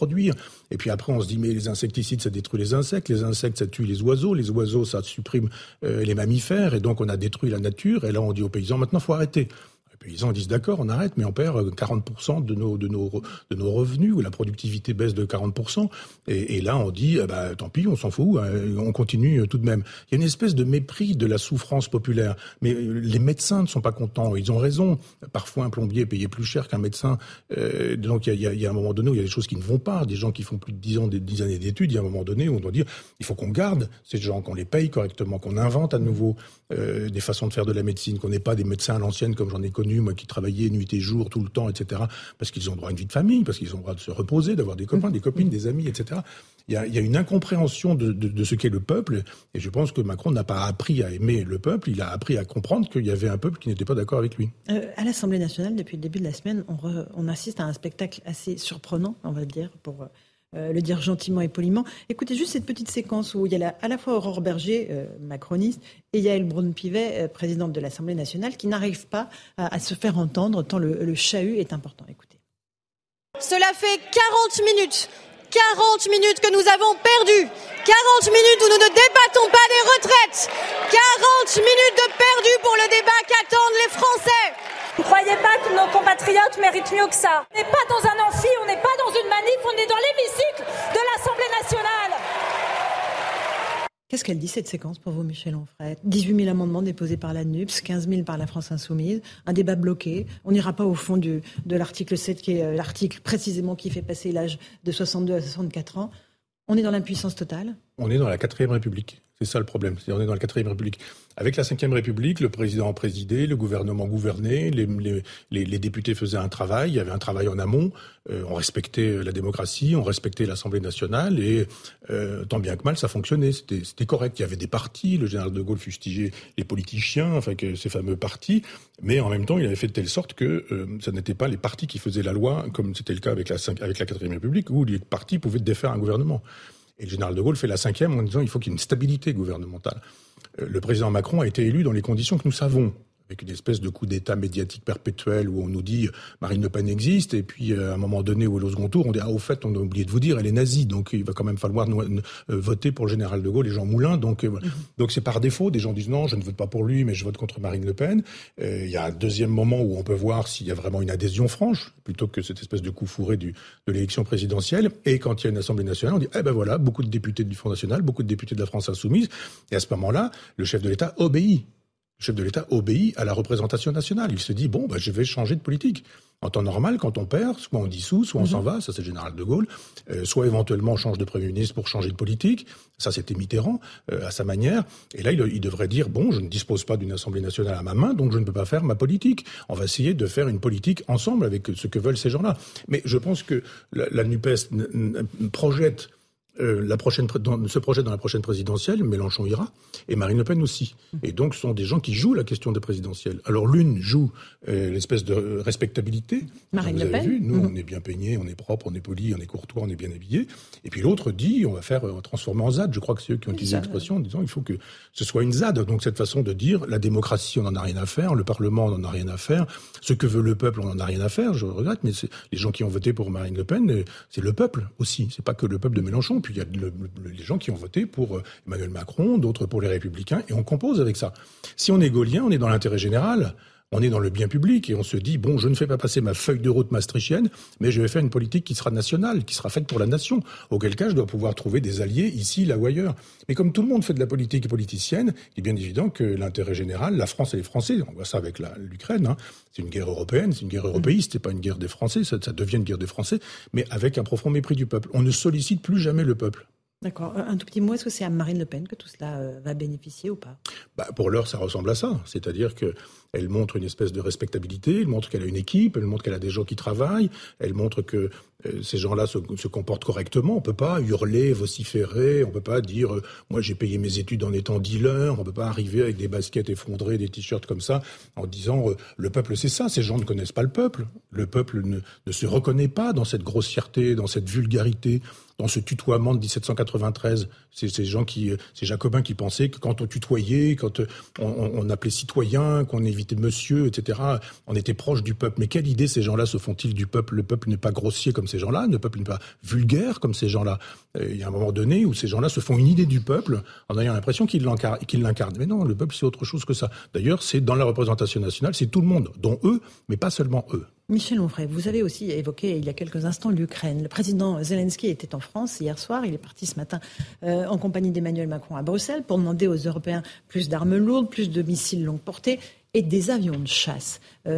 Et puis après on se dit mais les insecticides ça détruit les insectes ça tue les oiseaux ça supprime les mammifères et donc on a détruit la nature et là on dit aux paysans maintenant il faut arrêter. Les paysans disent d'accord, on arrête, mais on perd 40% de nos revenus, où la productivité baisse de 40%. Et là, on dit, tant pis, on s'en fout, on continue tout de même. Il y a une espèce de mépris de la souffrance populaire. Mais les médecins ne sont pas contents, ils ont raison. Parfois, un plombier est payé plus cher qu'un médecin. Donc, il y a un moment donné où il y a des choses qui ne vont pas. Des gens qui font plus de 10 années d'études, il y a un moment donné où on doit dire, il faut qu'on garde ces gens, qu'on les paye correctement, qu'on invente à nouveau des façons de faire de la médecine, qu'on n'ait pas des médecins à l'ancienne comme j'en ai connu, moi qui travaillais nuit et jour tout le temps, etc. Parce qu'ils ont droit à une vie de famille, parce qu'ils ont droit de se reposer, d'avoir des copains, des copines, des amis, etc. Il y a une incompréhension de ce qu'est le peuple, et je pense que Macron n'a pas appris à aimer le peuple, il a appris à comprendre qu'il y avait un peuple qui n'était pas d'accord avec lui. À l'Assemblée nationale, depuis le début de la semaine, on assiste à un spectacle assez surprenant, on va le dire, pour le dire gentiment et poliment. Écoutez juste cette petite séquence où il y a à la fois Aurore Berger, macroniste, et Yaël Braun-Pivet, présidente de l'Assemblée nationale, qui n'arrive pas à se faire entendre tant le chahut est important. Écoutez. Cela fait 40 minutes que nous avons perdu. 40 minutes où nous ne débattons pas des retraites. 40 minutes de perdu pour le débat qu'attendent les Français. Vous ne croyez pas que nos compatriotes méritent mieux que ça? On n'est pas dans un amphi, on n'est pas dans une manif, on est dans l'hémicycle de l'Assemblée nationale. Qu'est-ce qu'elle dit, cette séquence, pour vous, Michel Onfray? 18 000 amendements déposés par la NUPS, 15 000 par la France Insoumise, un débat bloqué. On n'ira pas au fond de l'article 7, qui est l'article précisément qui fait passer l'âge de 62 à 64 ans. On est dans l'impuissance totale? On est dans la 4e République. C'est ça le problème. On est dans la 4e République. Avec la 5e République, le président en présidait, le gouvernement gouvernait, les députés faisaient un travail, il y avait un travail en amont, on respectait la démocratie, on respectait l'Assemblée nationale et tant bien que mal, ça fonctionnait, c'était correct. Il y avait des partis, le général de Gaulle fustigeait les politiciens, ces fameux partis, mais en même temps, il avait fait de telle sorte que ça n'était pas les partis qui faisaient la loi, comme c'était le cas avec la 4e République, où les partis pouvaient défaire un gouvernement. Et le général de Gaulle fait la 5e en disant qu'il faut qu'il y ait une stabilité gouvernementale. Le président Macron a été élu dans les conditions que nous savons, avec une espèce de coup d'État médiatique perpétuel où on nous dit Marine Le Pen existe, et puis à un moment donné où elle est au second tour, on dit au fait, on a oublié de vous dire, elle est nazie, donc il va quand même falloir voter pour le général de Gaulle et Jean Moulin. Donc c'est par défaut, des gens disent non, je ne vote pas pour lui, mais je vote contre Marine Le Pen. Il y a un deuxième moment où on peut voir s'il y a vraiment une adhésion franche, plutôt que cette espèce de coup fourré de l'élection présidentielle. Et quand il y a une Assemblée nationale, on dit voilà, beaucoup de députés du Front National, beaucoup de députés de la France Insoumise, et à ce moment-là, le chef de l'État obéit. Le chef de l'État obéit à la représentation nationale. Il se dit, je vais changer de politique. En temps normal, quand on perd, soit on dissout, soit on s'en va, ça c'est le général de Gaulle, soit éventuellement on change de Premier ministre pour changer de politique, ça c'était Mitterrand, à sa manière, et là il devrait dire, je ne dispose pas d'une Assemblée nationale à ma main, donc je ne peux pas faire ma politique. On va essayer de faire une politique ensemble avec ce que veulent ces gens-là. Mais je pense que la NUPES projette se projette dans la prochaine présidentielle, Mélenchon ira, et Marine Le Pen aussi. Et donc, ce sont des gens qui jouent la question de présidentielle. Alors, l'une joue l'espèce de respectabilité. Marine Le Pen. Vu, nous, on est bien peignés, on est propre, on est poli, on est courtois, on est bien habillés. Et puis l'autre dit, on va transformer en ZAD. Je crois que c'est eux qui ont utilisé l'expression en disant, il faut que ce soit une ZAD. Donc, cette façon de dire, la démocratie, on n'en a rien à faire, le Parlement, on n'en a rien à faire, ce que veut le peuple, on n'en a rien à faire. Je regrette, mais les gens qui ont voté pour Marine Le Pen, c'est le peuple aussi. C'est pas que le peuple de Mélenchon. Puis il y a les gens qui ont voté pour Emmanuel Macron, d'autres pour les Républicains, et on compose avec ça. Si on est gaullien, on est dans l'intérêt général. On est dans le bien public et on se dit, bon, je ne fais pas passer ma feuille de route maastrichtienne, mais je vais faire une politique qui sera nationale, qui sera faite pour la nation. Auquel cas, je dois pouvoir trouver des alliés ici, là ou ailleurs. Mais comme tout le monde fait de la politique politicienne, il est bien évident que l'intérêt général, la France et les Français, on voit ça avec l'Ukraine, hein, c'est une guerre européenne, c'est une guerre européiste, c'est pas une guerre des Français, ça devient une guerre des Français, mais avec un profond mépris du peuple. On ne sollicite plus jamais le peuple. D'accord. Un tout petit mot, est-ce que c'est à Marine Le Pen que tout cela va bénéficier ou pas ? Pour l'heure, ça ressemble à ça. C'est-à-dire qu'elle montre une espèce de respectabilité, elle montre qu'elle a une équipe, elle montre qu'elle a des gens qui travaillent, elle montre que ces gens-là se comportent correctement. On peut pas hurler, vociférer, on peut pas dire moi j'ai payé mes études en étant dealer, on peut pas arriver avec des baskets effondrées, des t-shirts comme ça, en disant le peuple c'est ça. Ces gens ne connaissent pas le peuple. Le peuple ne se reconnaît pas dans cette grossièreté, dans cette vulgarité, dans ce tutoiement de 1793. C'est ces Jacobins qui pensaient que quand on tutoyait, quand on appelait citoyen, qu'on évitait monsieur, etc., on était proche du peuple. Mais quelle idée ces gens-là se font-ils du peuple ? Le peuple n'est pas grossier comme ces gens-là, le peuple n'est pas vulgaire comme ces gens-là. Il y a un moment donné où ces gens-là se font une idée du peuple en ayant l'impression qu'ils l'incarnent. Mais non, le peuple c'est autre chose que ça. D'ailleurs, c'est dans la représentation nationale, c'est tout le monde, dont eux, mais pas seulement eux. Michel Onfray, vous avez aussi évoqué il y a quelques instants l'Ukraine. Le président Zelensky était en France hier soir. Il est parti ce matin en compagnie d'Emmanuel Macron à Bruxelles pour demander aux Européens plus d'armes lourdes, plus de missiles longue portée et des avions de chasse.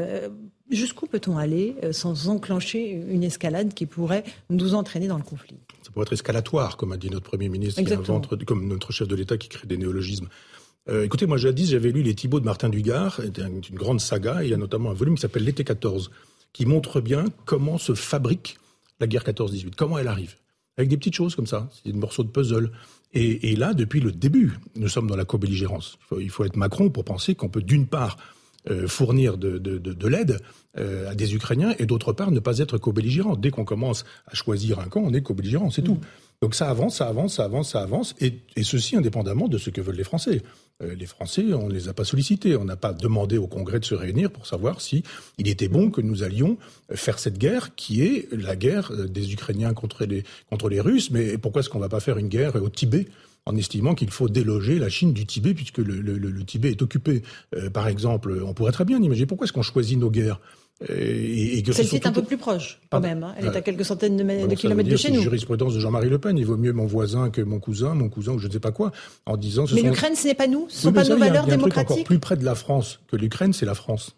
Jusqu'où peut-on aller sans enclencher une escalade qui pourrait nous entraîner dans le conflit ? Ça pourrait être escalatoire, comme a dit notre Premier ministre, comme notre chef de l'État qui crée des néologismes. Écoutez, moi jadis, j'avais lu les Thibauts de Martin Dugard, c'était une grande saga, et il y a notamment un volume qui s'appelle L'été 14, qui montre bien comment se fabrique la guerre 14-18, comment elle arrive, avec des petites choses comme ça, c'est des morceaux de puzzle. Et là, depuis le début, nous sommes dans la co-belligérance. Il faut être Macron pour penser qu'on peut d'une part fournir de l'aide à des Ukrainiens et d'autre part ne pas être co-belligérant. Dès qu'on commence à choisir un camp, on est co-belligérant, c'est tout. Donc ça avance, et ceci indépendamment de ce que veulent les Français. Les Français, on ne les a pas sollicités, on n'a pas demandé au Congrès de se réunir pour savoir si il était bon que nous allions faire cette guerre qui est la guerre des Ukrainiens contre les Russes. Mais pourquoi est-ce qu'on ne va pas faire une guerre au Tibet en estimant qu'il faut déloger la Chine du Tibet puisque le Tibet est occupé. Par exemple, on pourrait très bien imaginer pourquoi est-ce qu'on choisit nos guerres. Celle-ci est un peu plus proche, quand même. Hein. Elle est à quelques centaines de kilomètres de chez nous. C'est la jurisprudence de Jean-Marie Le Pen. Il vaut mieux mon voisin que mon cousin ou je ne sais pas quoi, en disant... Mais l'Ukraine, ce n'est pas nous, ce ne sont pas nos valeurs démocratiques. Il y a un truc encore plus près de la France que l'Ukraine, c'est la France.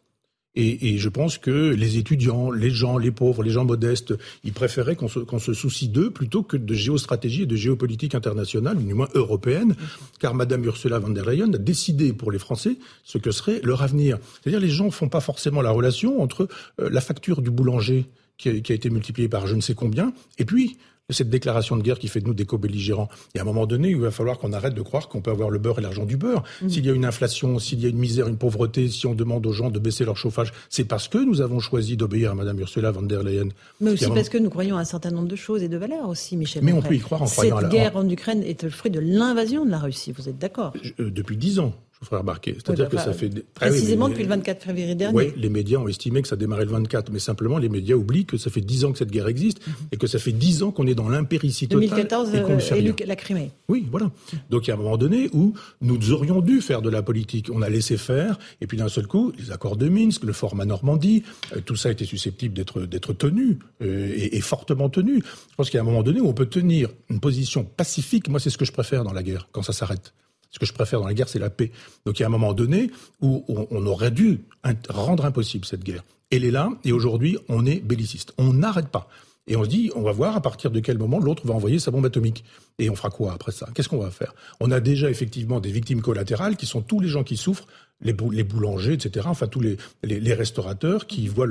Et je pense que les étudiants, les gens, les pauvres, les gens modestes, ils préféraient qu'on se soucie d'eux plutôt que de géostratégie et de géopolitique internationale, du moins européenne, car Madame Ursula von der Leyen a décidé pour les Français ce que serait leur avenir. C'est-à-dire les gens ne font pas forcément la relation entre la facture du boulanger qui a été multipliée par je ne sais combien, et puis cette déclaration de guerre qui fait de nous des co-belligérants. Il y a un moment donné où il va falloir qu'on arrête de croire qu'on peut avoir le beurre et l'argent du beurre. S'il y a une inflation, s'il y a une misère, une pauvreté, si on demande aux gens de baisser leur chauffage, c'est parce que nous avons choisi d'obéir à Madame Ursula von der Leyen. Mais aussi parce que nous croyons à un certain nombre de choses et de valeurs aussi, Michel. Mais on peut y croire en croyant à la... Cette guerre en Ukraine est le fruit de l'invasion de la Russie, vous êtes d'accord ? Depuis 10 ans. Je vous ferai remarquer. C'est-à-dire que ça fait... Précisément depuis le 24 février dernier. Oui, les médias ont estimé que ça démarrait le 24, mais simplement les médias oublient que ça fait 10 ans que cette guerre existe et que ça fait 10 ans qu'on est dans l'impéritie totale. 2014 et la Crimée. Oui, voilà. Donc il y a un moment donné où nous aurions dû faire de la politique. On a laissé faire, et puis d'un seul coup, les accords de Minsk, le format Normandie, tout ça était susceptible d'être tenu et fortement tenu. Je pense qu'il y a un moment donné où on peut tenir une position pacifique. Moi, c'est ce que je préfère dans la guerre, quand ça s'arrête. Ce que je préfère dans la guerre, c'est la paix. Donc il y a un moment donné où on aurait dû rendre impossible cette guerre. Elle est là, et aujourd'hui, on est belliciste. On n'arrête pas. Et on se dit, on va voir à partir de quel moment l'autre va envoyer sa bombe atomique. Et on fera quoi après ça ? Qu'est-ce qu'on va faire ? On a déjà effectivement des victimes collatérales qui sont tous les gens qui souffrent, les boulangers, etc. Enfin, tous les restaurateurs qui voient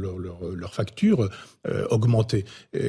leur facture augmenter.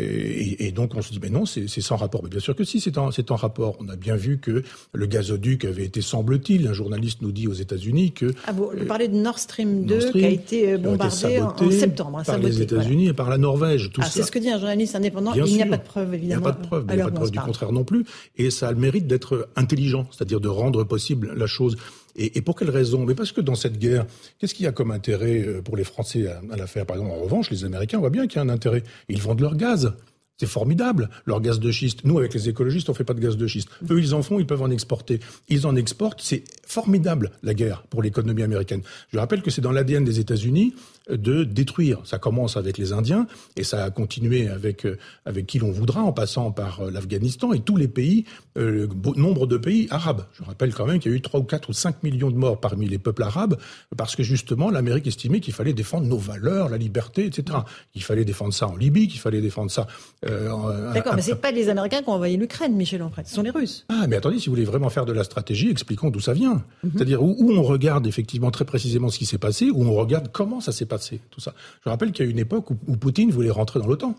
Et donc, on se dit, mais non, c'est sans rapport. Mais bien sûr que si, c'est en rapport. On a bien vu que le gazoduc avait été, semble-t-il, un journaliste nous dit aux États-Unis que... vous parlez de Nord Stream 2 qui a été bombardé en septembre. Par les États-Unis et par la Norvège. Tout ça. C'est ce que dit un journaliste indépendant. Bien il n'y a sûr. pas de preuve, évidemment. Il n'y a pas de preuve. Il n'y a pas de preuve du contraire non plus. Et ça a le mérite d'être intelligent, c'est-à-dire de rendre possible la chose. Et pour quelle raison ? Mais parce que dans cette guerre, qu'est-ce qu'il y a comme intérêt pour les Français à la faire ? Par exemple, en revanche, les Américains, on voit bien qu'il y a un intérêt. Ils vendent leur gaz. C'est formidable, leur gaz de schiste. Nous, avec les écologistes, on fait pas de gaz de schiste. Eux, ils en font, ils peuvent en exporter. Ils en exportent, c'est formidable, la guerre, pour l'économie américaine. Je rappelle que c'est dans l'ADN des États-Unis de détruire. Ça commence avec les Indiens et ça a continué avec qui l'on voudra, en passant par l'Afghanistan et tous les pays, nombre de pays arabes. Je rappelle quand même qu'il y a eu 3 ou 4 ou 5 millions de morts parmi les peuples arabes parce que justement l'Amérique estimait qu'il fallait défendre nos valeurs, la liberté, etc. Qu'il fallait défendre ça en Libye, qu'il fallait défendre ça... D'accord, mais c'est pas les Américains qui ont envoyé l'Ukraine, Michel Onfray, ce sont les Russes. Ah, mais attendez, si vous voulez vraiment faire de la stratégie, expliquons d'où ça vient. C'est-à-dire où on regarde effectivement très précisément ce qui s'est passé, où on regarde comment ça s'est passé, tout ça. Je rappelle qu'il y a une époque où Poutine voulait rentrer dans l'OTAN.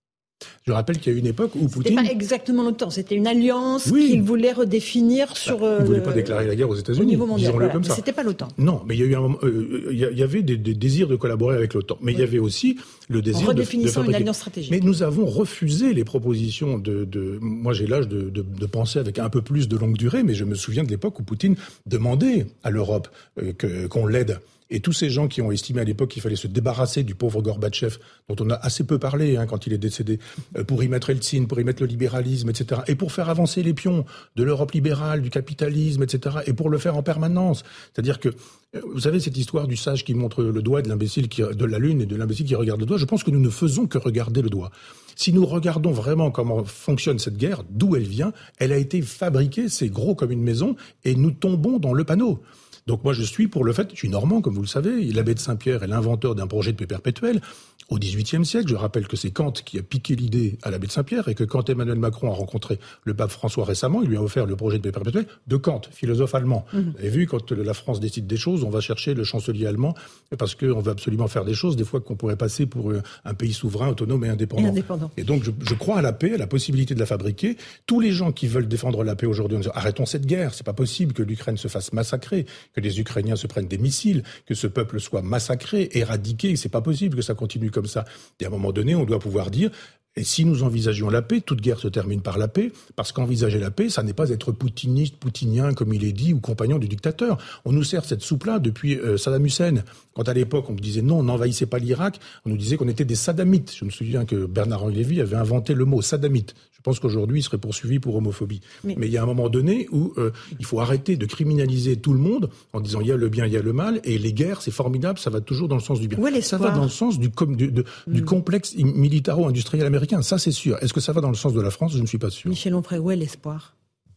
Je rappelle qu'il y a une époque où Poutine... C'était pas exactement l'OTAN, c'était une alliance qu'il voulait redéfinir sur... il ne voulait pas déclarer la guerre aux États-Unis, au niveau mondial, disons-le comme ça. C'était pas l'OTAN. Non, mais il y a eu il y avait des désirs de collaborer avec l'OTAN. Mais il y avait aussi le désir en redéfinissant une alliance stratégique. Mais nous avons refusé les propositions moi j'ai l'âge de penser avec un peu plus de longue durée, mais je me souviens de l'époque où Poutine demandait à l'Europe qu'on l'aide. Et tous ces gens qui ont estimé à l'époque qu'il fallait se débarrasser du pauvre Gorbatchev, dont on a assez peu parlé quand il est décédé, pour y mettre Eltsine, pour y mettre le libéralisme, etc. Et pour faire avancer les pions de l'Europe libérale, du capitalisme, etc. Et pour le faire en permanence. C'est-à-dire que, vous savez, cette histoire du sage qui montre le doigt, de l'imbécile de la lune et de l'imbécile qui regarde le doigt, je pense que nous ne faisons que regarder le doigt. Si nous regardons vraiment comment fonctionne cette guerre, d'où elle vient, elle a été fabriquée, c'est gros comme une maison, et nous tombons dans le panneau. Donc moi je suis pour le fait, je suis normand comme vous le savez, l'abbé de Saint-Pierre est l'inventeur d'un projet de paix perpétuelle au XVIIIe siècle. Je rappelle que c'est Kant qui a piqué l'idée à l'abbé de Saint-Pierre et que quand Emmanuel Macron a rencontré le pape François récemment, il lui a offert le projet de paix perpétuelle de Kant, philosophe allemand. Vous avez vu, quand la France décide des choses, on va chercher le chancelier allemand parce qu'on veut absolument faire des choses, des fois qu'on pourrait passer pour un pays souverain, autonome et indépendant. Et donc je crois à la paix, à la possibilité de la fabriquer. Tous les gens qui veulent défendre la paix aujourd'hui, on dit arrêtons cette guerre, c'est pas possible que l'Ukraine se fasse massacrer, que les Ukrainiens se prennent des missiles, que ce peuple soit massacré, éradiqué, c'est pas possible que ça continue comme ça. Et à un moment donné, on doit pouvoir dire, et si nous envisagions la paix, toute guerre se termine par la paix, parce qu'envisager la paix, ça n'est pas être poutiniste, poutinien, comme il est dit, ou compagnon du dictateur. On nous sert cette soupe-là depuis Saddam Hussein. Quand à l'époque, on me disait non, on n'envahissait pas l'Irak, on nous disait qu'on était des saddamites. Je me souviens que Bernard-Henri Lévy avait inventé le mot saddamite. Je pense qu'aujourd'hui, il serait poursuivi pour homophobie. Mais il y a un moment donné où il faut arrêter de criminaliser tout le monde en disant il y a le bien, il y a le mal, et les guerres, c'est formidable, ça va toujours dans le sens du bien. Ça va dans le sens du complexe militaro-industriel américain, ça c'est sûr. Est-ce que ça va dans le sens de la France? Je ne suis pas sûr. Michel Onfray, où est l'espoir?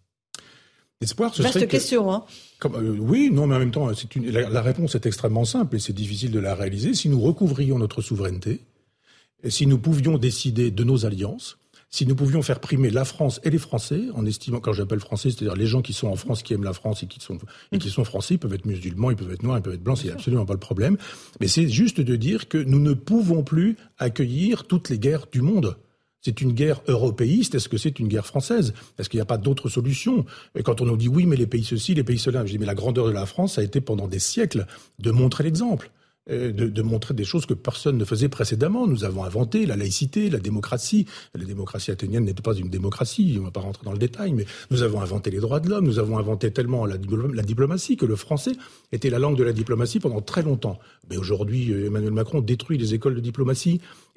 L'espoir, ce serait que... question, hein. Oui, non, mais en même temps, la réponse est extrêmement simple et c'est difficile de la réaliser. Si nous recouvrions notre souveraineté, et si nous pouvions décider de nos alliances, si nous pouvions faire primer la France et les Français, en estimant, quand j'appelle Français, c'est-à-dire les gens qui sont en France, qui aiment la France et qui sont Français, ils peuvent être musulmans, ils peuvent être noirs, ils peuvent être blancs, c'est absolument pas le problème. Mais c'est juste de dire que nous ne pouvons plus accueillir toutes les guerres du monde. C'est une guerre européiste, est-ce que c'est une guerre française? Est-ce qu'il n'y a pas d'autre solution? Et quand on nous dit oui, mais les pays ceci, les pays cela, je dis mais la grandeur de la France, ça a été pendant des siècles de montrer l'exemple. De montrer des choses que personne ne faisait précédemment. Nous avons inventé la laïcité, la démocratie. La démocratie athénienne n'était pas une démocratie, on ne va pas rentrer dans le détail, mais nous avons inventé les droits de l'homme, nous avons inventé tellement la diplomatie que le français était la langue de la diplomatie pendant très longtemps. Mais aujourd'hui, Emmanuel Macron détruit les écoles de diplomatie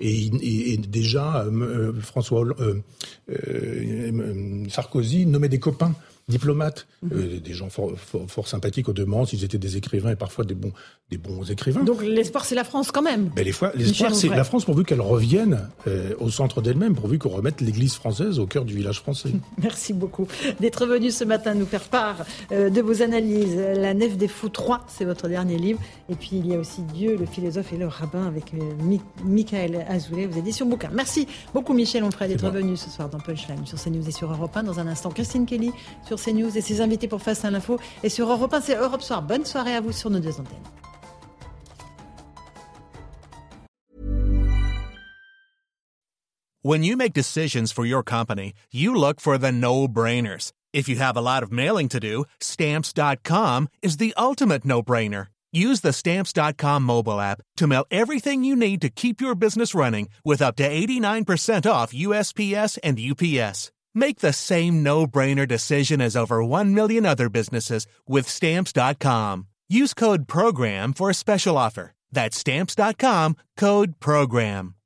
et déjà Sarkozy nommait des copains diplomates, des gens fort sympathiques au demeurant, s'ils étaient des écrivains et parfois des bons écrivains. Donc l'espoir, c'est la France quand même. Ben, l'espoir, c'est la France pourvu qu'elle revienne au centre d'elle-même, pourvu qu'on remette l'Église française au cœur du village français. Merci beaucoup d'être venu ce matin nous faire part de vos analyses. La Nef des Fous 3, c'est votre dernier livre. Et puis il y a aussi Dieu, le philosophe et le rabbin avec Michael Azoulay aux éditions Bouquin. Merci beaucoup Michel Onfray d'être venu ce soir dans Punchline sur CNews et sur Europe 1. Dans un instant, Christine Kelly sur CNews et ses invités pour Face à l'info. Et sur Europe 1, c'est Europe Soir. Bonne soirée à vous sur nos deux antennes. When you make decisions for your company, you look for the no-brainers. If you have a lot of mailing to do, Stamps.com is the ultimate no-brainer. Use the Stamps.com mobile app to mail everything you need to keep your business running with up to 89% off USPS and UPS. Make the same no-brainer decision as over 1 million other businesses with Stamps.com. Use code PROGRAM for a special offer. That's Stamps.com, code PROGRAM.